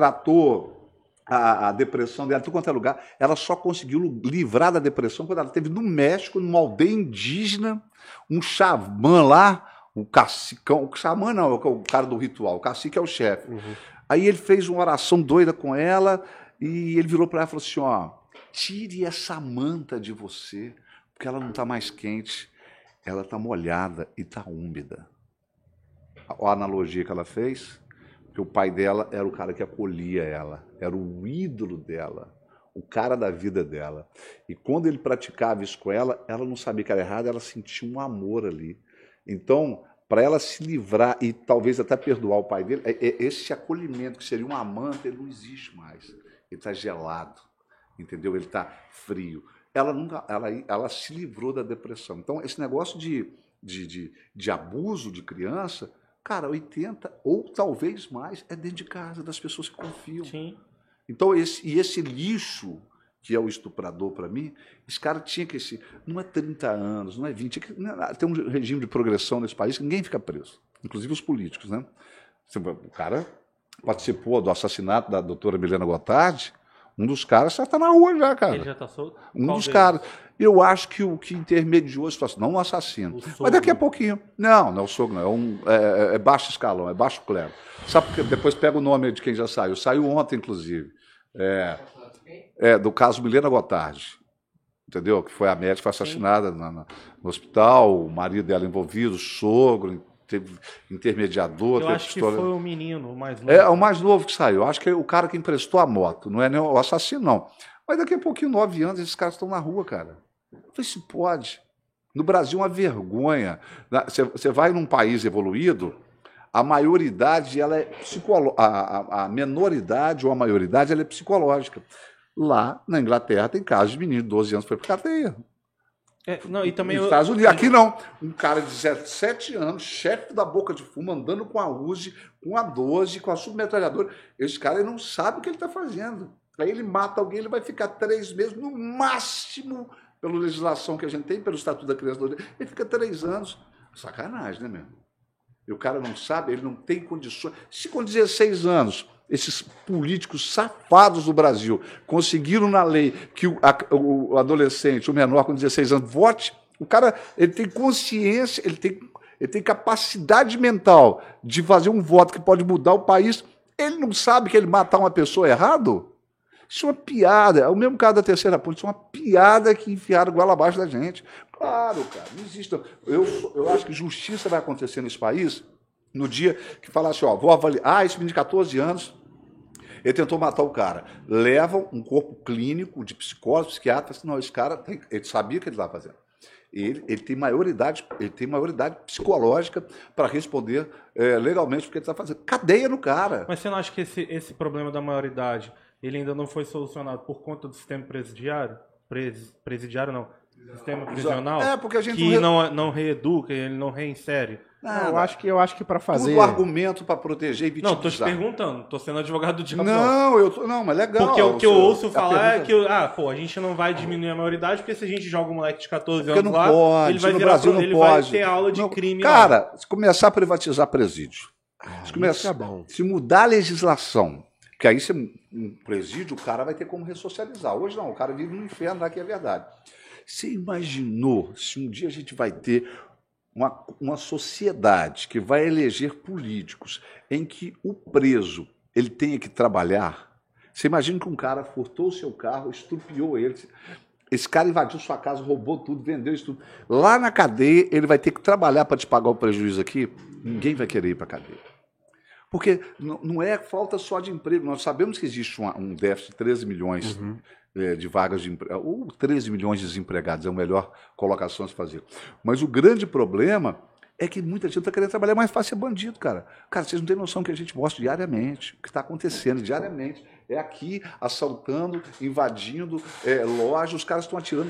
a depressão dela, tudo quanto é lugar. Ela só conseguiu livrar da depressão quando ela esteve no México, numa aldeia indígena, um xamã lá, o cacicão, o xamã não, é o cara do ritual, o cacique é o chefe. Aí ele fez uma oração doida com ela e ele virou para ela e falou assim, ó, tire essa manta de você, porque ela não está mais quente, ela está molhada e está úmida. A analogia que ela fez, que o pai dela era o cara que acolhia ela, era o ídolo dela, o cara da vida dela. E quando ele praticava isso com ela, ela não sabia que era errado, ela sentia um amor ali. Então, para ela se livrar e talvez até perdoar o pai dele, esse acolhimento que seria um amante, ele não existe mais. Ele está gelado, entendeu? Ele está frio. Ela se livrou da depressão. Então, esse negócio de abuso de criança... Cara, 80% ou talvez mais é dentro de casa, das pessoas que confiam. Sim. Então, esse lixo, que é o estuprador para mim, esse cara tinha que ser... Não é 30 anos, não é 20. Tem um regime de progressão nesse país que ninguém fica preso, inclusive os políticos, né? O cara participou do assassinato da doutora Milena Gotardi, um dos caras já está na rua já, cara. Ele já está solto? Um dos caras. Eu acho que o que intermediou a situação, não o assassino, mas daqui a pouquinho. Não é o sogro, não. É baixo escalão, é baixo clero. Sabe porque depois pega o nome de quem já saiu. Saiu ontem, inclusive. Do caso Milena Gotardi. Entendeu? Que foi a médica, foi assassinada no hospital, o marido dela envolvido, o sogro, teve intermediador. Eu acho que foi o menino, o mais novo. É o mais novo que saiu. Eu acho que é o cara que emprestou a moto, não é nem o assassino, não. Mas daqui a pouquinho, 9 anos, esses caras estão na rua, cara. Eu falei, se pode. No Brasil, uma vergonha. Você vai num país evoluído, a maioridade, ela é psicológica. A menoridade ou a maioridade, ela é psicológica. Lá, na Inglaterra, tem casos de menino de 12 anos que foi para cadeia. E também nos Estados Unidos. Aqui não. Um cara de 17 anos, chefe da boca de fumo, andando com a Uzi, com a 12, com a submetralhadora. Esse cara ele não sabe o que ele está fazendo. Aí ele mata alguém, ele vai ficar 3 meses, no máximo, pela legislação que a gente tem, pelo Estatuto da Criança. Ele fica 3 anos. Sacanagem, né, mesmo? E o cara não sabe, ele não tem condições. Se com 16 anos, esses políticos safados do Brasil conseguiram na lei que o adolescente, o menor com 16 anos, vote, o cara ele tem consciência, ele tem capacidade mental de fazer um voto que pode mudar o país, ele não sabe que ele matar uma pessoa errado? Isso é uma piada. É o mesmo caso da terceira ponte, isso é uma piada que enfiaram goela abaixo da gente. Claro, cara, não existe. Eu acho que justiça vai acontecer nesse país no dia que falar assim, ó, vou avaliar, esse menino de 14 anos, ele tentou matar o cara. Levam um corpo clínico de psicólogo, psiquiatra, assim, não, esse cara, ele sabia o que ele estava fazendo. Ele tem maioridade psicológica para responder legalmente o que ele está fazendo. Cadeia no cara. Mas você não acha que esse problema da maioridade ele ainda não foi solucionado por conta do sistema presidiário? Presidiário não. Sistema prisional? Porque a gente que não reeduca, ele não reinsere. Nada. Eu acho que para fazer... Tudo argumento para proteger e vitimizar. Não, tô te perguntando. Tô sendo advogado do diabo. Não, mas legal. Porque o que eu ouço falar é que, a gente não vai diminuir a maioridade, porque se a gente joga um moleque de 14 anos lá, pode, ele vai no virar Brasil não ele pode. vai ter aula de crime. Cara, se começar a privatizar presídio, se mudar a legislação, porque aí um presídio, o cara vai ter como ressocializar. Hoje não, o cara vive no inferno, aqui é verdade. Você imaginou se um dia a gente vai ter uma sociedade que vai eleger políticos em que o preso ele tenha que trabalhar? Você imagina que um cara furtou o seu carro, estrupiou ele, esse cara invadiu sua casa, roubou tudo, vendeu isso tudo. Lá na cadeia, ele vai ter que trabalhar para te pagar o prejuízo aqui? Ninguém vai querer ir para a cadeia. Porque não é falta só de emprego. Nós sabemos que existe um déficit de 13 milhões de vagas de emprego, ou 13 milhões de desempregados, é a melhor colocação a se fazer. Mas o grande problema é que muita gente está querendo trabalhar mais fácil, ser bandido, cara. Cara, vocês não têm noção que a gente mostra diariamente, o que está acontecendo diariamente. É aqui, assaltando, invadindo lojas, os caras estão atirando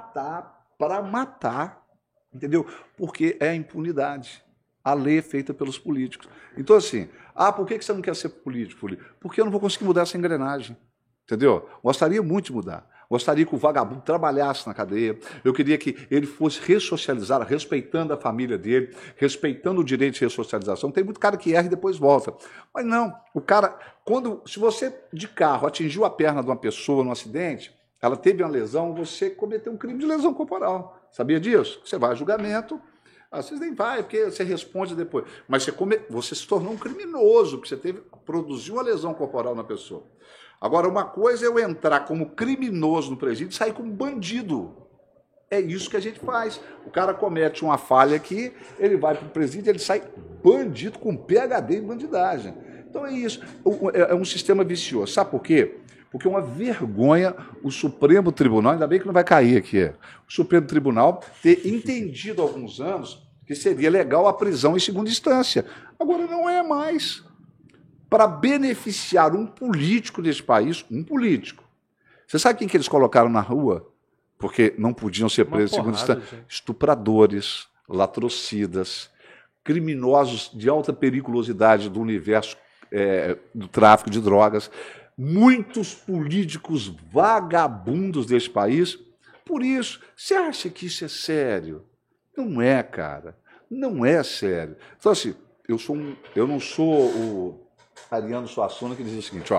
para matar, entendeu? Porque é a impunidade. A lei é feita pelos políticos. Então, assim, por que você não quer ser político? Porque eu não vou conseguir mudar essa engrenagem. Entendeu? Gostaria muito de mudar. Gostaria que o vagabundo trabalhasse na cadeia. Eu queria que ele fosse ressocializado, respeitando a família dele, respeitando o direito de ressocialização. Tem muito cara que erra e depois volta. Mas não, o cara, se você de carro atingiu a perna de uma pessoa num acidente, ela teve uma lesão, você cometeu um crime de lesão corporal. Sabia disso? Você vai a julgamento. Vocês nem vai, porque você responde depois. Mas você se tornou um criminoso, porque você produziu uma lesão corporal na pessoa. Agora, uma coisa é eu entrar como criminoso no presídio e sair como bandido. É isso que a gente faz. O cara comete uma falha aqui, ele vai para o presídio, ele sai bandido com PhD em bandidagem. Então é isso. É um sistema vicioso. Sabe por quê? Porque é uma vergonha o Supremo Tribunal, ainda bem que não vai cair aqui, o Supremo Tribunal ter entendido há alguns anos que seria legal a prisão em segunda instância. Agora não é mais. Para beneficiar um político desse país, um político. Você sabe quem que eles colocaram na rua? Porque não podiam ser presos em segunda instância. Estupradores, latrocidas, criminosos de alta periculosidade do universo do tráfico de drogas, muitos políticos vagabundos desse país. Por isso, você acha que isso é sério? Não é, cara. Não é sério. Então, assim, eu não sou o Ariano Suassuna, que diz o seguinte,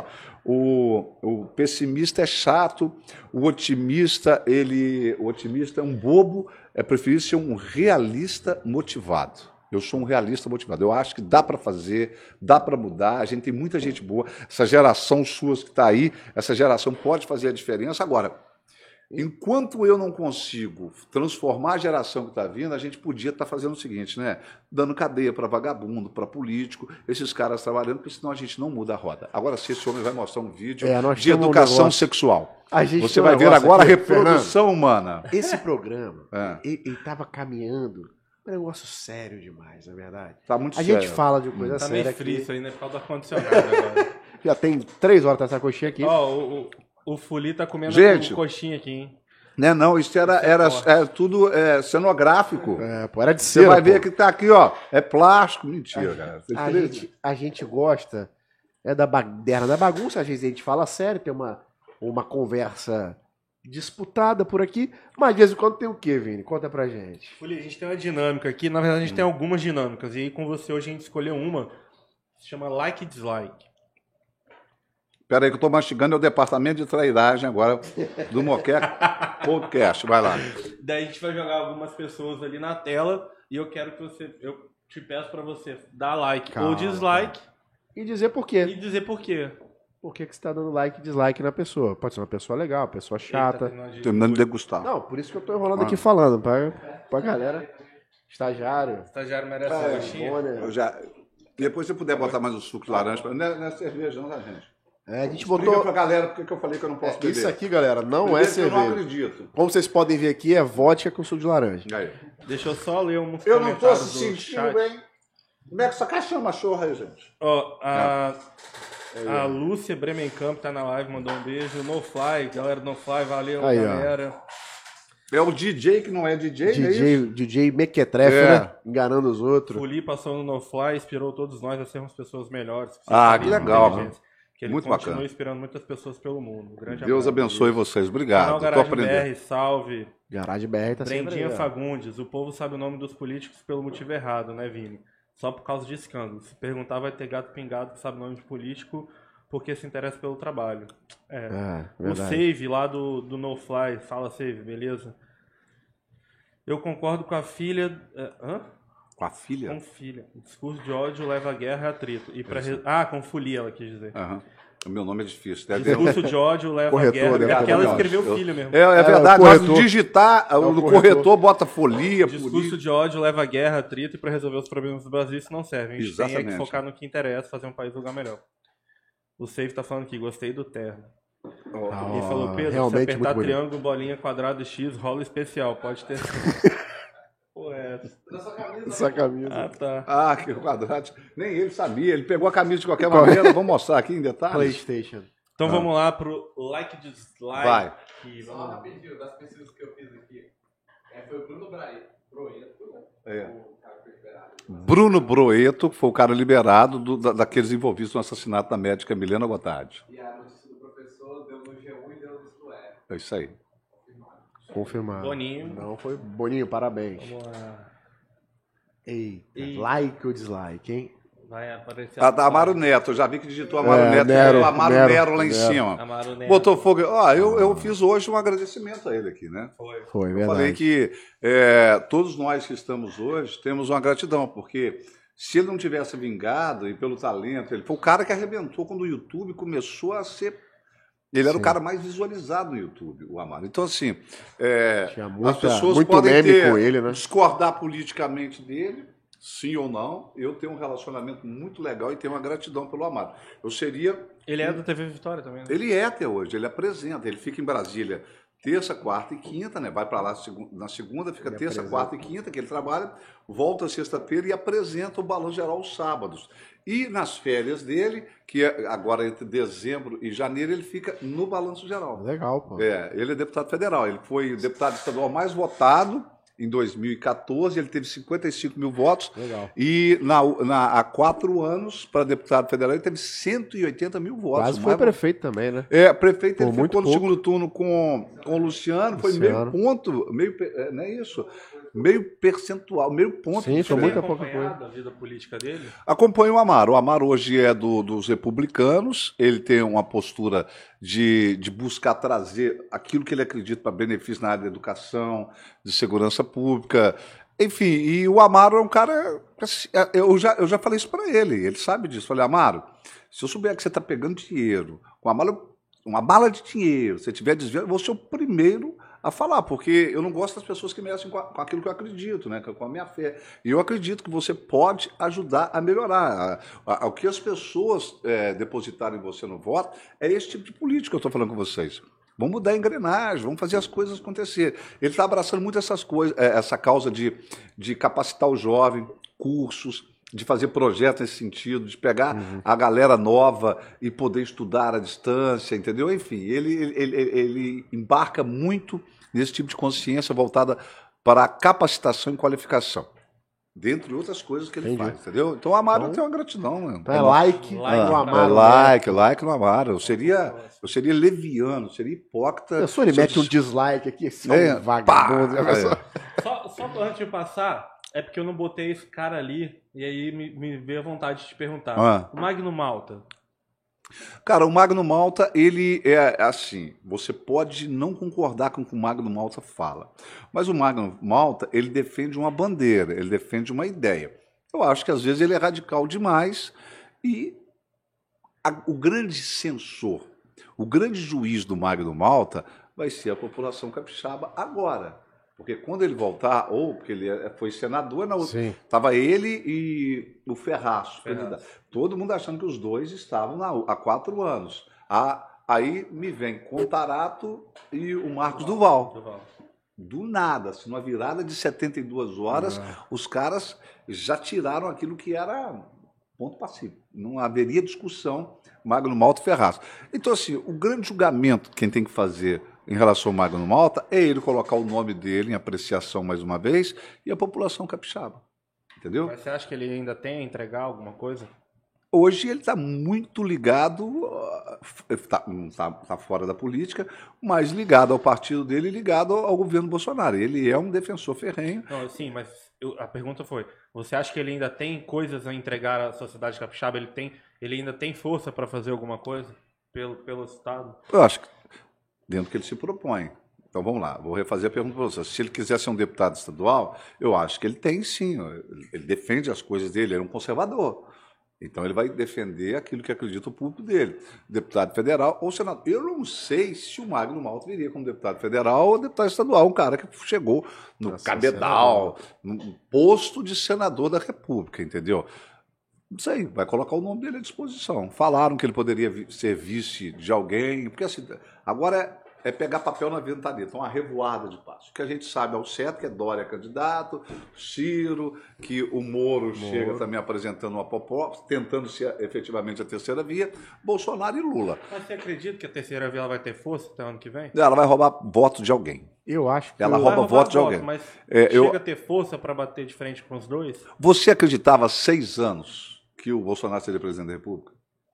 o pessimista é chato, o otimista é um bobo, é preferível ser um realista motivado. Eu sou um realista motivado. Eu acho que dá para fazer, dá para mudar, a gente tem muita gente boa, essa geração sua que está aí, essa geração pode fazer a diferença. Agora, enquanto eu não consigo transformar a geração que está vindo, a gente podia estar fazendo o seguinte, né? Dando cadeia para vagabundo, para político, esses caras trabalhando, porque senão a gente não muda a roda. Agora, se esse homem vai mostrar um vídeo de educação sexual, você vai ver agora a reprodução humana. Esse programa, ele estava caminhando, um negócio sério demais, na verdade. Tá muito sério. A gente fala de coisa séria. Tá meio frio isso aí, né? Por causa do ar-condicionado agora. Já tem 3 horas essa coxinha aqui. O Fuli tá comendo coxinha aqui, hein? Não, isso era tudo cenográfico. Era de cera. Você vai ver que tá aqui, ó. É plástico. Mentira, cara. A gente gosta da bagunça, às vezes a gente fala sério, tem uma conversa disputada por aqui, mas de vez em quando tem o quê, Vini? Conta pra gente. Fuli, a gente tem uma dinâmica aqui, na verdade a gente tem algumas dinâmicas, e aí com você hoje a gente escolheu uma, que se chama Like e Dislike. Espera aí que eu estou mastigando, é o departamento de trairagem agora do Moqueca Podcast. Vai lá. Daí a gente vai jogar algumas pessoas ali na tela e eu quero que eu te peço para você dar like ou dislike. E dizer por quê. Por que você está dando like e dislike na pessoa. Pode ser uma pessoa legal, uma pessoa chata. Terminando de degustar. Não, por isso que eu estou enrolando aqui falando, pra galera. Estagiário. Estagiário merece uma coxinha. Depois, se puder botar mais o suco de laranja. Não é cerveja, não, tá, gente? A gente botou. Explica pra galera porque eu falei que eu não posso beber. Isso aqui, galera, não é cerveja. Eu não acredito. Como vocês podem ver aqui, é vodka com suco de laranja. Aí. Deixa eu só ler uns Eu não tô comentários se do sentindo chat. bem. Como é que essa caixa chama chorra aí, gente? A Lúcia Bremenkamp tá na live, mandou um beijo. No Fly, galera do No Fly, valeu, aí, galera. É o DJ que não é DJ, não é isso? DJ mequetrefe, né? Enganando os outros. O Lee passou no No-Fly, inspirou todos nós a sermos pessoas melhores. Que legal. Que ele muito continua bacana. inspirando muitas pessoas pelo mundo. Grande Deus abençoe vocês. Obrigado. Canal Garagem BR, salve. Garagem BR tá sempre Brendinha aí, Fagundes. O povo sabe o nome dos políticos pelo motivo errado, né, Vini? Só por causa de escândalo. Se perguntar, vai ter gato pingado que sabe o nome de político porque se interessa pelo trabalho. O Save lá do No-Fly. Fala, Save, beleza? Eu concordo com a filha... Com a filha? Com filha. O discurso de ódio leva à guerra e atrito. Com folia, ela quis dizer. O meu nome é difícil. Discurso de ódio leva à guerra. Porque ela escreveu filha mesmo. É verdade. Mas digitar, no corretor bota folia. Discurso de ódio leva à guerra, atrito, e para resolver os problemas do Brasil isso não serve. A gente Exatamente. tem que focar no que interessa, fazer um país lugar melhor. O Save tá falando aqui, gostei do terno. Ele falou, Pedro, se apertar triângulo, bolinha, quadrado e X, rola especial. Pode ter... Essa camisa. Tá. Que quadrado. Nem ele sabia. Ele pegou a camisa de qualquer maneira. Vamos mostrar aqui em detalhes. PlayStation. Então vamos lá pro like dislike. Vai. Só rapidinho, das pesquisas que eu fiz aqui. Foi o Bruno Broeto, o cara que foi liberado. Bruno Broeto, que foi o cara liberado daqueles envolvidos no assassinato da médica Milena Gotardi. E a notícia do professor deu no G1 e deu no Isto É isso aí. Confirmado. Boninho. Não foi Boninho, parabéns. Vamos lá. Eita, like ou dislike, hein? Vai aparecer. Amaro Neto, eu já vi que digitou Amaro Neto, o Amaro Nero lá em cima. Amaro Neto. Botou fogo. Eu fiz hoje um agradecimento a ele aqui, né? Foi Eu verdade. falei que todos nós que estamos hoje temos uma gratidão, porque se ele não tivesse vingado e pelo talento, ele foi o cara que arrebentou quando o YouTube começou a ser... Ele era o cara mais visualizado no YouTube, o Amaro. Então, assim, as pessoas muito podem meme com ele, né? discordar politicamente dele, sim ou não. Eu tenho um relacionamento muito legal e tenho uma gratidão pelo Amaro. Eu seria... Ele é da TV Vitória também, né? Ele é até hoje, ele apresenta, ele fica em Brasília terça, quarta e quinta, né? Vai para lá na segunda, fica terça, quarta e quinta, que ele trabalha, volta sexta-feira e apresenta o Balanço Geral aos sábados. E nas férias dele, que é agora entre dezembro e janeiro, ele fica no Balanço Geral. Legal, pô. Ele é deputado federal, ele foi o deputado estadual mais votado em 2014, ele teve 55 mil votos. Legal. E há 4 anos, para deputado federal, ele teve 180 mil votos. Quase foi prefeito também, né? Prefeito, ele muito ficou no pouco. segundo turno com o Luciano, foi meio ponto, não é isso? Meio percentual, meio ponto. Sim, foi muita pouca acompanhado coisa. a vida política dele? Acompanha o Amaro. O Amaro hoje é dos republicanos, ele tem uma postura de buscar trazer aquilo que ele acredita para benefício na área da educação, de segurança pública, enfim. E o Amaro é um cara... Eu já falei isso para ele sabe disso. Falei, Amaro, se eu souber que você está pegando dinheiro, com uma bala de dinheiro, se você estiver desviando, eu vou ser o primeiro a falar, porque eu não gosto das pessoas que mexem com aquilo que eu acredito, né, com a minha fé. E eu acredito que você pode ajudar a melhorar. O que as pessoas depositarem em você no voto é esse tipo de política que eu estou falando com vocês. Vamos mudar a engrenagem, vamos fazer as coisas acontecer. Ele está abraçando muito essas coisas, essa causa de capacitar o jovem, cursos, de fazer projetos nesse sentido, de pegar a galera nova e poder estudar à distância, entendeu? Enfim, ele embarca muito nesse tipo de consciência voltada para a capacitação e qualificação, dentre outras coisas que ele faz, entendeu? Então o Amaro tem uma gratidão, mano. Então é like no Amaro. Like no Amaro. Eu seria leviano, seria hipócrita. Ele mete um dislike aqui, um vagabundo. Só antes de passar, é porque eu não botei esse cara ali, e aí me veio a vontade de te perguntar. O Magno Malta. Cara, o Magno Malta, ele é assim, você pode não concordar com o que o Magno Malta fala, mas o Magno Malta, ele defende uma bandeira, ele defende uma ideia. Eu acho que às vezes ele é radical demais e o grande censor, o grande juiz do Magno Malta vai ser a população capixaba agora. Porque quando ele voltar, ou porque ele foi senador, estava ele e o Ferraz. Todo mundo achando que os dois estavam há 4 anos. Aí me vem Contarato e o Marcos Duval. Do nada, assim, numa virada de 72 horas, os caras já tiraram aquilo que era ponto passivo. Não haveria discussão, Magno Malta e Ferraz. Então, assim, o grande julgamento que quem tem que fazer em relação ao Magno Malta é ele colocar o nome dele em apreciação mais uma vez e a população capixaba. Entendeu? Mas você acha que ele ainda tem a entregar alguma coisa? Hoje ele está muito ligado, está fora da política, mas ligado ao partido dele e ligado ao governo Bolsonaro. Ele é um defensor ferrenho. Não, sim, mas a pergunta foi, você acha que ele ainda tem coisas a entregar à sociedade capixaba? Ele ainda tem força para fazer alguma coisa pelo Estado? Eu acho que dentro do que ele se propõe. Então vamos lá, vou refazer a pergunta para você. Se ele quiser ser um deputado estadual, eu acho que ele tem sim. Ele defende as coisas dele, ele é um conservador. Então ele vai defender aquilo que acredita o público dele. Deputado federal ou senador. Eu não sei se o Magno Malta viria como deputado federal ou deputado estadual, um cara que chegou no cabedal, no posto de senador da República, entendeu? Não sei, vai colocar o nome dele à disposição. Falaram que ele poderia ser vice de alguém, porque assim, agora é pegar papel na ventania, uma revoada de passos. O que a gente sabe ao certo que é Dória candidato, Ciro, que o Moro chega também apresentando uma proposta, tentando ser efetivamente a terceira via, Bolsonaro e Lula. Mas você acredita que a terceira via vai ter força até o ano que vem? Ela vai roubar voto de alguém. Eu acho que ela rouba voto de alguém. Mas chega a ter força para bater de frente com os dois? Você acreditava há 6 anos que o Bolsonaro seria presidente da República?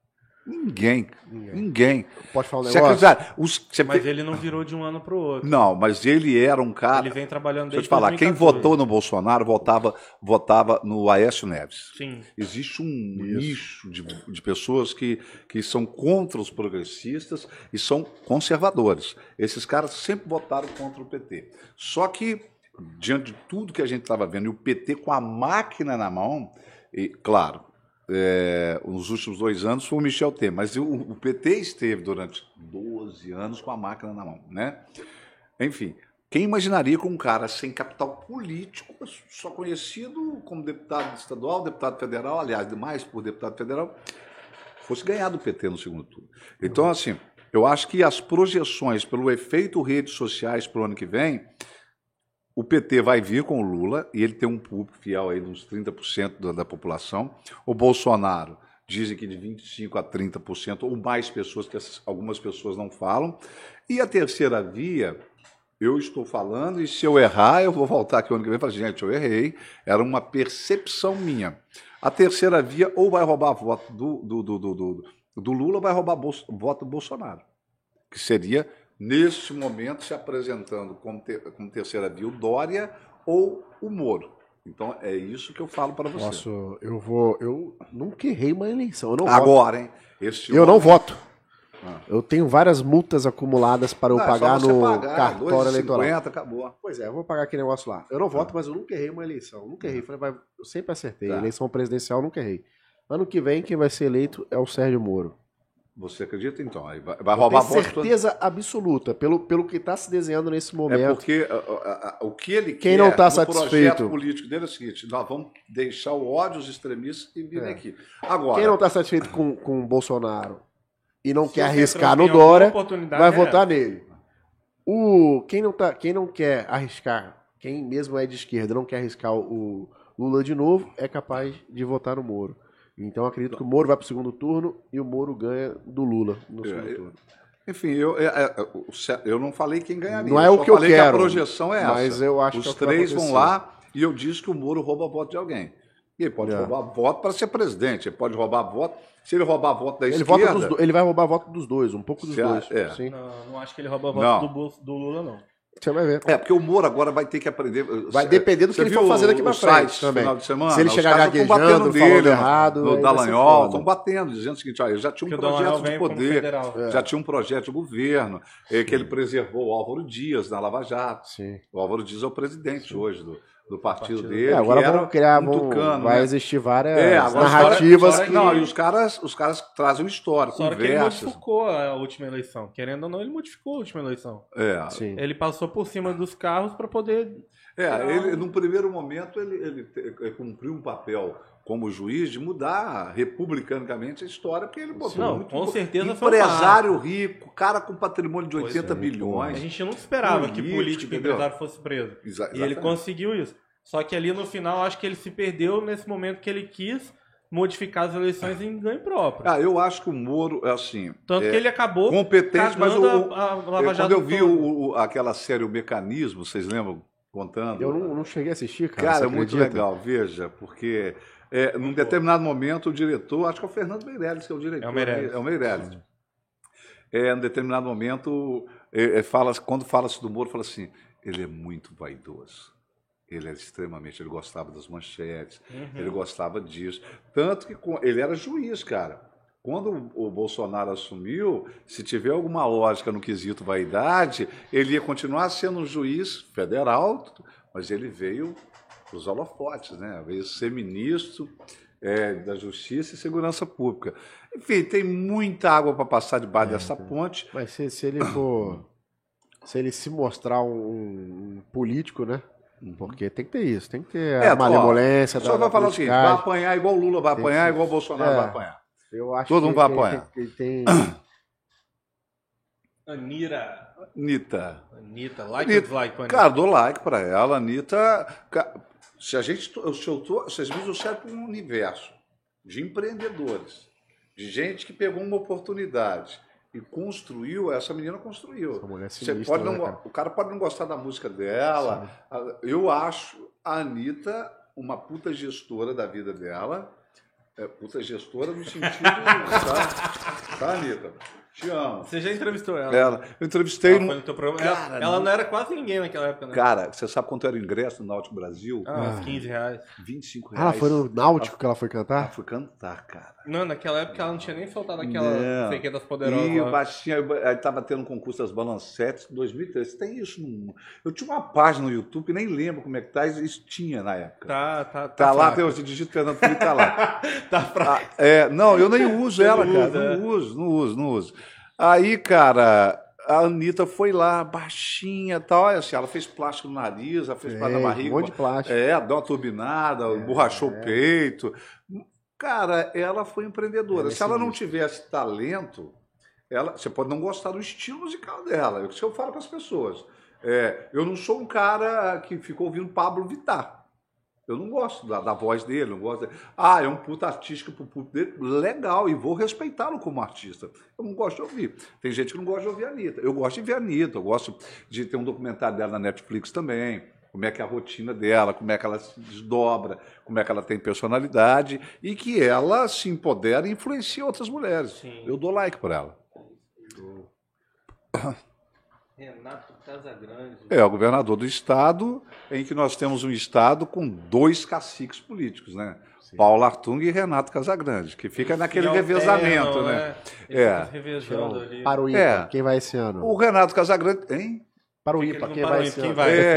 Ninguém. Pode falar um negócio? Mas ele não virou de um ano para o outro. Não, mas ele era um cara... Ele vem trabalhando Deixa desde eu te falar, 2014. quem votou no Bolsonaro votava no Aécio Neves. Sim. Existe um nicho de pessoas que são contra os progressistas e são conservadores. Esses caras sempre votaram contra o PT. Só que, diante de tudo que a gente estava vendo, e o PT com a máquina na mão, e claro... nos últimos 2 anos foi o Michel Temer, mas o PT esteve durante 12 anos com a máquina na mão, né? Enfim, quem imaginaria que um cara sem capital político, só conhecido como deputado estadual, deputado federal, aliás, mais por deputado federal, fosse ganhar do PT no segundo turno. Então, assim, eu acho que as projeções pelo efeito redes sociais para o ano que vem, o PT vai vir com o Lula, e ele tem um público fiel aí de uns 30% da população. O Bolsonaro, dizem que de 25% a 30%, ou mais pessoas, que algumas pessoas não falam. E a terceira via, eu estou falando, e se eu errar, eu vou voltar aqui o ano que vem e falar, gente, eu errei, era uma percepção minha. A terceira via ou vai roubar voto do Lula ou vai roubar voto do Bolsonaro, que seria... neste momento, se apresentando como terceira via o Dória ou o Moro. Então, é isso que eu falo para você. Nossa, eu nunca errei uma eleição. Eu não Agora, voto. hein? Eu não voto. Eu tenho várias multas acumuladas para eu pagar no cartório eleitoral. 2,50, acabou. Pois é, eu vou pagar aquele negócio lá. Eu não voto, mas eu nunca errei uma eleição. Nunca errei. Eu sempre acertei. Eleição presidencial, eu nunca errei. Ano que vem, quem vai ser eleito é o Sérgio Moro. Você acredita, então? Aí vai roubar voto. Certeza absoluta, pelo que está se desenhando nesse momento. É porque o que ele quem quer não tá no satisfeito, projeto político dele é o seguinte, nós vamos deixar o ódio aos extremistas e vir aqui. Agora, quem não está satisfeito com o Bolsonaro e não quer arriscar no Dória, vai votar nele. Quem não quer arriscar, quem mesmo é de esquerda, não quer arriscar o Lula de novo, é capaz de votar no Moro. Então, eu acredito que o Moro vai para o segundo turno e o Moro ganha do Lula no segundo turno. Enfim, eu não falei quem ganharia. Não é o que eu quero. Que a projeção é essa. Mas eu acho que os três vão lá e eu disse que o Moro rouba voto de alguém. E ele pode roubar voto para ser presidente. Ele pode roubar voto. Se ele roubar voto da esquerda... Ele vai roubar voto dos dois, um pouco dos dois. Sim. Não acho que ele rouba voto do Lula, não. Você vai ver. Porque o Moro agora vai ter que aprender. Vai depender do que ele for fazendo aqui pra frente também. Final de semana, se ele chegar gaguejando, falando errado, no Dallagnol, estão batendo, dizendo o seguinte, ele já tinha um projeto de poder, já tinha um projeto de governo, que ele preservou o Álvaro Dias na Lava Jato. Sim. O Álvaro Dias é o presidente hoje do partido dele. Agora vamos criar, vai existir várias narrativas. E os caras trazem uma história, conversas. Que ele modificou a última eleição. Querendo ou não, ele modificou a última eleição. Sim. Ele passou por cima dos carros para poder... Ele, num primeiro momento, ele cumpriu um papel como juiz de mudar republicanicamente a história, porque ele botou com certeza empresário rico, cara com patrimônio de 80 bilhões. A gente não esperava que político e empresário fosse preso. E ele conseguiu isso. Só que ali no final, acho que ele se perdeu nesse momento que ele quis modificar as eleições em ganho próprio. Ah, eu acho que o Moro, assim... Tanto que ele acabou competente, mas a Lava Jato quando eu vi aquela série O Mecanismo, vocês lembram? Contando. Eu não cheguei a assistir, cara. Cara, é muito legal, veja, porque num determinado momento o diretor, acho que é o Fernando Meirelles, que é o diretor. É o Meirelles. Num determinado momento, quando fala-se do Moro, fala assim, ele é muito vaidoso. Ele era extremamente, ele gostava das manchetes, ele gostava disso. Tanto que ele era juiz, cara. Quando o Bolsonaro assumiu, se tiver alguma lógica no quesito vaidade, ele ia continuar sendo um juiz federal, mas ele veio para os holofotes, né? Veio ser ministro da Justiça e Segurança Pública. Enfim, tem muita água para passar debaixo dessa ponte. Mas se ele for... se ele se mostrar um político, né? Porque tem que ter isso, tem que ter a malemolência. Só vai falar o seguinte, vai apanhar igual o Lula vai apanhar, igual o Bolsonaro vai apanhar. Eu acho todo mundo vai apanhar. Anitta, like Anitta. Dislike. Cara, dou like pra ela. Anitta, se a gente, vocês me trouxeram para um universo de empreendedores, de gente que pegou uma oportunidade e construiu, essa menina construiu. Essa mulher Você sinistra, pode não, o cara pode não gostar da música dela. Sim. Eu acho a Anitta uma puta gestora da vida dela. Puta gestora no sentido, tá, Anitta? Te amo. Você já entrevistou ela? Eu entrevistei... Ela não era quase ninguém naquela época, né? Cara, você sabe quanto era o ingresso no Náutico Brasil? Uns 15 reais. 25 reais. Foi no Náutico que ela foi cantar? Ela foi cantar, cara. Não, naquela época ela não tinha nem soltado aquela Freguês das Poderosas. E o baixinho, aí tava tendo um concurso das Balancetes, 2013. Tem isso no... Eu tinha uma página no YouTube, que nem lembro como é que tá, isso tinha na época. Tá lá, até hoje, digito Fernando Felipe, tá lá. Tá fraco. Não, eu nem uso ela, cara. Não uso. Aí, cara, a Anitta foi lá, baixinha e tal. Assim, ela fez plástico no nariz, ela fez plástico na barriga. Um monte de plástico. Deu uma turbinada, borrachou o peito. Cara, ela foi empreendedora. Se ela não tivesse talento, você pode não gostar do estilo musical dela. É isso que eu falo para as pessoas. Eu não sou um cara que ficou ouvindo Pablo Vittar. Eu não gosto da voz dele, não gosto é um puta artístico pro público dele, legal, e vou respeitá-lo como artista. Eu não gosto de ouvir. Tem gente que não gosta de ouvir a Anitta. Eu gosto de ver a Anitta, eu gosto de ter um documentário dela na Netflix também, como é que é a rotina dela, como é que ela se desdobra, como é que ela tem personalidade, e que ela se empodera e influencia outras mulheres. Sim. Eu dou like por ela. Renato Casagrande. O governador do estado, em que nós temos um estado com 2 caciques políticos, né? Sim. Paulo Artung e Renato Casagrande, que fica naquele revezamento, né? Revezando ali. Para o IPA, quem vai esse ano? O Renato Casagrande, hein? Para o IPA, quem vai esse ano?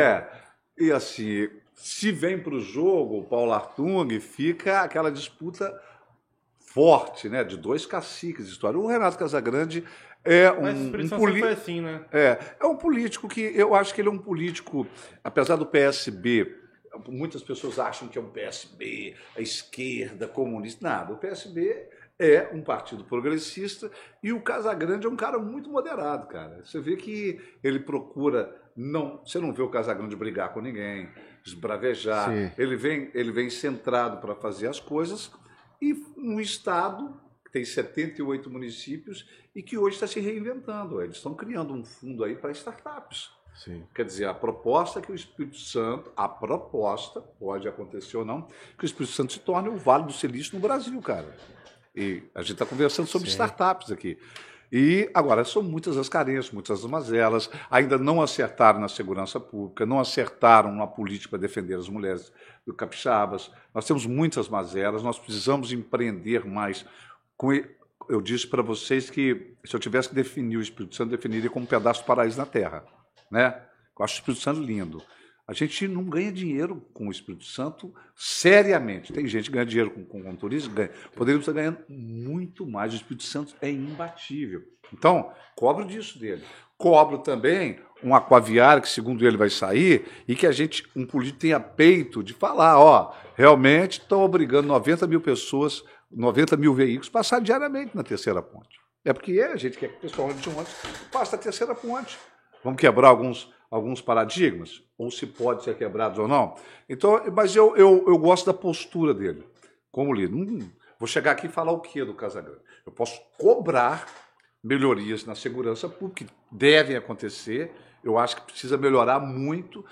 E assim, se vem para o jogo o Paulo Artung, fica aquela disputa forte, né? De 2 caciques de história. O Renato Casagrande Mas o Espírito Santo foi assim, né? É um político que eu acho que ele é um político, apesar do PSB, muitas pessoas acham que é um PSB, a esquerda, comunista. Nada, o PSB é um partido progressista e o Casagrande é um cara muito moderado, cara. Você vê que ele procura você não vê o Casagrande brigar com ninguém, esbravejar. Sim. Ele vem centrado para fazer as coisas e um estado tem 78 municípios e que hoje está se reinventando. Eles estão criando um fundo aí para startups. Sim. Quer dizer, a proposta é que o Espírito Santo, pode acontecer ou não, que o Espírito Santo se torne o Vale do Silício no Brasil, cara. E a gente está conversando sobre startups aqui. E agora são muitas as carências, muitas as mazelas, ainda não acertaram na segurança pública, não acertaram na política para defender as mulheres do capixabas. Nós temos muitas mazelas, nós precisamos empreender mais. Eu disse para vocês que, se eu tivesse que definir o Espírito Santo, definiria como um pedaço do paraíso na Terra. Né? Eu acho o Espírito Santo lindo. A gente não ganha dinheiro com o Espírito Santo seriamente. Tem gente que ganha dinheiro com turismo, ganha. Poderíamos estar ganhando muito mais. O Espírito Santo é imbatível. Então, cobro disso dele. Cobro também um aquaviário que, segundo ele, vai sair e que um político tenha peito de falar, realmente estão obrigando 90 mil pessoas, 90 mil veículos a passar diariamente na terceira ponte. É porque a gente quer que o pessoal ande de ônibus passe a terceira ponte. Vamos quebrar alguns paradigmas? Ou se pode ser quebrados ou não? Então, mas eu gosto da postura dele, como líder. Vou chegar aqui e falar o quê do Casagrande? Eu posso cobrar melhorias na segurança pública, que devem acontecer. Eu acho que precisa melhorar muito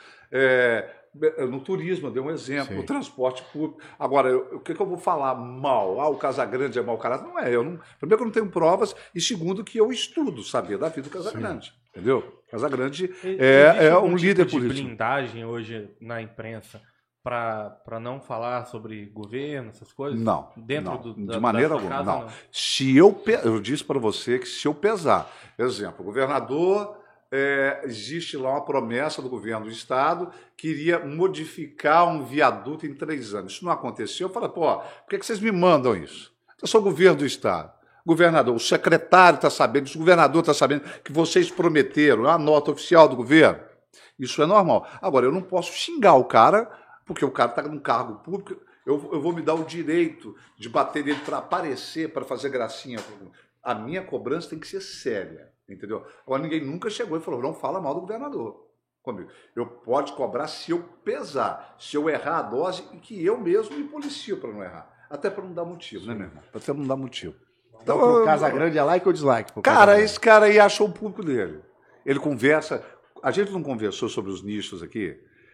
no turismo, eu dei um exemplo, no transporte público. Agora, o que eu vou falar mal? O Casagrande é mau caráter? Não é. Primeiro que eu não tenho provas, e segundo que eu estudo saber da vida do Casagrande. Entendeu? Casagrande é um líder político. Existe blindagem hoje na imprensa para não falar sobre governo, essas coisas? Não, de maneira alguma. Não. Se eu disse para você que se eu pesar, exemplo, o governador, existe lá uma promessa do governo do estado que iria modificar um viaduto em 3 anos. Isso não aconteceu. Eu falo, por que vocês me mandam isso? Eu sou o governo do estado. Governador, o secretário está sabendo, o governador está sabendo que vocês prometeram a nota oficial do governo. Isso é normal. Agora, eu não posso xingar o cara, porque o cara está num cargo público, eu vou me dar o direito de bater nele para aparecer, para fazer gracinha. A minha cobrança tem que ser séria, entendeu? Agora, ninguém nunca chegou e falou, não fala mal do governador comigo. Eu posso cobrar se eu pesar, se eu errar a dose, e que eu mesmo me policio para não errar. Até para não dar motivo, né, meu irmão? Até não dar motivo. Então, pro Casagrande é like ou dislike? Cara, esse cara aí achou o público dele. Ele conversa... A gente não conversou sobre os nichos aqui.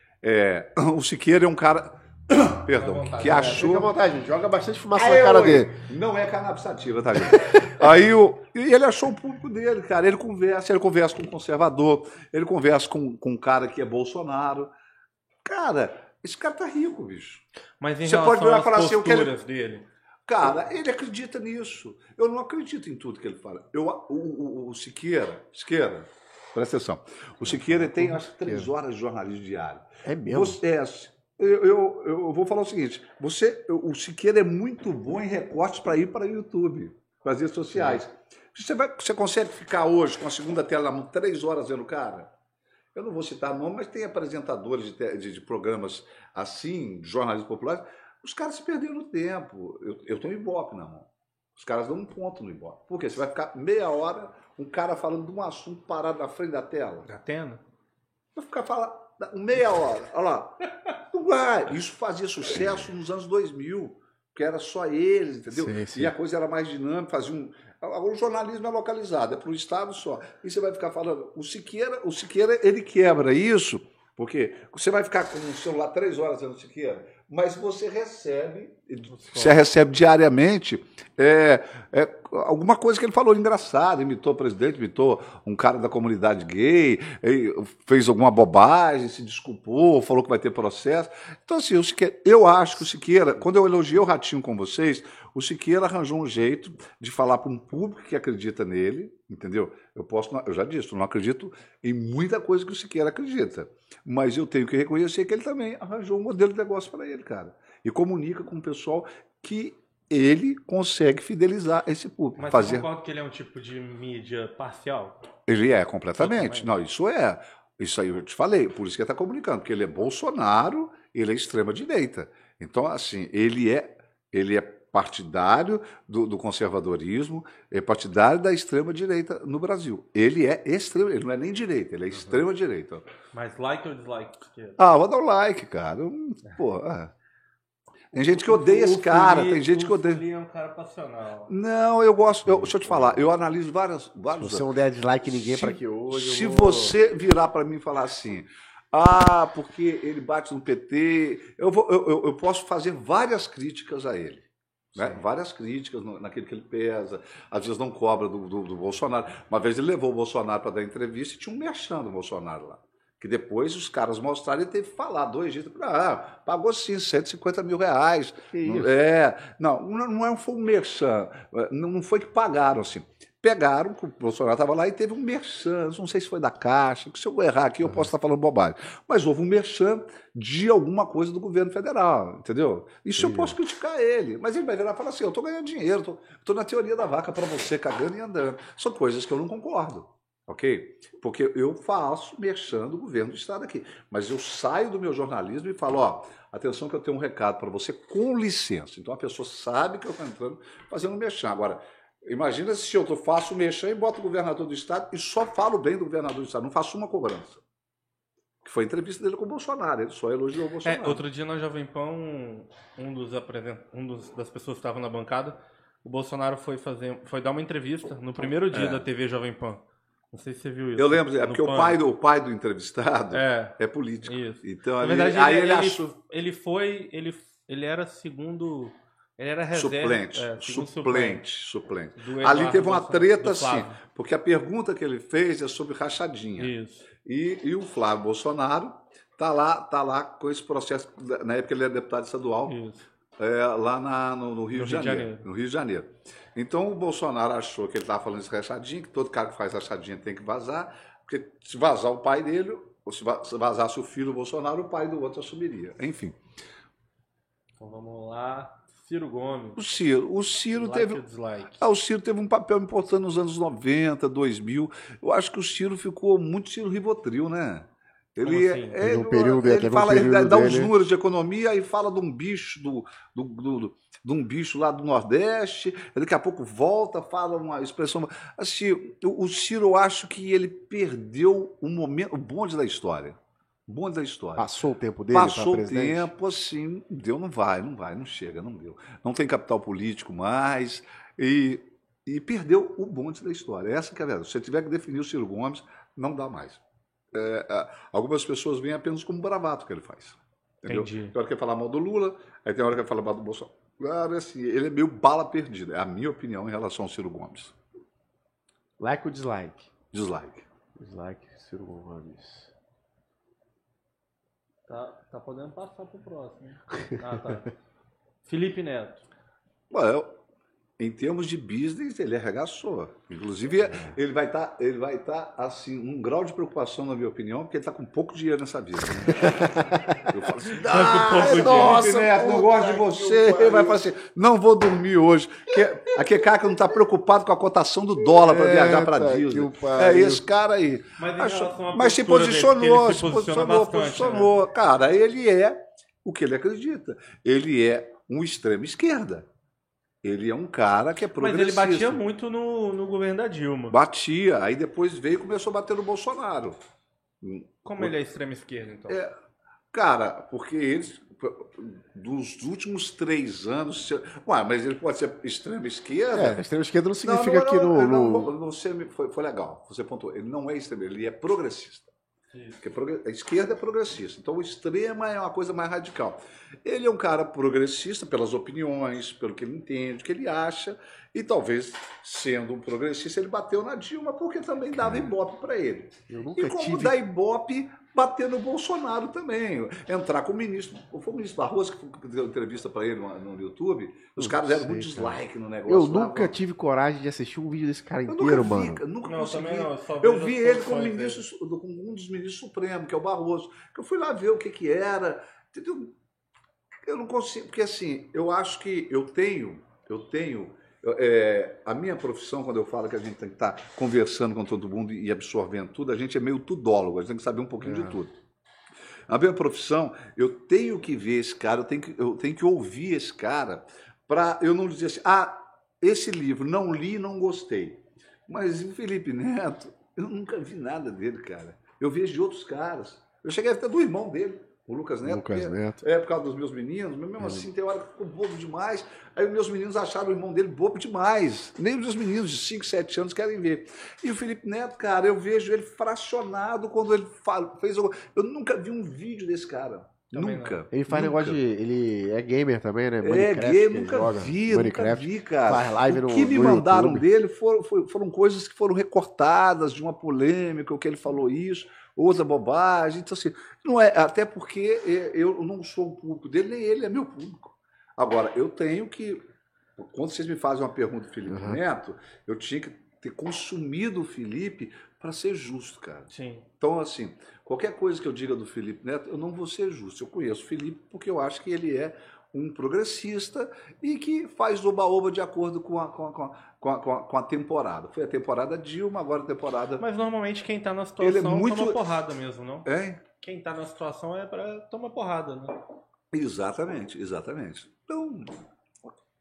O Siqueira é um cara... Perdão, que achou... Fica à vontade, gente. Joga bastante fumaça na cara dele. Não é cannabis sativa, tá, gente? E ele achou o público dele, cara. Ele conversa com um conservador, ele conversa com um cara que é Bolsonaro. Cara, esse cara tá rico, bicho. Mas em Você pode virar e falar assim, dele... Cara, ele acredita nisso. Eu não acredito em tudo que ele fala. O Siqueira, presta atenção. O Siqueira tem, acho que 3 horas de jornalismo diário. É mesmo? Eu vou falar o seguinte. O Siqueira é muito bom em recortes para ir para o YouTube, para as redes sociais. Você consegue ficar hoje com a segunda tela na mão 3 horas vendo o cara? Eu não vou citar nome, mas tem apresentadores de programas assim, de jornalismo popular. Os caras se perderam no tempo. Eu tenho Ibope na mão. Os caras dão um ponto no Ibope. Por quê? Você vai ficar meia hora, um cara falando de um assunto parado na frente da tela. Da tela? Vai ficar falando meia hora. Olha lá. Não vai. Isso fazia sucesso nos anos 2000, que era só eles, entendeu? Sim. E a coisa era mais dinâmica, Agora o jornalismo é localizado, é para o estado só. E você vai ficar falando... O Siqueira, ele quebra isso, porque você vai ficar com o celular 3 horas vendo o Siqueira, mas você recebe diariamente alguma coisa que ele falou engraçado, imitou o presidente, imitou um cara da comunidade gay, fez alguma bobagem, se desculpou, falou que vai ter processo. Então, assim, eu acho que o Siqueira, quando eu elogiei o Ratinho com vocês, o Siqueira arranjou um jeito de falar para um público que acredita nele, entendeu? Eu já disse, eu não acredito em muita coisa que o Siqueira acredita, mas eu tenho que reconhecer que ele também arranjou um modelo de negócio para ele, cara. E comunica com o pessoal que ele consegue fidelizar esse público. Mas você concorda que ele é um tipo de mídia parcial? Ele é, completamente. Não, isso é. Isso aí eu te falei, por isso que ele está comunicando, porque ele é Bolsonaro, ele é extrema-direita. Então, assim, ele é partidário do conservadorismo, é partidário da extrema-direita no Brasil. Ele é extremo, ele não é nem direita, ele é extrema-direita. Mas like ou dislike? Vou dar um like, cara. Tem gente que odeia esse cara, tem gente que odeia. Ele é um cara passional. Não, eu gosto. Deixa eu te falar, eu analiso vários. Se você não der dislike ninguém para que hoje. Se você virar para mim e falar assim, porque ele bate no PT, eu posso fazer várias críticas a ele. Né? Várias críticas naquilo que ele pesa, às vezes não cobra do Bolsonaro. Uma vez ele levou o Bolsonaro para dar entrevista e tinha um merchan do Bolsonaro lá. Que depois os caras mostraram e ele teve que falar 2 dias. Pagou sim, 150 mil reais. Não foi um merchan, não foi que pagaram assim. Pegaram, o Bolsonaro estava lá e teve um merchan, não sei se foi da Caixa, que se eu errar aqui eu posso estar falando bobagem, mas houve um merchan de alguma coisa do governo federal, entendeu? Isso eu posso criticar ele, mas ele vai virar e falar assim, eu estou ganhando dinheiro, estou na teoria da vaca para você, cagando e andando. São coisas que eu não concordo, ok? Porque eu faço merchan do governo do estado aqui, mas eu saio do meu jornalismo e falo, atenção que eu tenho um recado para você, com licença. Então a pessoa sabe que eu estou entrando fazendo um merchan. Agora, imagina se eu faço um merchan e boto o governador do estado e só falo bem do governador do estado, não faço uma cobrança. que foi a entrevista dele com o Bolsonaro. Ele só elogiou o Bolsonaro. Outro dia na Jovem Pan, das pessoas que estavam na bancada, o Bolsonaro foi dar uma entrevista no primeiro dia da TV Jovem Pan. Não sei se você viu isso. Eu lembro, porque o pai do entrevistado é político. Isso. Então, na verdade, ele achou... Ele era segundo... Ele era reserva. Suplente. Ali teve uma treta, assim, porque a pergunta que ele fez é sobre rachadinha. Isso. E o Flávio Bolsonaro tá lá com esse processo, na época ele era deputado estadual, lá no Rio de Janeiro. No Rio de Janeiro. Então o Bolsonaro achou que ele estava falando de rachadinha, que todo cara que faz rachadinha tem que vazar, porque se vazar o pai dele, ou se vazasse o filho do Bolsonaro, o pai do outro assumiria. Enfim. Então vamos lá. Ciro Gomes. O Ciro teve um papel importante nos anos 90, 2000. Eu acho que o Ciro ficou muito Ciro Rivotril, né? Ele, assim? Ele dá uns números de economia e fala de um bicho de um bicho lá do Nordeste, daqui a pouco volta, fala uma expressão. Assim, o Ciro, eu acho que ele perdeu o bonde da história. Passou o tempo dele? Passou o tempo, assim, não chega, não deu. Não tem capital político mais e perdeu o bonde da história. Essa que é a verdade. Se você tiver que definir o Ciro Gomes, não dá mais. Algumas pessoas veem apenas como bravato que ele faz. Entendeu? Entendi. Tem hora que ele fala mal do Lula, aí tem hora que ele fala mal do Bolsonaro. Assim, ele é meio bala perdida. É a minha opinião em relação ao Ciro Gomes. Like ou dislike? Dislike. Dislike, Ciro Gomes. Tá podendo passar pro próximo. Tá. Felipe Neto. Em termos de business, ele arregaçou. Inclusive, ele vai estar assim, um grau de preocupação, na minha opinião, porque ele está com pouco dinheiro nessa vida. Né? Eu falo assim, nossa, Neto, não gosto de você. Ele vai falar assim, não vou dormir hoje. Aquele cara que não está preocupado com a cotação do dólar para viajar para Disney. Esse cara aí. Mas se posicionou, bastante, né? Cara, ele é o que ele acredita. Ele é um extrema esquerda. Ele é um cara que é progressista. Mas ele batia muito no governo da Dilma. Batia, aí depois veio e começou a bater no Bolsonaro. Como ele é extrema esquerda, então? Cara, porque eles, dos últimos 3 anos... mas ele pode ser extrema esquerda? Extrema esquerda não significa que no... Você foi legal, você pontuou. Ele não é extremo, ele é progressista. A esquerda é progressista, então o extrema é uma coisa mais radical. Ele é um cara progressista pelas opiniões, pelo que ele entende, o que ele acha, e talvez, sendo um progressista, ele bateu na Dilma porque também dava ibope para ele. Dá ibope, bater no Bolsonaro também. Entrar com o ministro, foi o ministro Barroso que deu entrevista para ele no YouTube, os caras deram muito dislike no negócio. Eu nunca tive coragem de assistir um vídeo desse cara inteiro, mano. Nunca consegui. Eu vi ele com um dos ministros supremos, que é o Barroso, que eu fui lá ver o que era, entendeu? Eu não consigo, porque assim, eu acho que eu tenho a minha profissão, quando eu falo que a gente tem que estar conversando com todo mundo e absorvendo tudo, a gente é meio tudólogo, a gente tem que saber um pouquinho de tudo. A minha profissão, eu tenho que ver esse cara, eu tenho que ouvir esse cara, para eu não dizer assim, esse livro, não li, não gostei. Mas o Felipe Neto, eu nunca vi nada dele, cara. Eu vejo de outros caras. Eu cheguei até do irmão dele, o Lucas Neto. Por causa dos meus meninos, mas mesmo assim tem hora que ficou bobo demais. Aí os meus meninos acharam o irmão dele bobo demais. Nem os meus meninos de 5, 7 anos querem ver. E o Felipe Neto, cara, eu vejo ele fracionado quando ele fez... Eu nunca vi um vídeo desse cara. Também nunca. Não. Ele faz negócio de... Ele é gamer também, né? Gamer, nunca vi, cara. Faz live o que me mandaram YouTube. dele foram coisas que foram recortadas de uma polêmica, o que ele falou isso, outra bobagem. Então, assim, não é, até porque eu não sou o público dele, nem ele é meu público. Agora, eu tenho que... Quando vocês me fazem uma pergunta do Felipe Neto, eu tinha que ter consumido o Felipe para ser justo, cara. Sim. Então, assim, qualquer coisa que eu diga do Felipe Neto, eu não vou ser justo. Eu conheço o Felipe porque eu acho que ele é um progressista e que faz oba-oba de acordo com a temporada. Foi a temporada Dilma, agora a temporada... Mas normalmente quem tá na situação toma porrada mesmo, não? Quem tá na situação é para tomar porrada, né? Exatamente. Então,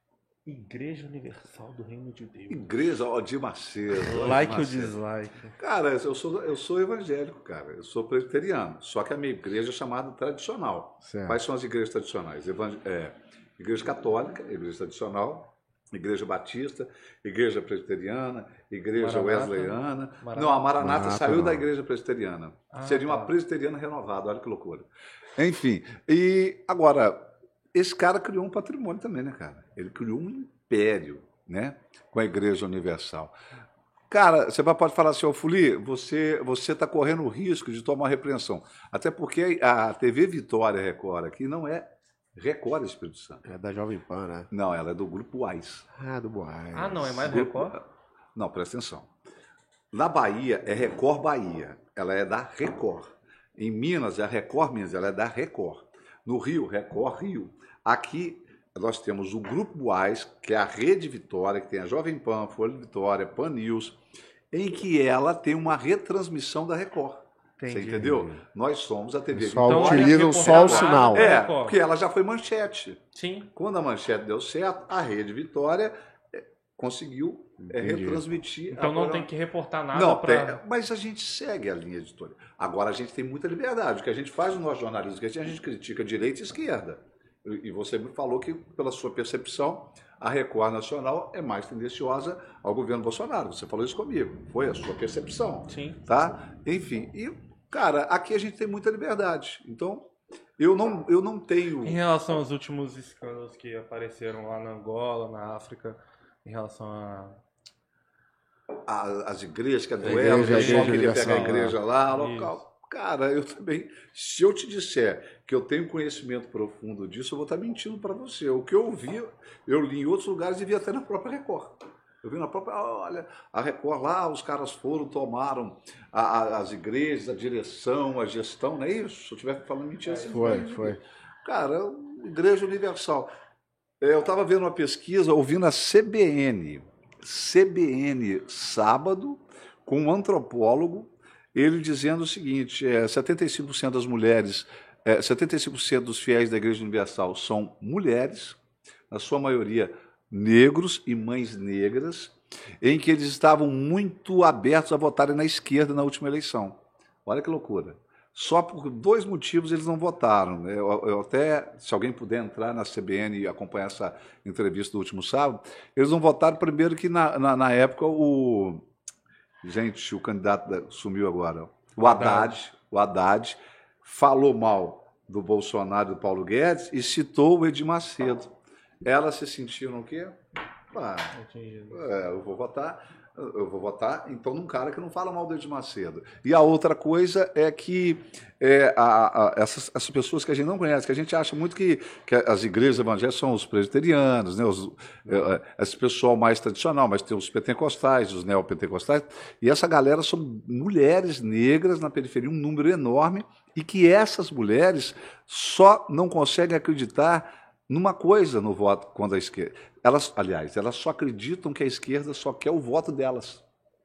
Igreja Universal do Reino de Deus. Igreja, de Macedo. Like ou dislike? Cara, eu sou evangélico, cara. Eu sou presbiteriano. Só que a minha igreja é chamada tradicional. Certo. Quais são as igrejas tradicionais? Igreja católica, igreja tradicional, igreja batista, igreja presbiteriana, igreja Maranata. wesleyana. Maranata. Não, a Maranata Maranata saiu não. da igreja presbiteriana. Seria uma tá. presbiteriana renovada, olha que loucura. Enfim, e agora, esse cara criou um patrimônio também, né, cara? Ele criou um império, né, com a Igreja Universal. Cara, você pode falar assim, Fuli, você está correndo o risco de tomar repreensão. Até porque a TV Vitória Record aqui não é Record Espírito Santo. É da Jovem Pan, né? Não, ela é do Grupo Wise. Ah, do Boaz. Ah, não, é mais Record? Não, presta atenção. Na Bahia é Record Bahia. Ela é da Record. Em Minas é Record Minas, ela é da Record. No Rio, Record Rio. Aqui nós temos o Grupo Boaz, que é a Rede Vitória, que tem a Jovem Pan, Folha Vitória, Pan News, em que ela tem uma retransmissão da Record. Entendi. Você entendeu? Nós somos a TV Só Então, Vitória. utilizam olha, só o reportagem. sinal. É, Record. porque ela já foi manchete. Sim. Quando a manchete deu certo, a Rede Vitória conseguiu Entendi. retransmitir. Então não agora- tem que reportar nada Não, para... mas a gente segue a linha editorial. Agora a gente tem muita liberdade. O que a gente faz no nosso jornalismo, que a gente critica direita e esquerda. E você me falou que, pela sua percepção, a Record Nacional é mais tendenciosa ao governo Bolsonaro. Você falou isso comigo. Foi a sua percepção. Sim. Tá? Enfim. E, cara, aqui a gente tem muita liberdade. Então, eu não tenho... Em relação aos últimos escândalos que apareceram lá na Angola, na África, em relação as igrejas, que é A duelo, o igreja pessoal queria universal, pegar a igreja lá, Isso. local. Cara, eu também. Se eu te disser que eu tenho conhecimento profundo disso, eu vou estar mentindo para você. O que eu vi, eu li em outros lugares e vi até na própria Record. Eu vi na própria. Olha, a Record lá, os caras foram, tomaram as igrejas, a direção, a gestão, não é isso? Se eu estiver falando mentira, você Foi. Cara, Igreja Universal. Eu estava vendo uma pesquisa, ouvindo a CBN sábado, com um antropólogo, ele dizendo o seguinte, 75% das mulheres, 75% dos fiéis da Igreja Universal são mulheres, na sua maioria negros e mães negras, em que eles estavam muito abertos a votarem na esquerda na última eleição. Olha que loucura. Só por 2 motivos eles não votaram. Eu até, se alguém puder entrar na CBN e acompanhar essa entrevista do último sábado, eles não votaram primeiro que na época o candidato sumiu agora, o Haddad falou mal do Bolsonaro e do Paulo Guedes e citou o Edir Macedo. Elas se sentiram o quê? Eu vou votar, então, num cara que não fala mal do Edir Macedo. E a outra coisa é que essas pessoas que a gente não conhece, que a gente acha muito que as igrejas evangélicas são os presbiterianos, né, esse pessoal mais tradicional, mas tem os pentecostais, os neopentecostais, e essa galera são mulheres negras na periferia, um número enorme, e que essas mulheres só não conseguem acreditar numa coisa no voto contra a esquerda. Elas só acreditam que a esquerda só quer o voto delas.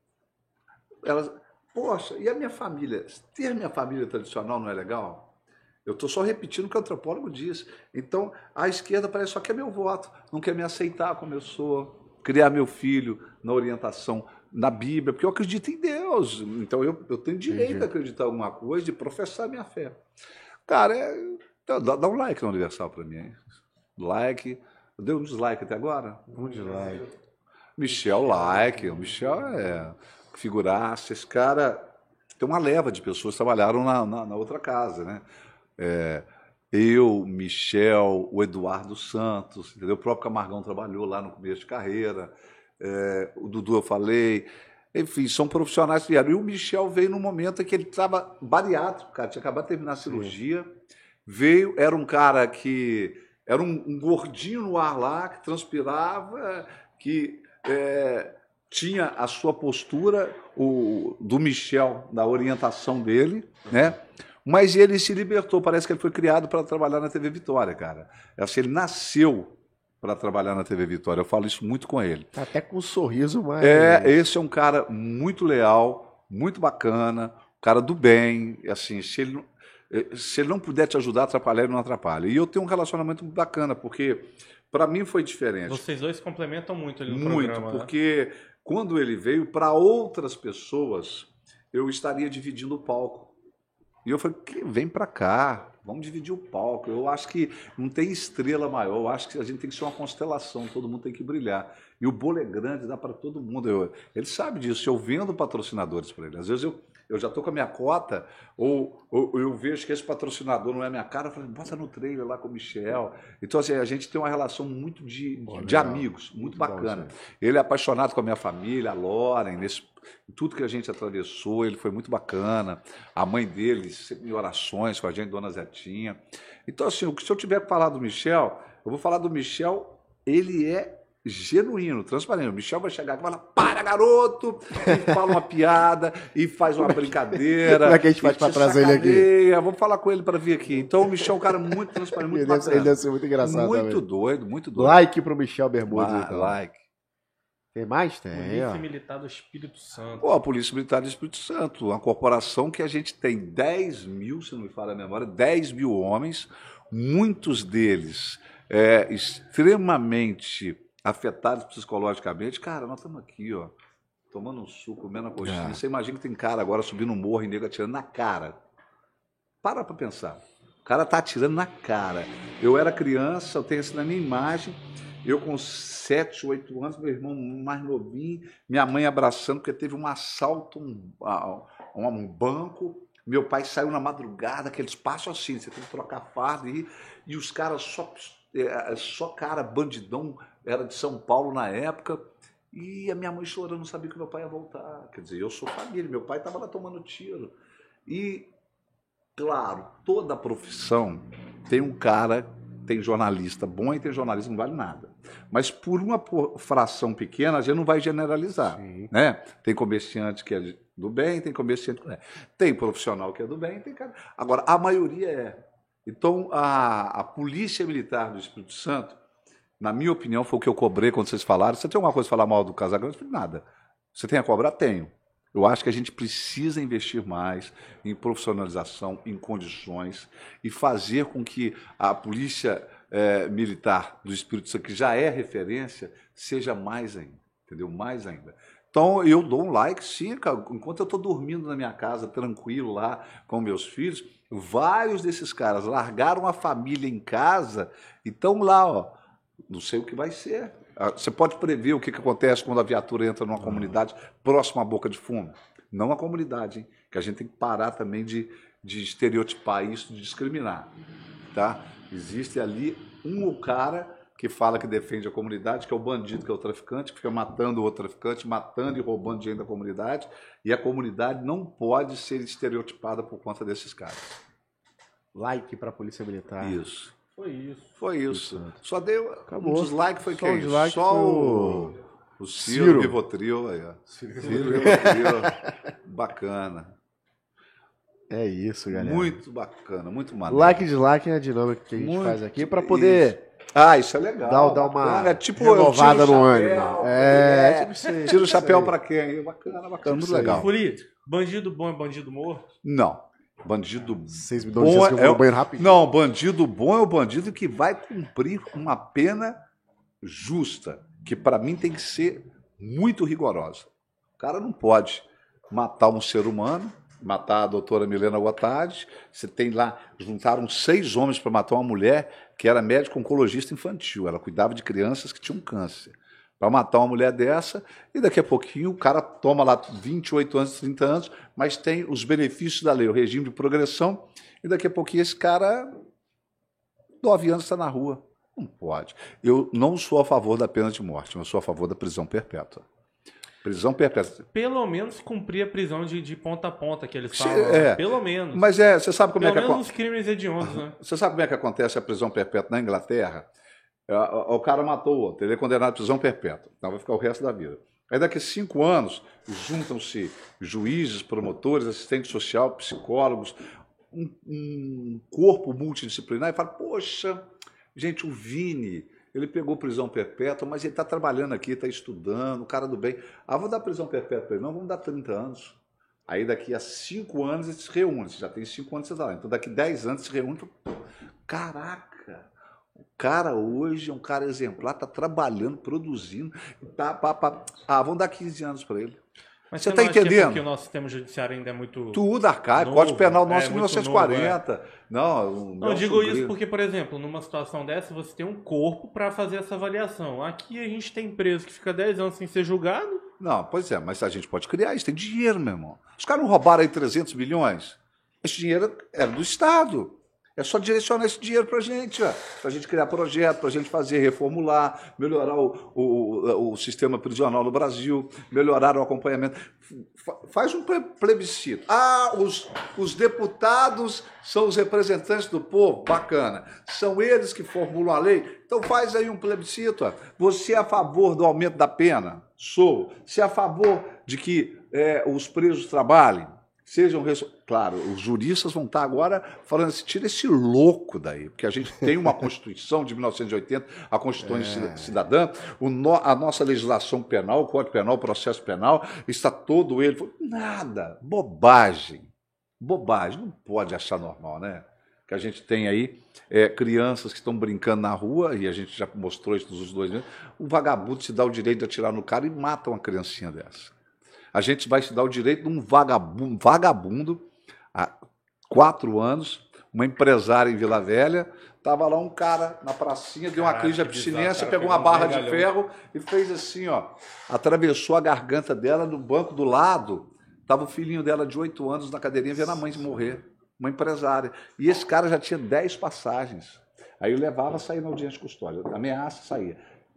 Poxa, e a minha família? Ter minha família tradicional não é legal? Eu estou só repetindo o que o antropólogo diz. Então, a esquerda parece só quer meu voto, não quer me aceitar como eu sou, criar meu filho na orientação, na Bíblia, porque eu acredito em Deus. Então, eu tenho direito a acreditar em alguma coisa, de professar minha fé. Cara, dá um like na Universal para mim, hein? Like. Deu um dislike até agora? Um dislike. Michel like. O Michel é figuraça. Esse cara tem uma leva de pessoas que trabalharam na outra casa, né? Eu, Michel, o Eduardo Santos, entendeu? O próprio Camargão trabalhou lá no começo de carreira. O Dudu eu falei. Enfim, são profissionais que vieram. E o Michel veio num momento em que ele estava bariátrico, cara. Tinha acabado de terminar a cirurgia. Veio, era um cara que... Era um gordinho no ar lá, que transpirava, que tinha a sua postura, do Michel, da orientação dele, né? Mas ele se libertou, parece que ele foi criado para trabalhar na TV Vitória, cara. Assim, ele nasceu para trabalhar na TV Vitória, eu falo isso muito com ele. Tá até com um sorriso mais... Esse é um cara muito leal, muito bacana, cara do bem, assim, se ele não puder te ajudar a atrapalhar, ele não atrapalha. E eu tenho um relacionamento muito bacana, porque Para mim foi diferente. Vocês dois complementam muito ali no programa. Muito, porque quando ele veio, para outras pessoas, eu estaria dividindo o palco. E eu falei, vem para cá, vamos dividir o palco. Eu acho que não tem estrela maior, eu acho que a gente tem que ser uma constelação, todo mundo tem que brilhar. E o bolo é grande, dá para todo mundo. Ele sabe disso, eu vendo patrocinadores para ele. Às vezes eu já estou com a minha cota, ou eu vejo que esse patrocinador não é a minha cara, eu falo, bota no trailer lá com o Michel. Então, assim, a gente tem uma relação muito de amigos, muito bacana. Ele é apaixonado com a minha família, a Loren, tudo que a gente atravessou, ele foi muito bacana. A mãe dele, sempre em orações com a gente, Dona Zetinha. Então, assim, se eu tiver que falar do Michel, eu vou falar do Michel, ele é genuíno, transparente. O Michel vai chegar aqui e falar, para, garoto! E fala uma piada, e faz uma brincadeira. Como é que a gente faz para trazer ele aqui? Vamos falar com ele para vir aqui. Então, o Michel é um cara muito transparente, muito bacana. Ele deve ser muito engraçado muito também. Doido, muito doido. Like pro Michel Bermudes, então. Like. Tem mais? Tem. Polícia Militar do Espírito Santo. Pô, a Polícia Militar do Espírito Santo, uma corporação que a gente tem 10 mil, se não me falha a memória, 10 mil homens, muitos deles extremamente afetados psicologicamente. Cara, nós estamos aqui, ó, tomando um suco, comendo a coxinha. Você imagina que tem cara agora subindo no morro e nego atirando na cara. Para pensar. O cara tá atirando na cara. Eu era criança, eu tenho isso na minha imagem, eu com 7, 8 anos, meu irmão mais novinho, minha mãe abraçando, porque teve um assalto a um banco. Meu pai saiu na madrugada, aqueles passos assim, você tem que trocar farda, e os caras só cara bandidão, era de São Paulo na época, e a minha mãe chorando, não sabia que meu pai ia voltar. Quer dizer, eu sou família, meu pai estava lá tomando tiro. E, claro, toda profissão tem um cara, tem jornalista bom e tem jornalista que não vale nada. Mas por uma fração pequena, a gente não vai generalizar. Né? Tem comerciante que é do bem, tem comerciante que não é. Tem profissional que é do bem, tem cara... Agora, a maioria é. Então, a Polícia Militar do Espírito Santo, na minha opinião, foi o que eu cobrei quando vocês falaram. Você tem alguma coisa para falar mal do Casagrande? Eu falei, nada. Você tem a cobrar? Tenho. Eu acho que a gente precisa investir mais em profissionalização, em condições, e fazer com que a Polícia Militar do Espírito Santo, que já é referência, seja mais ainda. Entendeu? Mais ainda. Então, eu dou um like, sim, cara. Enquanto eu estou dormindo na minha casa, tranquilo lá com meus filhos, vários desses caras largaram a família em casa e estão lá, ó. Não sei o que vai ser. Você pode prever o que acontece quando a viatura entra numa comunidade próxima à boca de fumo? Não a comunidade, hein? Que a gente tem que parar também de estereotipar isso, de discriminar. Tá? Existe ali um cara que fala que defende a comunidade, que é o bandido, que é o traficante, que fica matando o outro traficante, matando e roubando dinheiro da comunidade, e a comunidade não pode ser estereotipada por conta desses caras. Like para a Polícia Militar. Isso. Foi isso. Isso. Só deu Acabou. Um dislike, foi quem? Dislike Só foi o Ciro Rivotril aí, ó. Ciro Rivotril. Bacana. É isso, galera. Muito bacana, muito maneiro. Like e dislike é a dinâmica que a gente faz aqui para poder... Isso é legal. Dar uma tipo, renovada no ânimo. Tira o chapéu para quem? Bacana, muito legal. Furi, bandido bom é bandido morto? Não. Bandido Vocês me dão licença que eu vou no banheiro rapidinho. Não, bandido bom é o bandido que vai cumprir uma pena justa, que para mim tem que ser muito rigorosa. O cara não pode matar um ser humano, matar a doutora Milena Gotardi. Você tem lá, juntaram 6 homens para matar uma mulher que era médica oncologista infantil. Ela cuidava de crianças que tinham câncer. Para matar uma mulher dessa, e daqui a pouquinho o cara toma lá 28 anos, 30 anos, mas tem os benefícios da lei, o regime de progressão, e daqui a pouquinho esse cara, 9 anos, está na rua. Não pode. Eu não sou a favor da pena de morte, eu sou a favor da prisão perpétua. Prisão perpétua. Pelo menos cumprir a prisão de ponta a ponta que eles falam. Pelo menos. Mas você sabe como Pelo é que... Pelo menos os crimes hediondos, né? Você sabe como é que acontece a prisão perpétua na Inglaterra? O cara matou o outro, ele é condenado à prisão perpétua, então vai ficar o resto da vida. Aí daqui a 5 anos, juntam-se juízes, promotores, assistente social, psicólogos, um corpo multidisciplinar e fala, poxa, gente, o Vini, ele pegou prisão perpétua, mas ele está trabalhando aqui, está estudando, o cara do bem. Vou dar prisão perpétua para ele. Não, vamos dar 30 anos. Aí daqui a 5 anos ele se reúne, você já tem 5 anos, você tá lá. Então daqui a 10 anos se reúne, caraca! O cara hoje é um cara exemplar, está trabalhando, produzindo. Vão dar 15 anos para ele. Mas você está entendendo? Porque o nosso sistema judiciário ainda é muito... Tudo arcaico. Código Penal nosso é 1940. Não, eu digo isso porque, por exemplo, numa situação dessa, você tem um corpo para fazer essa avaliação. Aqui a gente tem preso que fica 10 anos sem ser julgado. Não, pois é, mas a gente pode criar isso. Tem dinheiro, meu irmão. Os caras não roubaram aí 300 milhões? Esse dinheiro era do Estado. É só direcionar esse dinheiro para a gente criar projeto, para a gente fazer, reformular, melhorar o sistema prisional no Brasil, melhorar o acompanhamento. Faz um plebiscito. Os deputados são os representantes do povo? Bacana. São eles que formulam a lei? Então faz aí um plebiscito. Você é a favor do aumento da pena? Sou. Você é a favor de que os presos trabalhem? Sejam... Claro, os juristas vão estar agora falando assim, tira esse louco daí, porque a gente tem uma Constituição de 1980, a Constituição Cidadã, a nossa legislação penal, o Código Penal, o processo penal, está todo ele... Nada, bobagem, não pode achar normal, né? Que a gente tem aí crianças que estão brincando na rua, e a gente já mostrou isso nos últimos 2 anos, o vagabundo se dá o direito de atirar no cara e mata uma criancinha dessa. A gente vai se dar o direito de um vagabundo há 4 anos, uma empresária em Vila Velha, estava lá um cara na pracinha, deu uma crise de abstinência, pegou uma barra de ferro e fez assim, ó, atravessou a garganta dela, no banco do lado, estava o filhinho dela de 8 anos na cadeirinha, vendo a mãe morrer, uma empresária. E esse cara já tinha 10 passagens. Aí eu levava a sair na audiência de custódia, ameaça, saía.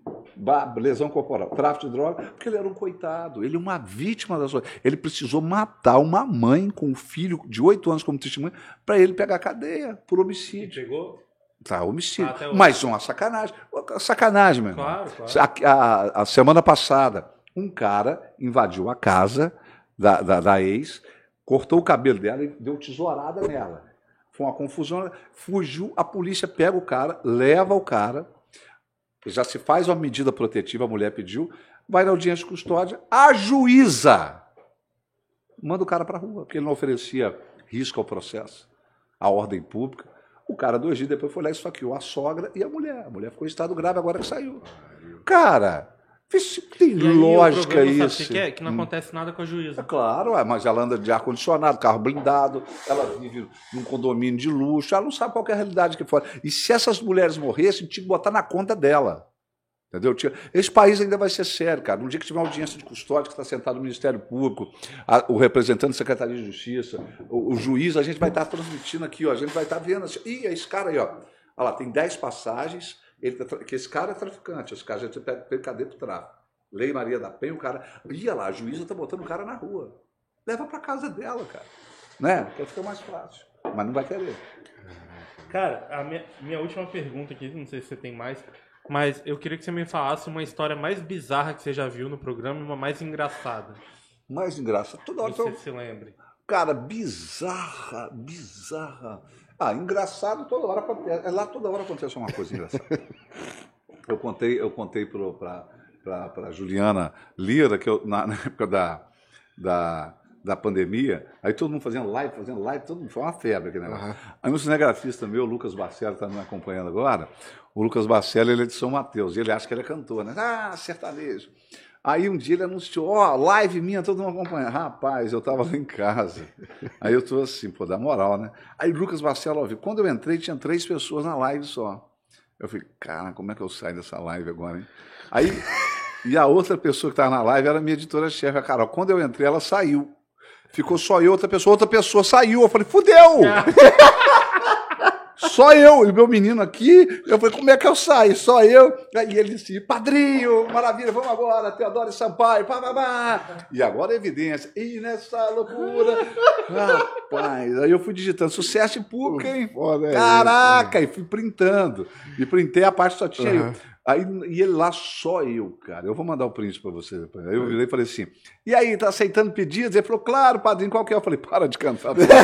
Lesão corporal, tráfico de droga, porque ele era um coitado, ele é uma vítima da sua... Ele precisou matar uma mãe com um filho de 8 anos como testemunha para ele pegar a cadeia por homicídio. E pegou? Tá, homicídio. Mas uma sacanagem. Sacanagem, meu irmão. Claro. A semana passada, um cara invadiu a casa da ex, cortou o cabelo dela e deu tesourada nela. Foi uma confusão. Fugiu, a polícia pega o cara, leva o cara, já se faz uma medida protetiva, a mulher pediu, vai na audiência de custódia, a juíza manda o cara para a rua, porque ele não oferecia risco ao processo, à ordem pública. O cara, 2 dias depois, foi lá e esfaqueou a sogra e a mulher. A mulher ficou em estado grave agora que saiu. Cara, tem lógica isso. Sabe o que é? Que não acontece nada com a juíza. É claro, mas ela anda de ar-condicionado, carro blindado, ela vive num condomínio de luxo, ela não sabe qual é a realidade aqui fora. E se essas mulheres morressem, tinha que botar na conta dela. Entendeu? Esse país ainda vai ser sério, cara. No dia que tiver uma audiência de custódia, que está sentado no Ministério Público, o representante da Secretaria de Justiça, o juiz, a gente vai estar transmitindo aqui, ó, a gente vai estar vendo assim, ih, esse cara aí, ó, olha lá, tem 10 passagens, que esse cara é traficante, esse cara já tem cadeia do tráfico. Lei Maria da Penha, o cara... Ia lá, a juíza está botando o cara na rua. Leva para casa dela, cara. Né? Porque fica mais fácil. Mas não vai querer. Cara, a minha última pergunta aqui, não sei se você tem mais, mas eu queria que você me falasse uma história mais bizarra que você já viu no programa e uma mais engraçada. Mais engraçada? Toda hora você se lembre. Cara, bizarra. Engraçado toda hora acontece. Lá toda hora acontece uma coisa engraçada. Eu contei para Juliana Lira, que na época da pandemia, aí todo mundo fazendo live, todo mundo, foi uma febre aquele negócio. Uhum. Aí um cinegrafista meu, o Lucas Barcello, está me acompanhando agora. O Lucas Barcello, ele é de São Mateus, e ele acha que ele é cantor, né? Sertanejo. Aí um dia ele anunciou, live minha, todo mundo acompanhando. Rapaz, eu estava lá em casa. Aí eu estou assim, pô, dá moral, né? Aí o Lucas Barcello, ó, quando eu entrei, tinha 3 pessoas na live só. Eu falei, cara, como é que eu saio dessa live agora, hein? Aí, e a outra pessoa que estava na live era a minha editora-chefe, a Carol. Quando eu entrei, ela saiu. Ficou só eu, outra pessoa saiu. Eu falei, fudeu! Só eu, e o meu menino aqui. Eu falei, como é que eu saio? Só eu. Aí ele disse, padrinho, maravilha, vamos agora, Teodoro Sampaio, pá. E agora é evidência. E nessa loucura. Rapaz, aí eu fui digitando, sucesso em público, hein? Foda, caraca, e fui printando. E printei a parte que só tinha eu. Aí, e ele lá, só eu, cara. Eu vou mandar o print para você. Aí eu virei e falei assim, e aí, tá aceitando pedidos? Ele falou, claro, padrinho, qual que é? Eu falei, para de cantar. Você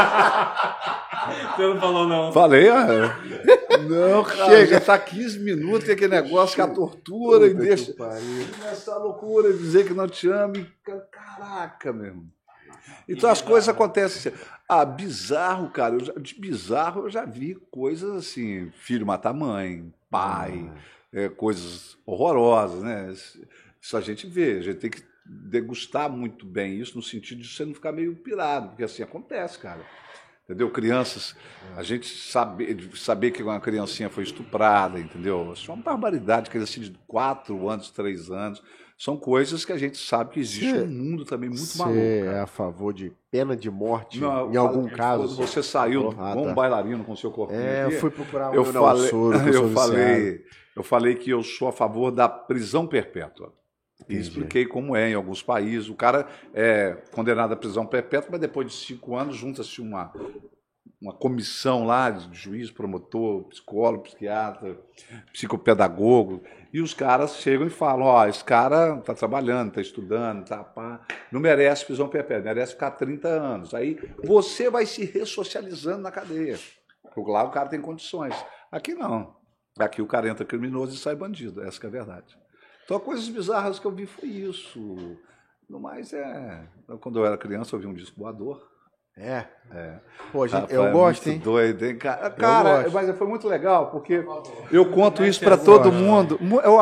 não falou, não? Falei, não, cara, chega, tá 15 minutos, tem aquele negócio que a tortura e deixa nessa loucura, dizer que não te ame. Caraca, meu irmão. Então as coisas acontecem assim. Ah, bizarro, cara. De bizarro eu já vi coisas assim, filho matar mãe, pai, coisas horrorosas, né? Isso a gente vê, a gente tem que degustar muito bem isso, no sentido de você não ficar meio pirado, porque assim acontece, cara. Entendeu? Crianças, a gente saber que uma criancinha foi estuprada, entendeu? Isso é uma barbaridade, criancinha de 4 anos, 3 anos. São coisas que a gente sabe que existe um mundo também muito maluco. Você cara. é a favor de pena de morte Não, em algum caso? Quando você saiu como um bailarino com seu corpinho aqui, eu fui procurar eu falei, eu falei que eu sou a favor da prisão perpétua. E expliquei como é em alguns países. O cara é condenado à prisão perpétua, mas depois de 5 anos junta-se uma comissão lá de juiz, promotor, psicólogo, psiquiatra, psicopedagogo, e os caras chegam e falam, ó, esse cara está trabalhando, está estudando, não merece prisão perpétua, merece ficar 30 anos. Aí você vai se ressocializando na cadeia. Porque lá o cara tem condições. Aqui não. Aqui o cara entra criminoso e sai bandido. Essa que é a verdade. Então, coisas bizarras que eu vi foi isso. No mais, quando eu era criança, eu vi um disco voador. Pô, gente, Rapaz, eu gosto, hein? Doido, hein, cara? Cara, mas foi muito legal, porque eu conto isso para todo mundo.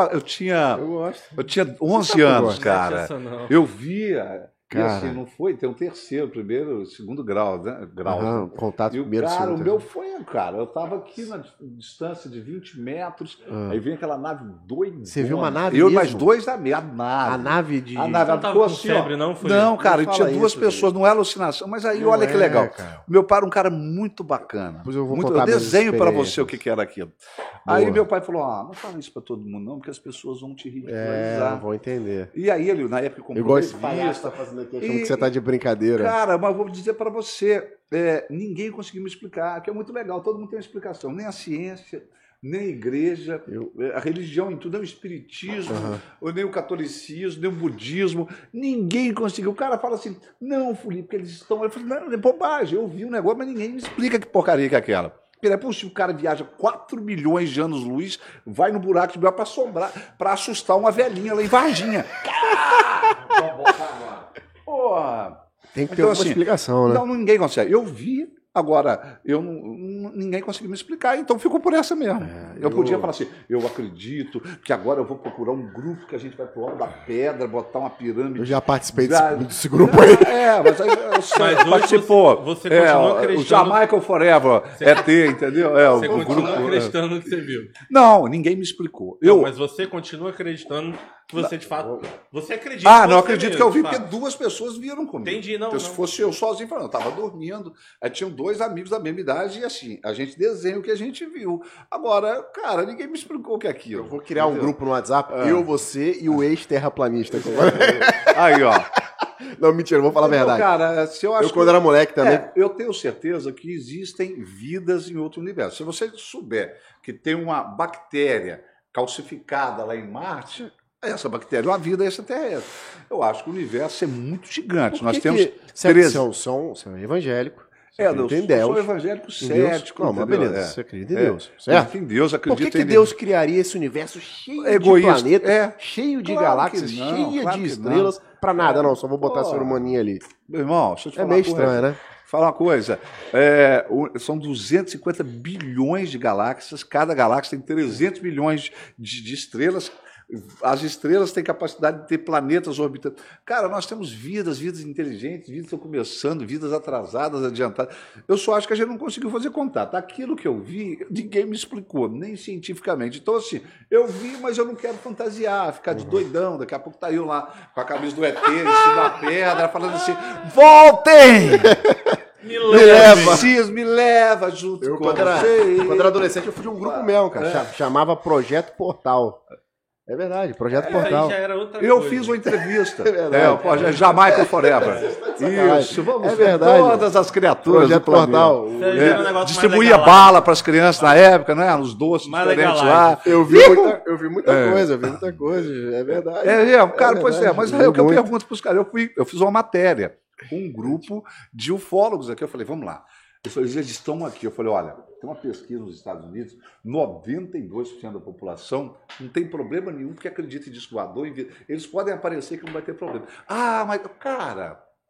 Eu tinha 11 anos, cara. Eu via... Cara. E assim, não foi, tem um terceiro, primeiro, segundo grau, né? Né? Contato E primeiro, cara, o segundo. meu foi, cara, eu tava aqui na distância de 20 metros, aí vem aquela nave doida. Você viu uma nave Eu e mesmo? mais 2 da minha nave. A nave de... A nave Não tava ficou com assim, febre, ó. não? Foi Não, cara, Não tinha fala 2 isso, pessoas, não é alucinação, mas aí olha que legal. Cara. O meu pai era um cara muito bacana. Depois eu vou Muito, contar eu minhas desenho para experiências. você o que era aquilo. Boa. Aí meu pai falou, não fala isso para todo mundo não, porque as pessoas vão te ridicularizar. Vou entender. E aí ele, na época, comprou Igual esse revista. palhaço tá fazendo aqui, achando que você tá de brincadeira. Cara, mas vou dizer para você, ninguém conseguiu me explicar, que é muito legal, todo mundo tem uma explicação, nem a ciência, nem a igreja, a religião em tudo, nem o espiritismo, ou nem o catolicismo, nem o budismo, ninguém conseguiu. O cara fala assim, não, Felipe, porque eles estão... Eu falei, não, é bobagem, eu vi um negócio, mas ninguém me explica que porcaria que é aquela. Porque é possível, o cara viaja 4 milhões de anos-luz, vai no buraco de minhocas para assombrar, para assustar uma velhinha lá em Varginha. Vamos voltar agora. Porra! Tem que ter alguma explicação, né? Não, ninguém consegue. Eu vi, agora, ninguém conseguiu me explicar, então ficou por essa mesmo. Eu podia falar assim, eu acredito que agora eu vou procurar um grupo que a gente vai pro alto da pedra, botar uma pirâmide. Eu já participei desse grupo aí. Mas aí Mas participou. você continua acreditando... O Jamaica Forever, entendeu? Você continua acreditando no que você viu. Não, ninguém me explicou. Mas você continua acreditando que você, de fato... Você acredita não acredito mesmo, que eu vi, de fato. porque 2 pessoas viram comigo. Entendi, não. Porque se fosse eu sozinho, eu estava dormindo, aí tinham 2 amigos da mesma idade e assim, a gente desenha o que a gente viu. Agora, cara, ninguém me explicou o que é aquilo. Eu vou criar um grupo no WhatsApp, eu, você e o ex-terraplanista. Aí, ó. Não, mentira, eu vou falar a verdade. Cara, se eu acho quando era moleque também. Eu tenho certeza que existem vidas em outro universo. Se você souber que tem uma bactéria calcificada lá em Marte, essa bactéria é uma vida extraterrestre. Eu acho que o universo é muito gigante. Nós temos 13. Você é evangélico. Eu tem Deus. sou evangélico cético. Não, mas entendeu? beleza, você acredita em Deus, certo? Em Deus, Por acredito que Deus criaria esse universo cheio Egoísta. de planetas, cheio de Claro galáxias, que não, cheio claro de que estrelas, pra nada, não, só vou botar ser humaninho ali. Meu irmão, deixa eu te falar meio uma coisa. estranho, né? Falar uma coisa, são 250 bilhões de galáxias, cada galáxia tem 300 milhões de estrelas, as estrelas têm capacidade de ter planetas orbitando. Cara, nós temos vidas inteligentes, vidas estão começando, vidas atrasadas, adiantadas. Eu só acho que a gente não conseguiu fazer contato. Aquilo que eu vi, ninguém me explicou, nem cientificamente. Então, assim, eu vi, mas eu não quero fantasiar, ficar de doidão. Daqui a pouco tá eu lá com a camisa do ET, em cima da pedra, falando assim, voltem! Me leva junto com vocês. Quando era adolescente, eu fui de um grupo mesmo, cara. Chamava Projeto Portal. É verdade, Projeto Portal. Já era outra Eu coisa. fiz uma entrevista. Jamaica Forever. Isso, vamos ver todas as criaturas Projeto do planeta. Portal. Distribuía bala para as crianças na época, né? Nos doces diferentes lá. Eu vi muita coisa, é verdade. Cara, pois é, mas é o que eu pergunto para os caras. Eu fiz uma matéria com um grupo de ufólogos aqui. Eu falei, vamos lá. Eles estão aqui. Eu falei, olha, tem uma pesquisa nos Estados Unidos, 92% da população não tem problema nenhum porque acredita em disco voador. Eles podem aparecer que não vai ter problema. Mas, cara,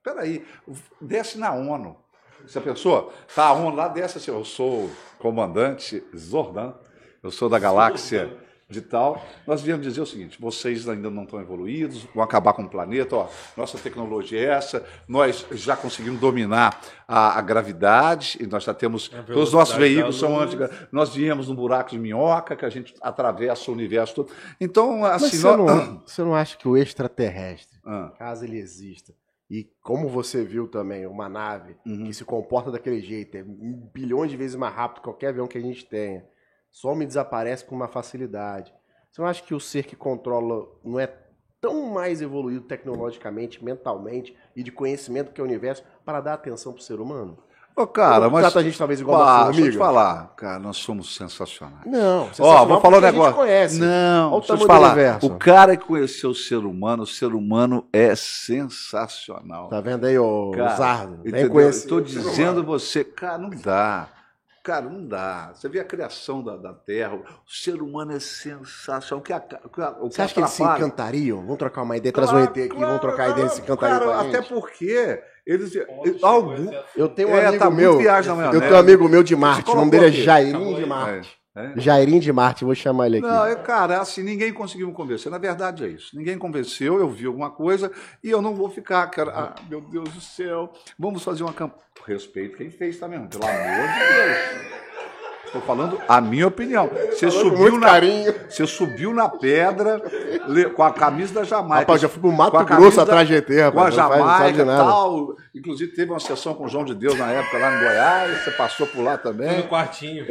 Peraí, desce na ONU. Se a pessoa tá a ONU lá, desce assim, eu sou o comandante Zordan, eu sou da galáxia de tal. Nós viemos dizer o seguinte: vocês ainda não estão evoluídos, vão acabar com o planeta, ó, nossa tecnologia é essa, nós já conseguimos dominar a gravidade, e nós já temos, todos os nossos veículos são nós viemos num buraco de minhoca, que a gente atravessa o universo todo. Então, assim... Mas você não acha que o extraterrestre, caso ele exista, e como você viu também, uma nave que se comporta daquele jeito, é bilhões de vezes mais rápido que qualquer avião que a gente tenha, some e desaparece com uma facilidade. Você não acha que o ser que controla não é tão mais evoluído tecnologicamente, mentalmente e de conhecimento que é o universo para dar atenção para o ser humano? Ô, cara, mas... Trata a gente talvez igual uma formiga. Deixa eu te falar, cara, nós somos sensacionais. Não, ó, vou falar um negócio. A gente conhece. Não, deixa eu te falar. O cara que conheceu o ser humano é sensacional. Tá vendo aí, ô Zardo? Estou dizendo você, cara, não dá. Cara, não dá. Você vê a criação da Terra, o ser humano é sensacional. Você acha que eles se encantariam? Vamos trocar uma ideia, trazer um ET aqui, vamos trocar a ideia, eles se encantariam com a gente? Até porque eles... Eu tenho um amigo meu, eu tenho um amigo meu de Marte, o nome dele é Jairinho de Marte. Jairinho de Marte, vou chamar ele aqui. Não, cara, assim, ninguém conseguiu me convencer. Na verdade é isso. Ninguém convenceu, eu vi alguma coisa e eu não vou ficar, cara, meu Deus do céu. Vamos fazer uma campanha. Respeito quem fez, tá mesmo? Pelo amor de Deus. Estou falando a minha opinião. Você subiu na pedra com a camisa da Jamaica. Rapaz, já fui pro Mato Grosso atrás de ET, rapaz. Com a Jamaica e tal. Inclusive teve uma sessão com o João de Deus na época lá no Goiás. Você passou por lá também. No quartinho.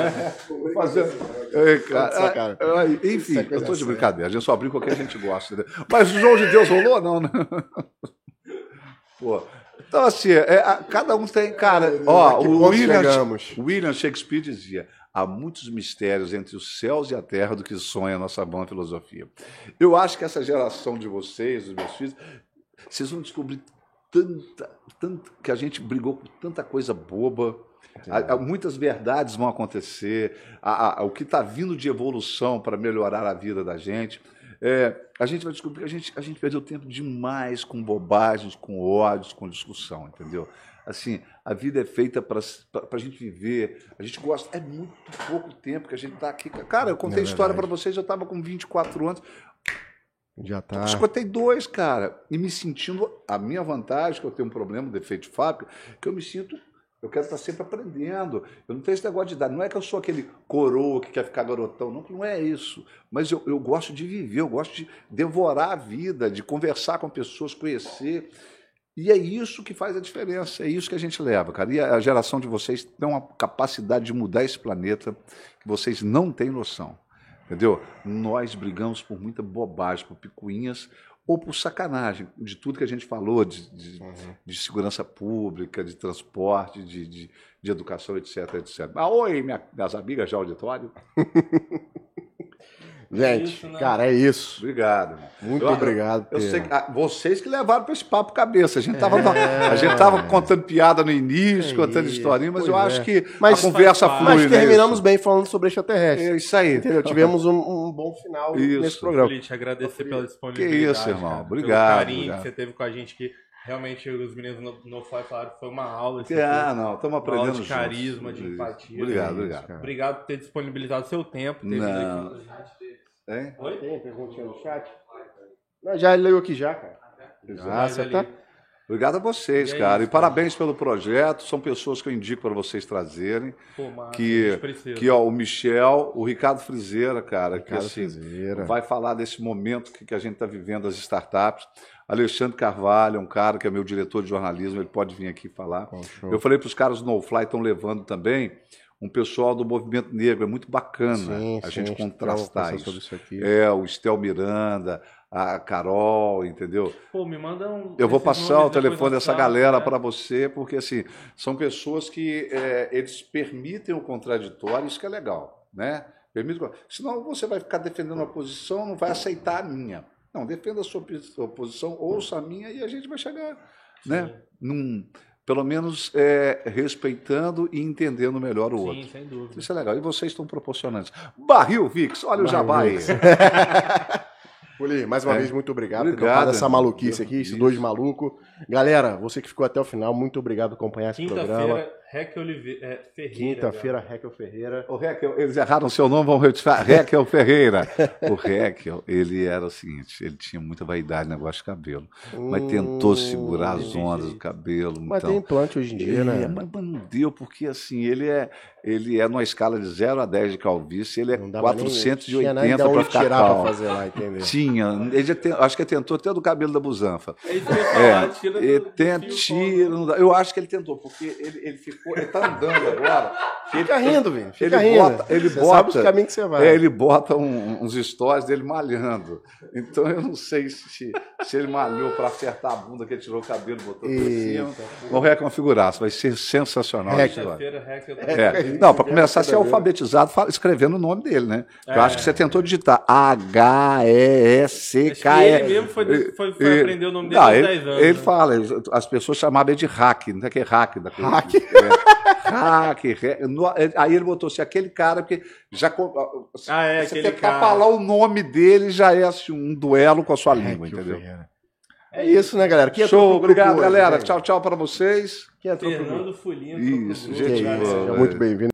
Cara. Enfim, eu estou de brincadeira. A gente só brinca com o que a gente gosta. Né? Mas o João de Deus rolou? Não, né? Pô... Então, assim, cada um tem, cara... Ó, o William Shakespeare dizia: há muitos mistérios entre os céus e a terra do que sonha a nossa boa filosofia. Eu acho que essa geração de vocês, dos meus filhos, vocês vão descobrir tanto que a gente brigou com tanta coisa boba, muitas verdades vão acontecer, o que está vindo de evolução para melhorar a vida da gente... a gente vai descobrir que a gente perdeu tempo demais com bobagens, com ódios, com discussão, entendeu? Assim, a vida é feita para a gente viver, a gente gosta, é muito pouco tempo que a gente está aqui. Cara, eu contei a história para vocês, eu estava com 24 anos, já tá. Eu 52, cara, e me sentindo, a minha vantagem, que eu tenho um problema, um defeito de fábrica, que eu me sinto... Eu quero estar sempre aprendendo. Eu não tenho esse negócio de idade. Não é que eu sou aquele coroa que quer ficar garotão. Não é isso. Mas eu gosto de viver, eu gosto de devorar a vida, de conversar com pessoas, conhecer. E é isso que faz a diferença. É isso que a gente leva, cara. E a geração de vocês tem uma capacidade de mudar esse planeta que vocês não têm noção. Entendeu? Nós brigamos por muita bobagem, por picuinhas, ou por sacanagem, de tudo que a gente falou, de segurança pública, de transporte, de educação, etc, etc. Oi, minhas amigas de auditório. Gente, isso, né? Cara, é isso. Obrigado. Muito obrigado. Eu sei que vocês que levaram para esse papo cabeça. A gente tava contando piada no início, contando historinha, mas eu acho que a conversa flui. Mas terminamos bem falando sobre extraterrestre. É isso aí. Entendeu? Tivemos um bom final nesse programa. Queria te agradecer pela disponibilidade. Que isso, irmão. Cara, obrigado. Pelo carinho que você teve com a gente, que realmente os meninos no Fly falaram que foi uma aula. Não, estamos aprendendo aula de carisma, de empatia. Obrigado. Obrigado por ter disponibilizado o seu tempo. Ter vindo aqui. Hein? Oi? Tem perguntinha no chat? Não, já leu aqui já, cara. Você tá... Obrigado a vocês, cara. E parabéns pelo projeto. São pessoas que eu indico para vocês trazerem. Pô, massa, que ó, o Michel, o Ricardo Frizeira, cara, que assim, vai falar desse momento que a gente está vivendo, as startups. Alexandre Carvalho é um cara que é meu diretor de jornalismo, ele pode vir aqui falar. Eu falei para os caras do No Fly, estão levando também um pessoal do movimento negro, é muito bacana a gente contrastar isso. Aqui. O Estel Miranda, a Carol, entendeu? Pô, me manda Eu vou passar o telefone dessa galera para você, porque assim, são pessoas que eles permitem o contraditório, isso que é legal, né? Senão você vai ficar defendendo uma posição, não vai aceitar a minha. Não, defenda a sua posição, ouça a minha e a gente vai chegar, né? Pelo menos respeitando e entendendo melhor o outro. Sim, sem dúvida. Isso é legal. E vocês estão proporcionando. Barril Vix, olha o jabá aí. Poli, mais uma vez, muito obrigado por ter topado essa maluquice aqui, esses dois malucos. Galera, você que ficou até o final, muito obrigado por acompanhar esse programa. Quinta-feira, Raquel Ferreira. O Raquel, eles erraram o seu nome, vão retificar. Raquel Ferreira. O Raquel, ele era o seguinte, ele tinha muita vaidade no negócio de cabelo, mas tentou segurar as ondas do cabelo. Mas então, tem implante hoje em dia, né? Mas não deu, porque assim, ele é numa escala de 0 a 10 de calvície, ele é 480 para ficar calvo. Fazer lá, entendeu? Tinha, acho que ele tentou até do cabelo da Busanfa. Eu acho que ele tentou, porque ele tá andando agora. Fica rindo, velho. Fica rindo. Ele você sabe os caminhos que você vai. Ele bota uns stories dele malhando. Então eu não sei se ele malhou para acertar a bunda, que ele tirou o cabelo e botou por cima. Vamos reconfigurar, vai ser sensacional. Não, para começar a ser alfabetizado, escrevendo o nome dele, né? Eu acho que você tentou digitar H-E-S-C-K-E. Ele mesmo foi aprender o nome dele aos 10 anos. Ele fala, as pessoas chamavam ele de hack, não é que é hack da coisa. Hack? Hack. Aí ele botou assim, aquele cara, porque já. Você tentar falar o nome dele já é assim, um duelo com a sua língua, entendeu? É isso, né, galera? Show, obrigado, galera. Tchau, tchau para vocês. Quem entrou pro Fernando Folhinha. Isso, gente. Seja muito bem-vindo.